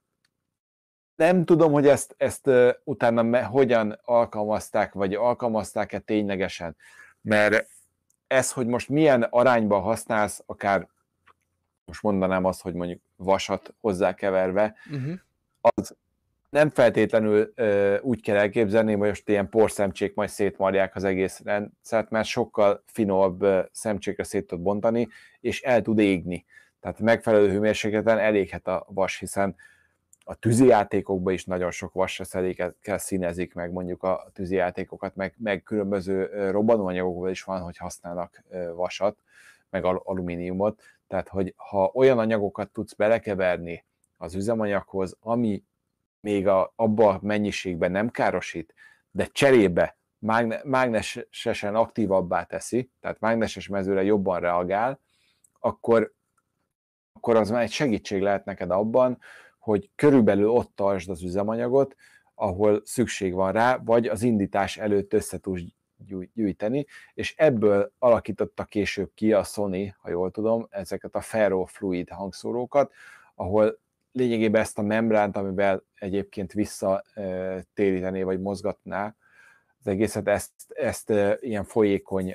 nem tudom, hogy ezt utána hogyan alkalmazták, vagy alkalmazták-e ténylegesen, mert ez, hogy most milyen arányban használsz, akár most mondanám azt, hogy mondjuk vasat hozzákeverve, az nem feltétlenül úgy kell elképzelni, hogy most ilyen porszemcsék majd szétmarják az egész rendszert, mert sokkal finomabb szemcsékre szét tud bontani, és el tud égni. Tehát megfelelő hőmérsékleten eléghet a vas, hiszen a tűzijátékokban is nagyon sok vasreszelékekkel színezik meg mondjuk a tűzijátékokat, meg különböző robbanóanyagokban is van, hogy használnak vasat, meg alumíniumot. Tehát, hogy ha olyan anyagokat tudsz belekeverni az üzemanyaghoz, ami még abban a mennyiségben nem károsít, de cserébe mágnesesen aktívabbá teszi, tehát mágneses mezőre jobban reagál, akkor az már egy segítség lehet neked abban, hogy körülbelül ott tartsd az üzemanyagot, ahol szükség van rá, vagy az indítás előtt össze tudsz gyűjteni, és ebből alakította később ki a Sony, ha jól tudom, ezeket a ferrofluid hangszórókat, ahol lényegében ezt a membránt, amivel egyébként visszatérítené vagy mozgatná az egészet, ezt ilyen folyékony,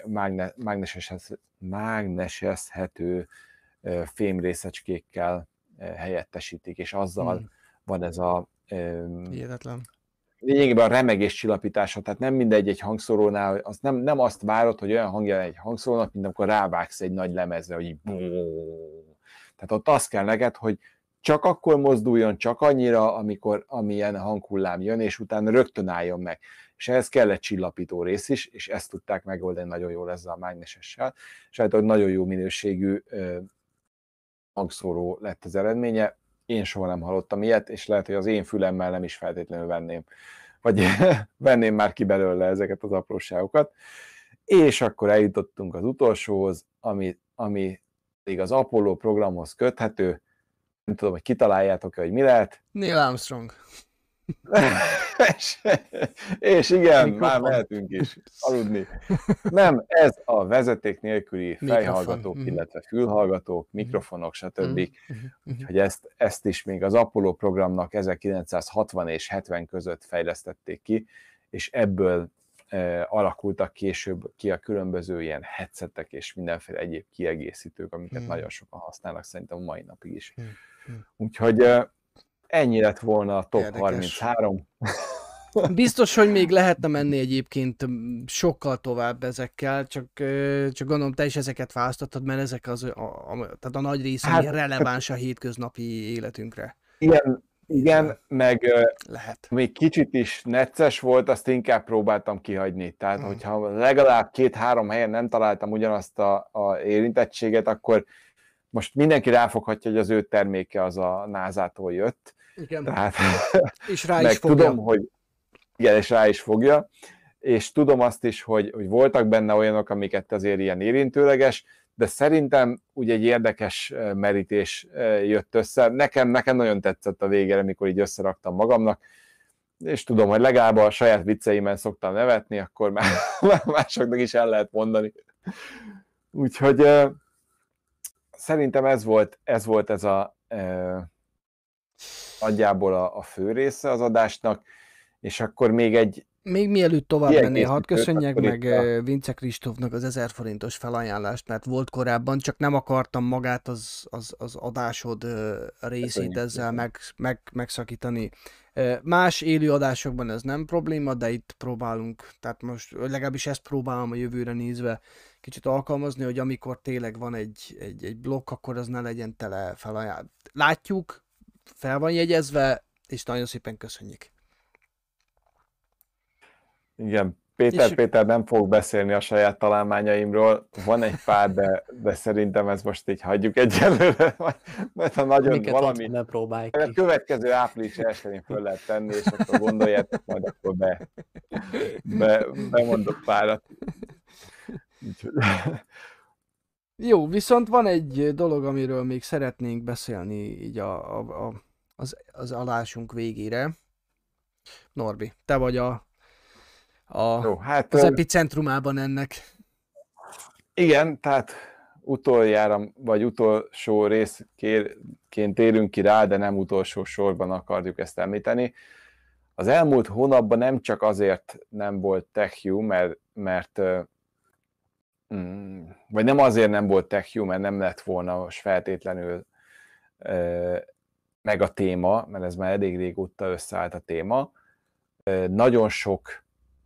mágnesezhető fémrészecskékkel helyettesítik, és azzal van ez a hihetetlen. Lényegében a remegés csillapítása, tehát nem mindegy egy hangszórónál, az nem azt várod, hogy olyan hangja egy hangszórónak, mint amikor rávágsz egy nagy lemezre, hogy így tehát ott azt kell neked, hogy csak akkor mozduljon, csak annyira, amilyen hanghullám jön, és utána rögtön álljon meg. És ehhez kell egy csillapító rész is, és ezt tudták megoldani nagyon jól ezzel a mágnesessel, és hát nagyon jó minőségű hangszóró lett az eredménye. Én soha nem hallottam ilyet, és lehet, hogy az én fülemmel nem is feltétlenül venném, vagy venném már ki belőle ezeket az apróságokat. És akkor eljutottunk az utolsóhoz, ami még az Apollo programhoz köthető. Nem tudom, hogy kitaláljátok-e, hogy mi lehet. Neil Armstrong. és igen, már mehetünk is aludni. Nem, ez a vezeték nélküli fejhallgatók, illetve fülhallgatók, mikrofonok, stb. Úgyhogy ezt is még az Apollo programnak 1960 és 70 között fejlesztették ki, és ebből alakultak később ki a különböző ilyen headsetek és mindenféle egyéb kiegészítők, amiket nagyon sokan használnak szerintem a mai napig is. Úgyhogy ennyi lett volna a top érdekes. 33. Biztos, hogy még lehetne menni egyébként sokkal tovább ezekkel, csak gondolom te is ezeket választottad, mert ezek tehát a nagy része releváns a hétköznapi életünkre. Igen, meg lehet. Még kicsit is necces volt, azt inkább próbáltam kihagyni. Tehát, hogyha legalább 2-3 helyen nem találtam ugyanazt a érintettséget, akkor most mindenki ráfoghatja, hogy az ő terméke az a NASA-tól jött. Igen. Tehát, és rá is fogja. Tudom, hogy igen, és rá is fogja. És tudom azt is, hogy voltak benne olyanok, amiket azért ilyen érintőleges, de szerintem úgy egy érdekes merítés jött össze. Nekem nagyon tetszett a végére, amikor így összeraktam magamnak, és tudom, hogy legalább a saját vicceimen szoktam nevetni, akkor már másoknak is el lehet mondani. Úgyhogy szerintem ez volt ez a nagyjából a fő része az adásnak, és akkor még mielőtt tovább mennél, hadd köszönjek meg Vince Kristófnak az 1000 forintos felajánlást, mert volt korábban, csak nem akartam magát az adásod részét ezzel megszakítani. Más élő adásokban ez nem probléma, de itt próbálunk, tehát most legalábbis ezt próbálom a jövőre nézve kicsit alkalmazni, hogy amikor tényleg van egy blokk, akkor az ne legyen tele felajánlás. Látjuk, fel van jegyezve, és nagyon szépen köszönjük. Igen, Péter nem fog beszélni a saját találmányaimról, van egy pár, de szerintem ezt most így hagyjuk egyelőre, mert ha nagyon miket valami... Ne próbálj ki. A következő április 1-én föl lehet tenni, és akkor gondoljátok, majd akkor bemondok párat. Jó, viszont van egy dolog, amiről még szeretnénk beszélni így az adásunk végére. Norbi, te vagy az epicentrumában ennek. Igen, tehát utoljára, vagy utolsó részként térünk ki rá, de nem utolsó sorban akarjuk ezt említeni. Az elmúlt hónapban nem csak azért nem volt TechU, vagy nem azért nem volt TechU, mert nem lett volna most feltétlenül meg a téma, mert ez már elég régóta összeállt a téma. Nagyon sok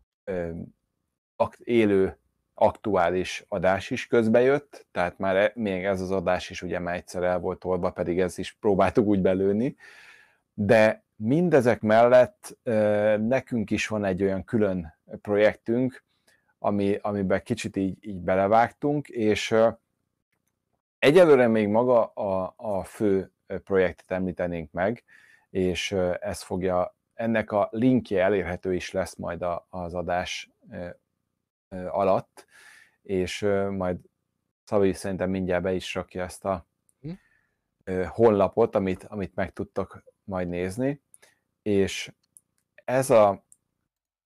élő, aktuális adás is közbejött, tehát már még ez az adás is ugye már egyszer el volt tolva, pedig ezt is próbáltuk úgy belőni, de mindezek mellett nekünk is van egy olyan külön projektünk, amiben kicsit így belevágtunk, és egyelőre még maga a fő projektet említenénk meg, és ennek a linkje elérhető is lesz majd az adás alatt, és majd Szabi szerintem mindjárt be is rakja ezt a honlapot, amit meg tudtok majd nézni, és ez a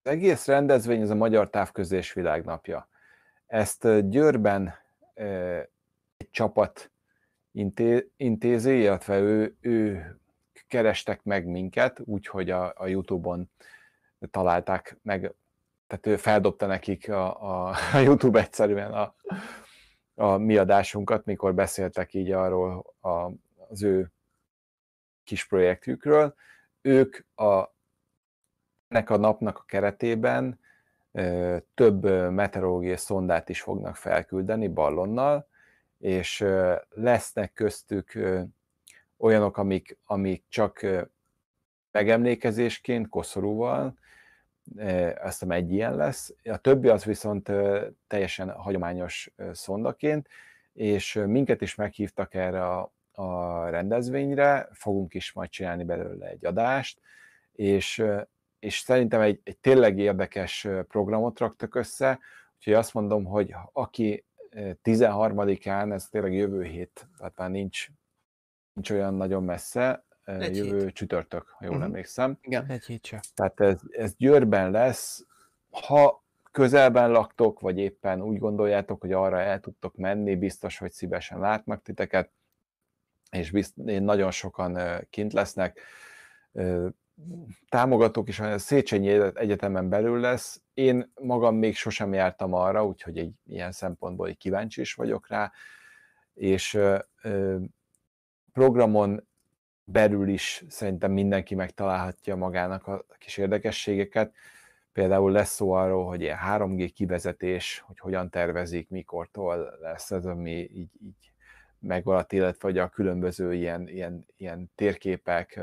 Az egész rendezvény, ez a Magyar Távközlés Világnapja. Ezt Győrben egy csapat intézi, illetve ő kerestek meg minket, úgyhogy a YouTube-on találták meg, tehát ő feldobta nekik a YouTube egyszerűen a mi adásunkat, mikor beszéltek így arról az ő kis projektjükről. Ők ennek a napnak a keretében több meteorológiai szondát is fognak felküldeni ballonnal, és lesznek köztük olyanok, amik csak megemlékezésként, koszorúval, azt hiszem egy ilyen lesz, a többi az viszont teljesen hagyományos szondaként, és minket is meghívtak erre a rendezvényre, fogunk is majd csinálni belőle egy adást, és szerintem egy tényleg érdekes programot raktak össze, úgyhogy azt mondom, hogy aki 13-án, ez tényleg jövő hét, tehát már nincs olyan nagyon messze, jövő csütörtök, ha jól emlékszem. Igen, egy hét sem. Tehát ez Győrben lesz, ha közelben laktok, vagy éppen úgy gondoljátok, hogy arra el tudtok menni, biztos, hogy szívesen látnak titeket, és nagyon sokan kint lesznek. Támogatók is, a Széchenyi Egyetemen belül lesz. Én magam még sosem jártam arra, úgyhogy egy ilyen szempontból egy kíváncsi is vagyok rá, és programon belül is szerintem mindenki megtalálhatja magának a kis érdekességeket. Például lesz szó arról, hogy ilyen 3G kivezetés, hogy hogyan tervezik, mikortól lesz ez, ami így megvaladt, illetve hogy a különböző ilyen térképek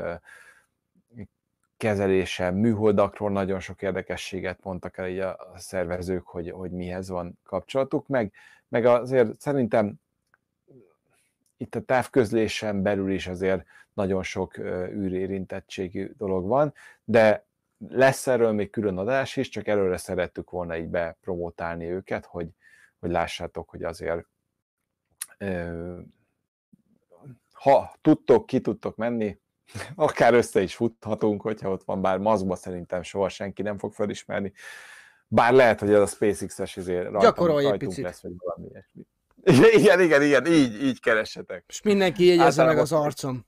kezelése, műholdakról nagyon sok érdekességet mondtak el így a szervezők, hogy mihez van kapcsolatuk, meg azért szerintem itt a távközlésen belül is azért nagyon sok űrérintettségű dolog van, de lesz erről még külön adás is, csak előre szerettük volna így bepromotálni őket, hogy lássátok, hogy azért ha ki tudtok menni, akár össze is futhatunk, hogyha ott van, bár maszkba szerintem soha senki nem fog felismerni, bár lehet, hogy ez a SpaceX-es rajtunk lesz, vagy valami ilyesmi. Igen, így keressetek. És mindenki jegyezze meg az arcom.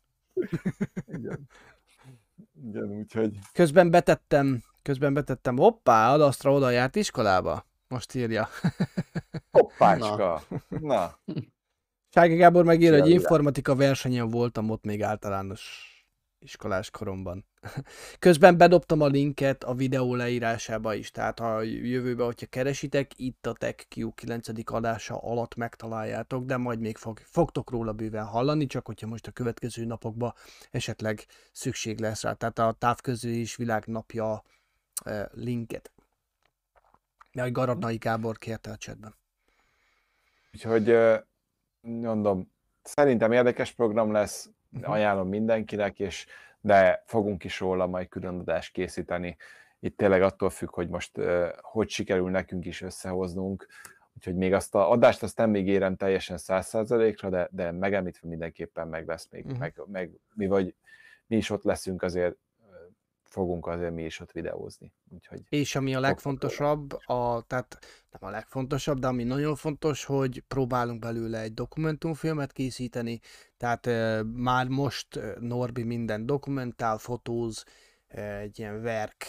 Igen, úgyhogy... Közben betettem, hoppá, Adasztra oda járt iskolába. Most írja. Hoppácska. Na. Sági Gábor megír, hogy informatika versenyen voltam ott még általános iskolás koromban. Közben bedobtam a linket a videó leírásába is, tehát ha jövőben, hogyha keresitek, itt a TechQ 9. adása alatt megtaláljátok, de majd még fogtok róla bőven hallani, csak hogyha most a következő napokban esetleg szükség lesz rá, tehát a Távközlés Világnapja linket. Mert Garadnai Gábor kérte a chatben. Úgyhogy mondom, szerintem érdekes program lesz, ajánlom mindenkinek, de fogunk is róla majd külön adást készíteni. Itt tényleg attól függ, hogy most hogy sikerül nekünk is összehoznunk. Úgyhogy még azt az adást azt nem ígérem teljesen 100%-ra, de megemlítve mindenképpen meg lesz még. Meg mi is ott leszünk, azért fogunk azért mi is ott videózni. Úgyhogy és ami a legfontosabb, tehát nem a legfontosabb, de ami nagyon fontos, hogy próbálunk belőle egy dokumentumfilmet készíteni, tehát már most Norbi minden dokumentál, fotóz, egy ilyen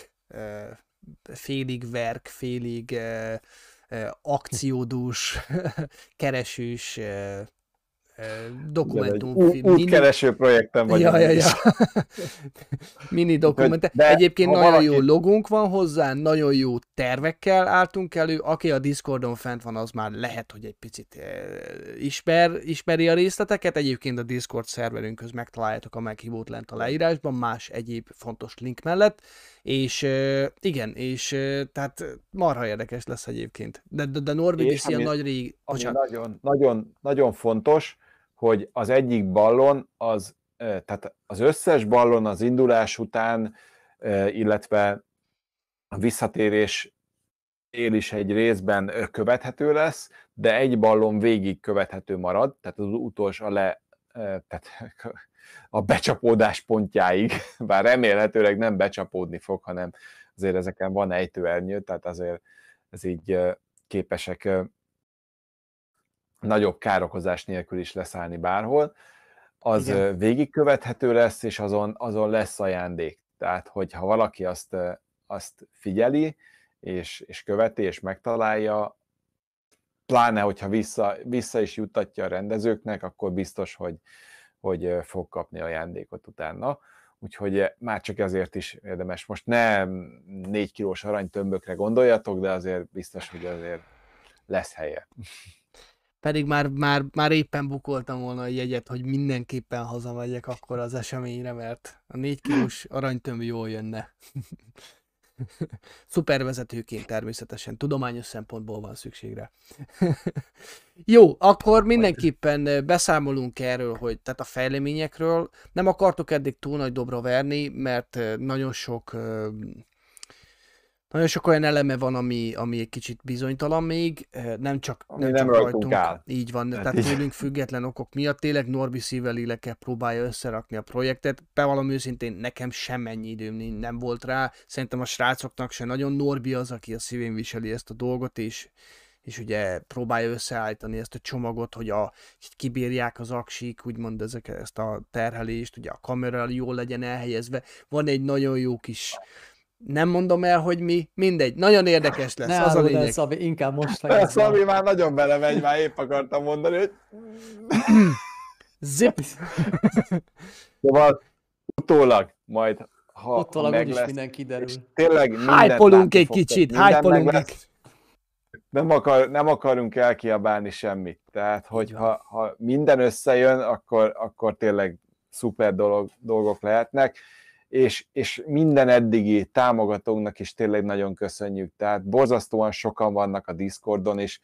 félig akciódús, keresős dokumentumfilm. Útkereső projektem vagyok. Ja. Mini dokumentum. Egyébként nagyon jó logónk van hozzá, nagyon jó tervekkel álltunk elő. Aki a Discordon fent van, az már lehet, hogy egy picit ismeri a részleteket. Egyébként a Discord szerverünkhöz megtaláljátok a meghívót lent a leírásban, más egyéb fontos link mellett. És igen, tehát marha érdekes lesz egyébként. De Norbi viszi a nagy régi... Nagyon fontos, hogy az egyik ballon, tehát az összes ballon az indulás után, illetve a visszatérés is egy részben követhető lesz, de egy ballon végig követhető marad, tehát az utolsó tehát a becsapódás pontjáig, bár remélhetőleg nem becsapódni fog, hanem azért ezeken van ejtőernyő, tehát azért ez így képesek nagyobb károkozás nélkül is leszállni bárhol, az végigkövethető lesz, és azon lesz ajándék. Tehát, hogyha valaki azt figyeli, és követi, és megtalálja, pláne, hogyha vissza is juttatja a rendezőknek, akkor biztos, hogy fog kapni ajándékot utána. Úgyhogy már csak ezért is érdemes. Most ne 4 kilós aranytömbökre gondoljatok, de azért biztos, hogy azért lesz helye. Pedig már éppen bukoltam volna a jegyet, hogy mindenképpen hazamegyek akkor az eseményre, mert a 4 kilós aranytömb jól jönne. Szupervezetőként természetesen, tudományos szempontból van szükségre. Jó, akkor mindenképpen beszámolunk erről, hogy tehát a fejleményekről. Nem akartok eddig túl nagy dobra verni, mert nagyon sok olyan eleme van, ami egy kicsit bizonytalan még, nem csak rajtunk áll. Így van, tehát tőlünk független okok miatt tényleg Norbi szívvel lélekkel próbálja összerakni a projektet. Bevallom őszintén, nekem semmennyi időm nem volt rá, szerintem a srácoknak se nagyon. Norbi az, aki a szívén viseli ezt a dolgot, és ugye próbálja összeállítani ezt a csomagot, hogy kibírják az aksik, úgymond ezt a terhelést, ugye a kamera jól legyen elhelyezve. Van egy nagyon jó kis... Nem mondom el, hogy mi, mindegy, nagyon érdekes lesz, az a lényeg. Szabi, inkább most legyen. Szabi már nagyon belemegy, már épp akartam mondani, hogy... Zip! Szóval utólag, majd ha utólag meg úgyis lesz, minden kiderül. Tényleg hype-olunk egy kicsit, hype-olunk. Nem akarunk elkiabálni semmit. Tehát, hogyha minden összejön, akkor tényleg szuper dolgok lehetnek. És minden eddigi támogatónknak is tényleg nagyon köszönjük. Tehát borzasztóan sokan vannak a Discordon is,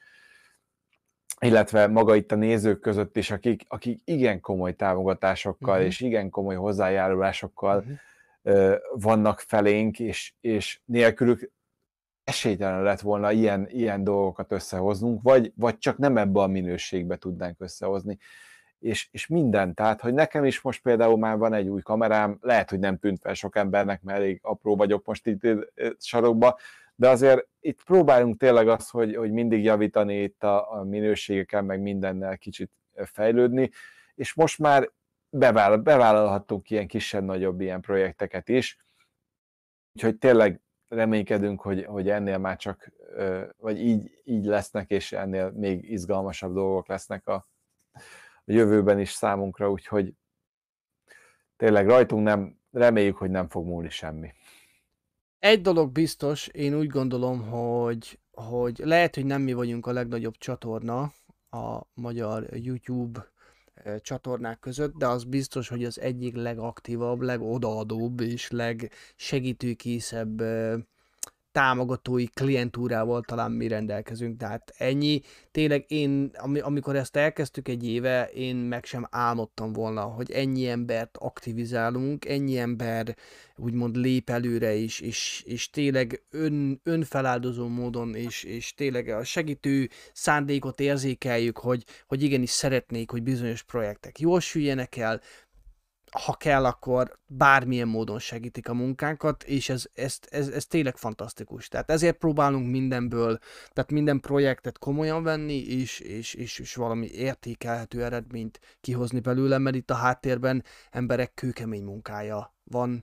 illetve maga itt a nézők között is, akik igen komoly támogatásokkal és igen komoly hozzájárulásokkal vannak felénk, és nélkülük esélytelen lett volna ilyen dolgokat összehoznunk, vagy csak nem ebbe a minőségbe tudnánk összehozni. És minden, tehát, hogy nekem is most például már van egy új kamerám, lehet, hogy nem tűnt fel sok embernek, mert elég apró vagyok most itt sarokba, de azért itt próbálunk tényleg azt, hogy mindig javítani itt a minőségeken, meg mindennel kicsit fejlődni, és most már bevállalhattunk ilyen kisebb-nagyobb ilyen projekteket is, úgyhogy tényleg reménykedünk, hogy ennél már csak, vagy így lesznek, és ennél még izgalmasabb dolgok lesznek a jövőben is számunkra, úgyhogy tényleg rajtunk reméljük, hogy nem fog múlni semmi. Egy dolog biztos, én úgy gondolom, hogy lehet, hogy nem mi vagyunk a legnagyobb csatorna a magyar YouTube csatornák között, de az biztos, hogy az egyik legaktívabb, legodaadóbb és legsegítőkészebb támogatói klientúrával talán mi rendelkezünk, tehát ennyi. Tényleg amikor ezt elkezdtük egy éve, én meg sem álmodtam volna, hogy ennyi embert aktivizálunk, ennyi ember úgymond lép előre is, és tényleg önfeláldozó módon, és tényleg a segítő szándékot érzékeljük, hogy igenis szeretnék, hogy bizonyos projektek jól süljenek el, ha kell, akkor bármilyen módon segítik a munkánkat, és ez tényleg fantasztikus. Tehát ezért próbálunk mindenből, tehát minden projektet komolyan venni, és valami értékelhető eredményt kihozni belőle, mert itt a háttérben emberek kőkemény munkája van,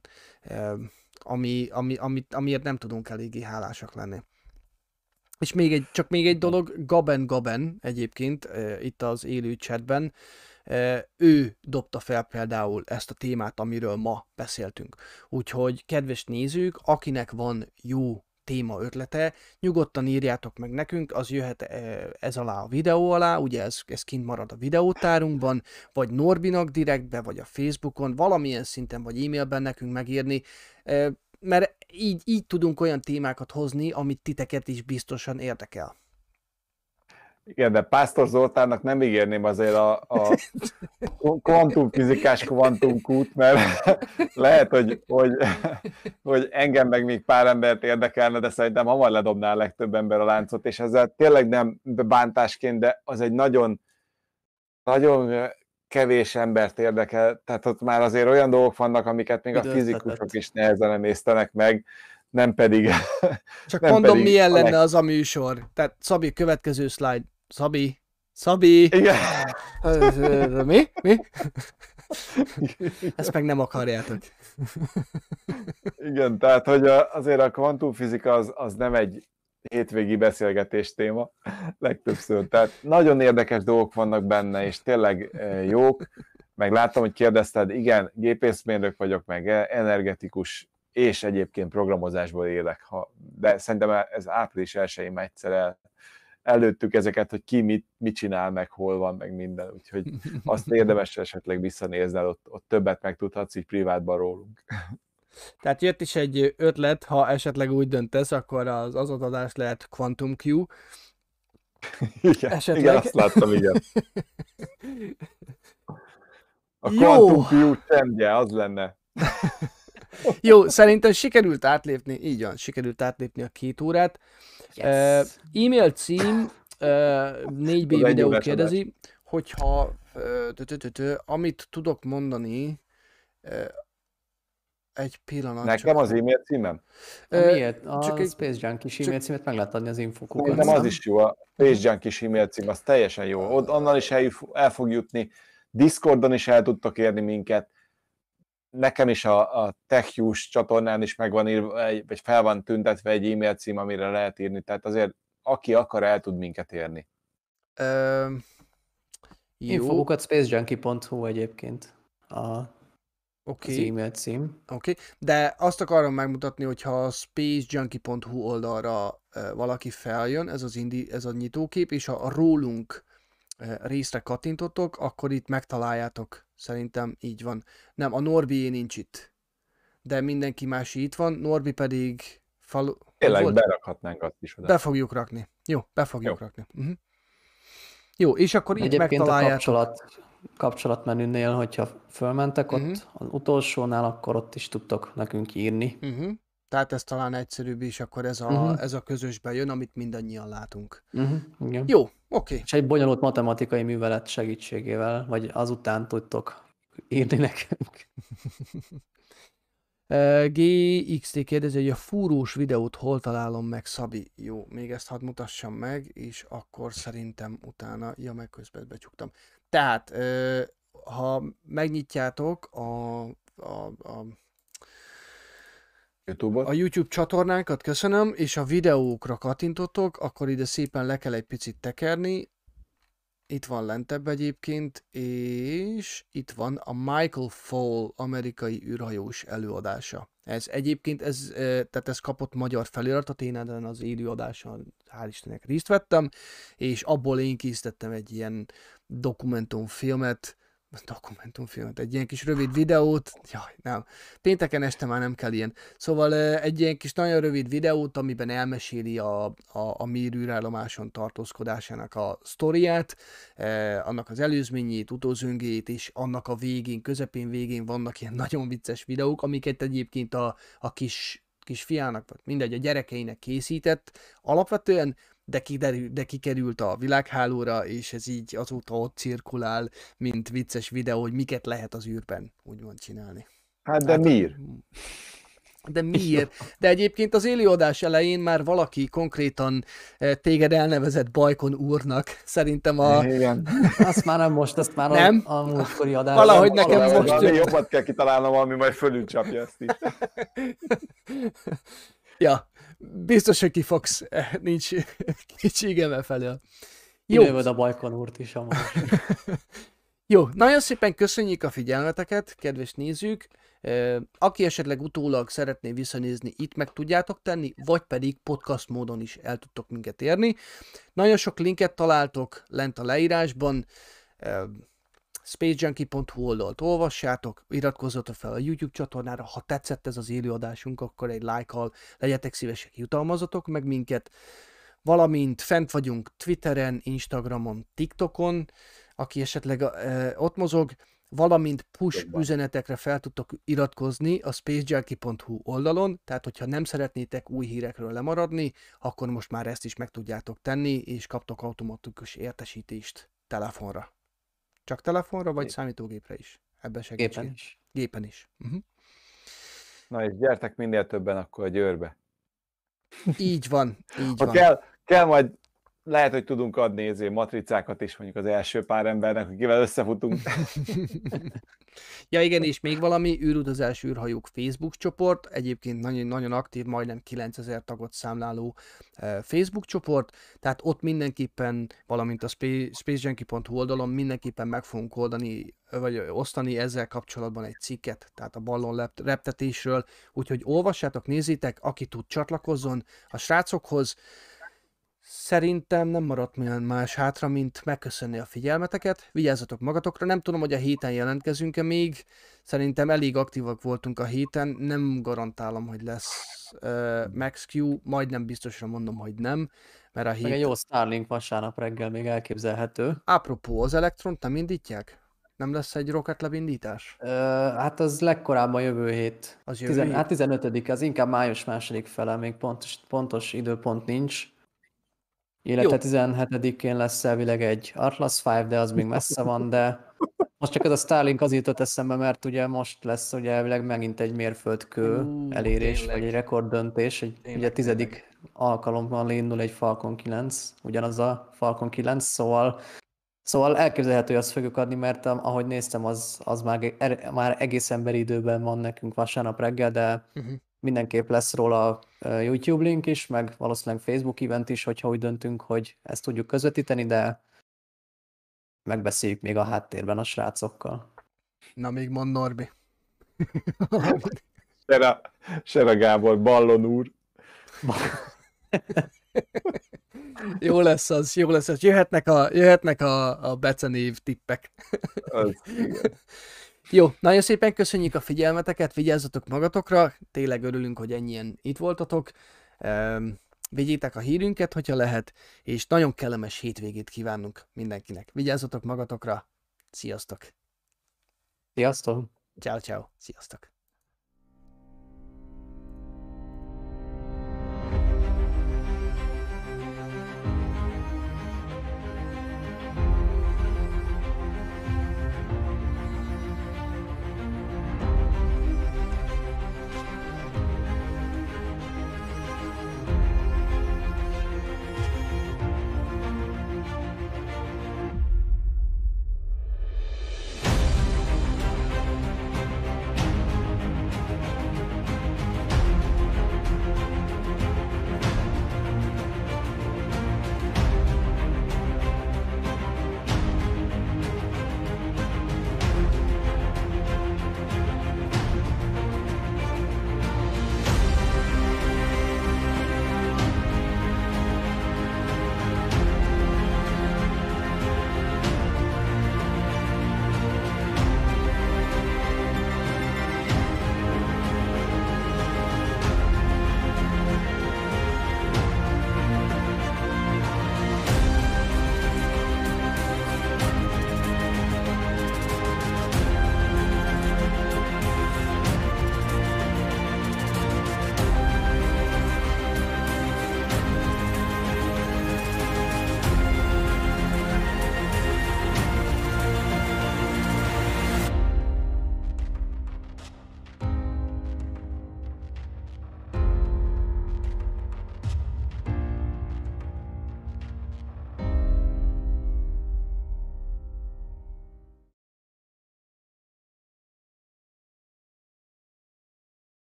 amiért nem tudunk eléggé hálásak lenni. És csak még egy dolog, Gaben egyébként itt az élő chatben, ő dobta fel például ezt a témát, amiről ma beszéltünk. Úgyhogy kedves nézők, akinek van jó téma ötlete, nyugodtan írjátok meg nekünk, az jöhet ez alá a videó alá, ugye ez kint marad a videótárunkban, vagy Norbinak direktbe, vagy a Facebookon, valamilyen szinten, vagy e-mailben nekünk megírni, mert így tudunk olyan témákat hozni, amit titeket is biztosan érdekel. Igen, de Pásztor Zoltánnak nem ígérném azért a kvantumfizikás kvantumkút, mert lehet, hogy engem meg még pár embert érdekelne, de szerintem hamar ledobná a legtöbb ember a láncot, és ezzel tényleg nem bántásként, de az egy nagyon, nagyon kevés embert érdekel, tehát ott már azért olyan dolgok vannak, amiket még a fizikusok is nehezen emésztenek meg, nem pedig... Csak nem mondom, pedig milyen lenne az a műsor. Tehát Szabi, következő slide. Szabi. Igen. Mi? Ezt meg nem akarjátok. Igen, tehát hogy azért a kvantumfizika az nem egy hétvégi beszélgetés téma legtöbbször. Tehát nagyon érdekes dolgok vannak benne, és tényleg jók. Meg láttam, hogy kérdezted, igen, gépészmérnök vagyok, meg energetikus, és egyébként programozásból élek. De szerintem ez április 1-én egyszer előttük ezeket, hogy ki mit csinál, meg hol van, meg minden. Úgyhogy azt érdemes esetleg visszanézni, ott többet megtudhatsz így privátban rólunk. Tehát jött is egy ötlet, ha esetleg úgy döntesz, akkor az adás lehet Quantum Q. Igen, azt láttam, igen. A Quantum Q csendje, az lenne. Jó, szerintem sikerült átlépni, így van, sikerült átlépni a 2 órát. Yes. E-mail cím, 4B videó kérdezi, hogyha amit tudok mondani, egy pillanat. Nekem az e-mail címem? Miért? A Space Junkie e-mail címet meg lehet adni az infokokon. Nem, az is jó, a Space Junkie e-mail cím, az teljesen jó. Onnan is el fog jutni, Discordon is el tudtok érni minket. Nekem is a TechHughes csatornán is megvan írva, vagy fel van tüntetve egy e-mail cím, amire lehet írni, tehát azért aki akar, el tud minket érni. Infokukat spacejunkie.hu egyébként az e-mail cím. Oké, de azt akarom megmutatni, hogyha a spacejunkie.hu oldalra valaki feljön, ez a nyitókép, és ha a rólunk részre kattintotok, akkor itt megtaláljátok. Szerintem így van. Nem, a Norbié nincs itt. De mindenki más itt van, Norbi pedig tényleg berakhatnánk azt is oda. Be fogjuk rakni. Jó, be fogjuk rakni. Jó, és akkor itt megtaláljátok. A kapcsolatmenünél, hogyha fölmentek ott, az utolsónál, akkor ott is tudtok nekünk írni. Tehát ez talán egyszerűbb is, akkor ez a közös bejön, amit mindannyian látunk. Igen. Jó, oké. És egy bonyolult matematikai művelet segítségével, vagy azután tudtok írni nekünk. GXT kérdezi, hogy a fúrós videót hol találom meg, Szabi. Jó, még ezt hadd mutassam meg, és akkor szerintem utána, meg közben becsuktam. Tehát, ha megnyitjátok a YouTube csatornánkat, köszönöm, és a videókra kattintotok, akkor ide szépen le kell egy picit tekerni. Itt van lentebb egyébként, és itt van a Michael Fall amerikai űrhajós előadása. Ez egyébként, tehát ez kapott magyar feliratot, én ezen az élőadáson hál' Istennek részt vettem, és abból én készítettem egy ilyen dokumentumfilmet, egy ilyen kis rövid videót, nem, pénteken este már nem kell ilyen. Szóval egy ilyen kis nagyon rövid videót, amiben elmeséli a Mir űrállomáson tartózkodásának a sztoriát, annak az előzményét, utózöngéjét, és annak a végén, közepén végén vannak ilyen nagyon vicces videók, amiket egyébként a kis fiának, vagy mindegy, a gyerekeinek készített alapvetően, de kikerült a világhálóra, és ez így azóta ott cirkulál, mint vicces videó, hogy miket lehet az űrben úgymond csinálni. De miért? De miért? De egyébként az élőadás elején már valaki konkrétan téged elnevezett Bajkon úrnak. Szerintem Igen. Azt már nem most, azt már nem? a múltkori adás. Valahogy nekem most jött. Jobbat kell kitalálnom, ami majd fölülcsapja ezt itt. Ja, biztos, hogy kifogsz. Nincs igeme felől. Jó. Kinövöd a Bajkon úrt is amúgy. Jó, nagyon szépen köszönjük a figyelmeteket, kedves nézők. Aki esetleg utólag szeretné visszanézni, itt meg tudjátok tenni, vagy pedig podcast módon is el tudtok minket érni. Nagyon sok linket találtok lent a leírásban, spacejunkie.hu oldalt olvassátok, iratkozzatok fel a YouTube csatornára, ha tetszett ez az élőadásunk, akkor egy lájkkal legyetek szívesek, jutalmazatok meg minket, valamint fent vagyunk Twitteren, Instagramon, TikTokon, aki esetleg ott mozog, valamint push üzenetekre fel tudtok iratkozni a spacejunkie.hu oldalon, tehát hogyha nem szeretnétek új hírekről lemaradni, akkor most már ezt is meg tudjátok tenni, és kaptok automatikus értesítést telefonra. Csak telefonra, vagy számítógépre is? Ebben segítség. Gépen is. Gépen is. Na és gyertek minél többen akkor a Győrbe. Így van, így Ha van. kell majd, lehet, hogy tudunk adni matricákat is mondjuk az első pár embernek, akivel összefutunk. Ja igen, és még valami, űrutazás űrhajók Facebook csoport, egyébként nagyon, nagyon aktív, majdnem 9000 tagot számláló Facebook csoport, tehát ott mindenképpen, valamint a spacejunkie.hu oldalon mindenképpen meg fogunk oldani, vagy osztani ezzel kapcsolatban egy cikket, tehát a ballon reptetésről, úgyhogy olvassátok, nézzétek, aki tud csatlakozzon a srácokhoz. Szerintem nem maradt más hátra, mint megköszönni a figyelmeteket. Vigyázzatok magatokra, nem tudom, hogy a héten jelentkezünk-e még. Szerintem elég aktívak voltunk a héten, nem garantálom, hogy lesz MaxQ, majdnem biztosra mondom, hogy nem, mert a Meg egy hét... jó Starlink vasárnap reggel még elképzelhető. Apropó, az Elektront nem indítják? Nem lesz egy Rocket Lab indítás? Hát az legkorábban jövő hét. Az jövő hét? Hát 15 az inkább május második fele, még pontos időpont nincs. Illetve 17-én lesz elvileg egy Atlas 5, de az még messze van, de most csak ez a Starlink az jutott eszembe, mert ugye most lesz ugye elvileg megint egy mérföldkő elérés, tényleg. vagy egy rekorddöntés, ugye 10. alkalommal indul egy Falcon 9, ugyanaz a Falcon 9, szóval elképzelhető, hogy azt fogjuk adni, mert ahogy néztem, az már egész emberi időben van nekünk vasárnap reggel, de mindenképp lesz róla YouTube link is, meg valószínűleg Facebook event is, hogyha úgy döntünk, hogy ezt tudjuk közvetíteni, de megbeszéljük még a háttérben a srácokkal. Na még mond Norbi. Sera Gábor, Ballon úr. Jó lesz az, jó lesz az. Jöhetnek a becenév tippek. Jó, nagyon szépen köszönjük a figyelmeteket, vigyázzatok magatokra, tényleg örülünk, hogy ennyien itt voltatok. Vigyétek a hírünket, hogyha lehet, és nagyon kellemes hétvégét kívánunk mindenkinek. Vigyázzatok magatokra, sziasztok! Sziasztok! Ciao, ciao, sziasztok!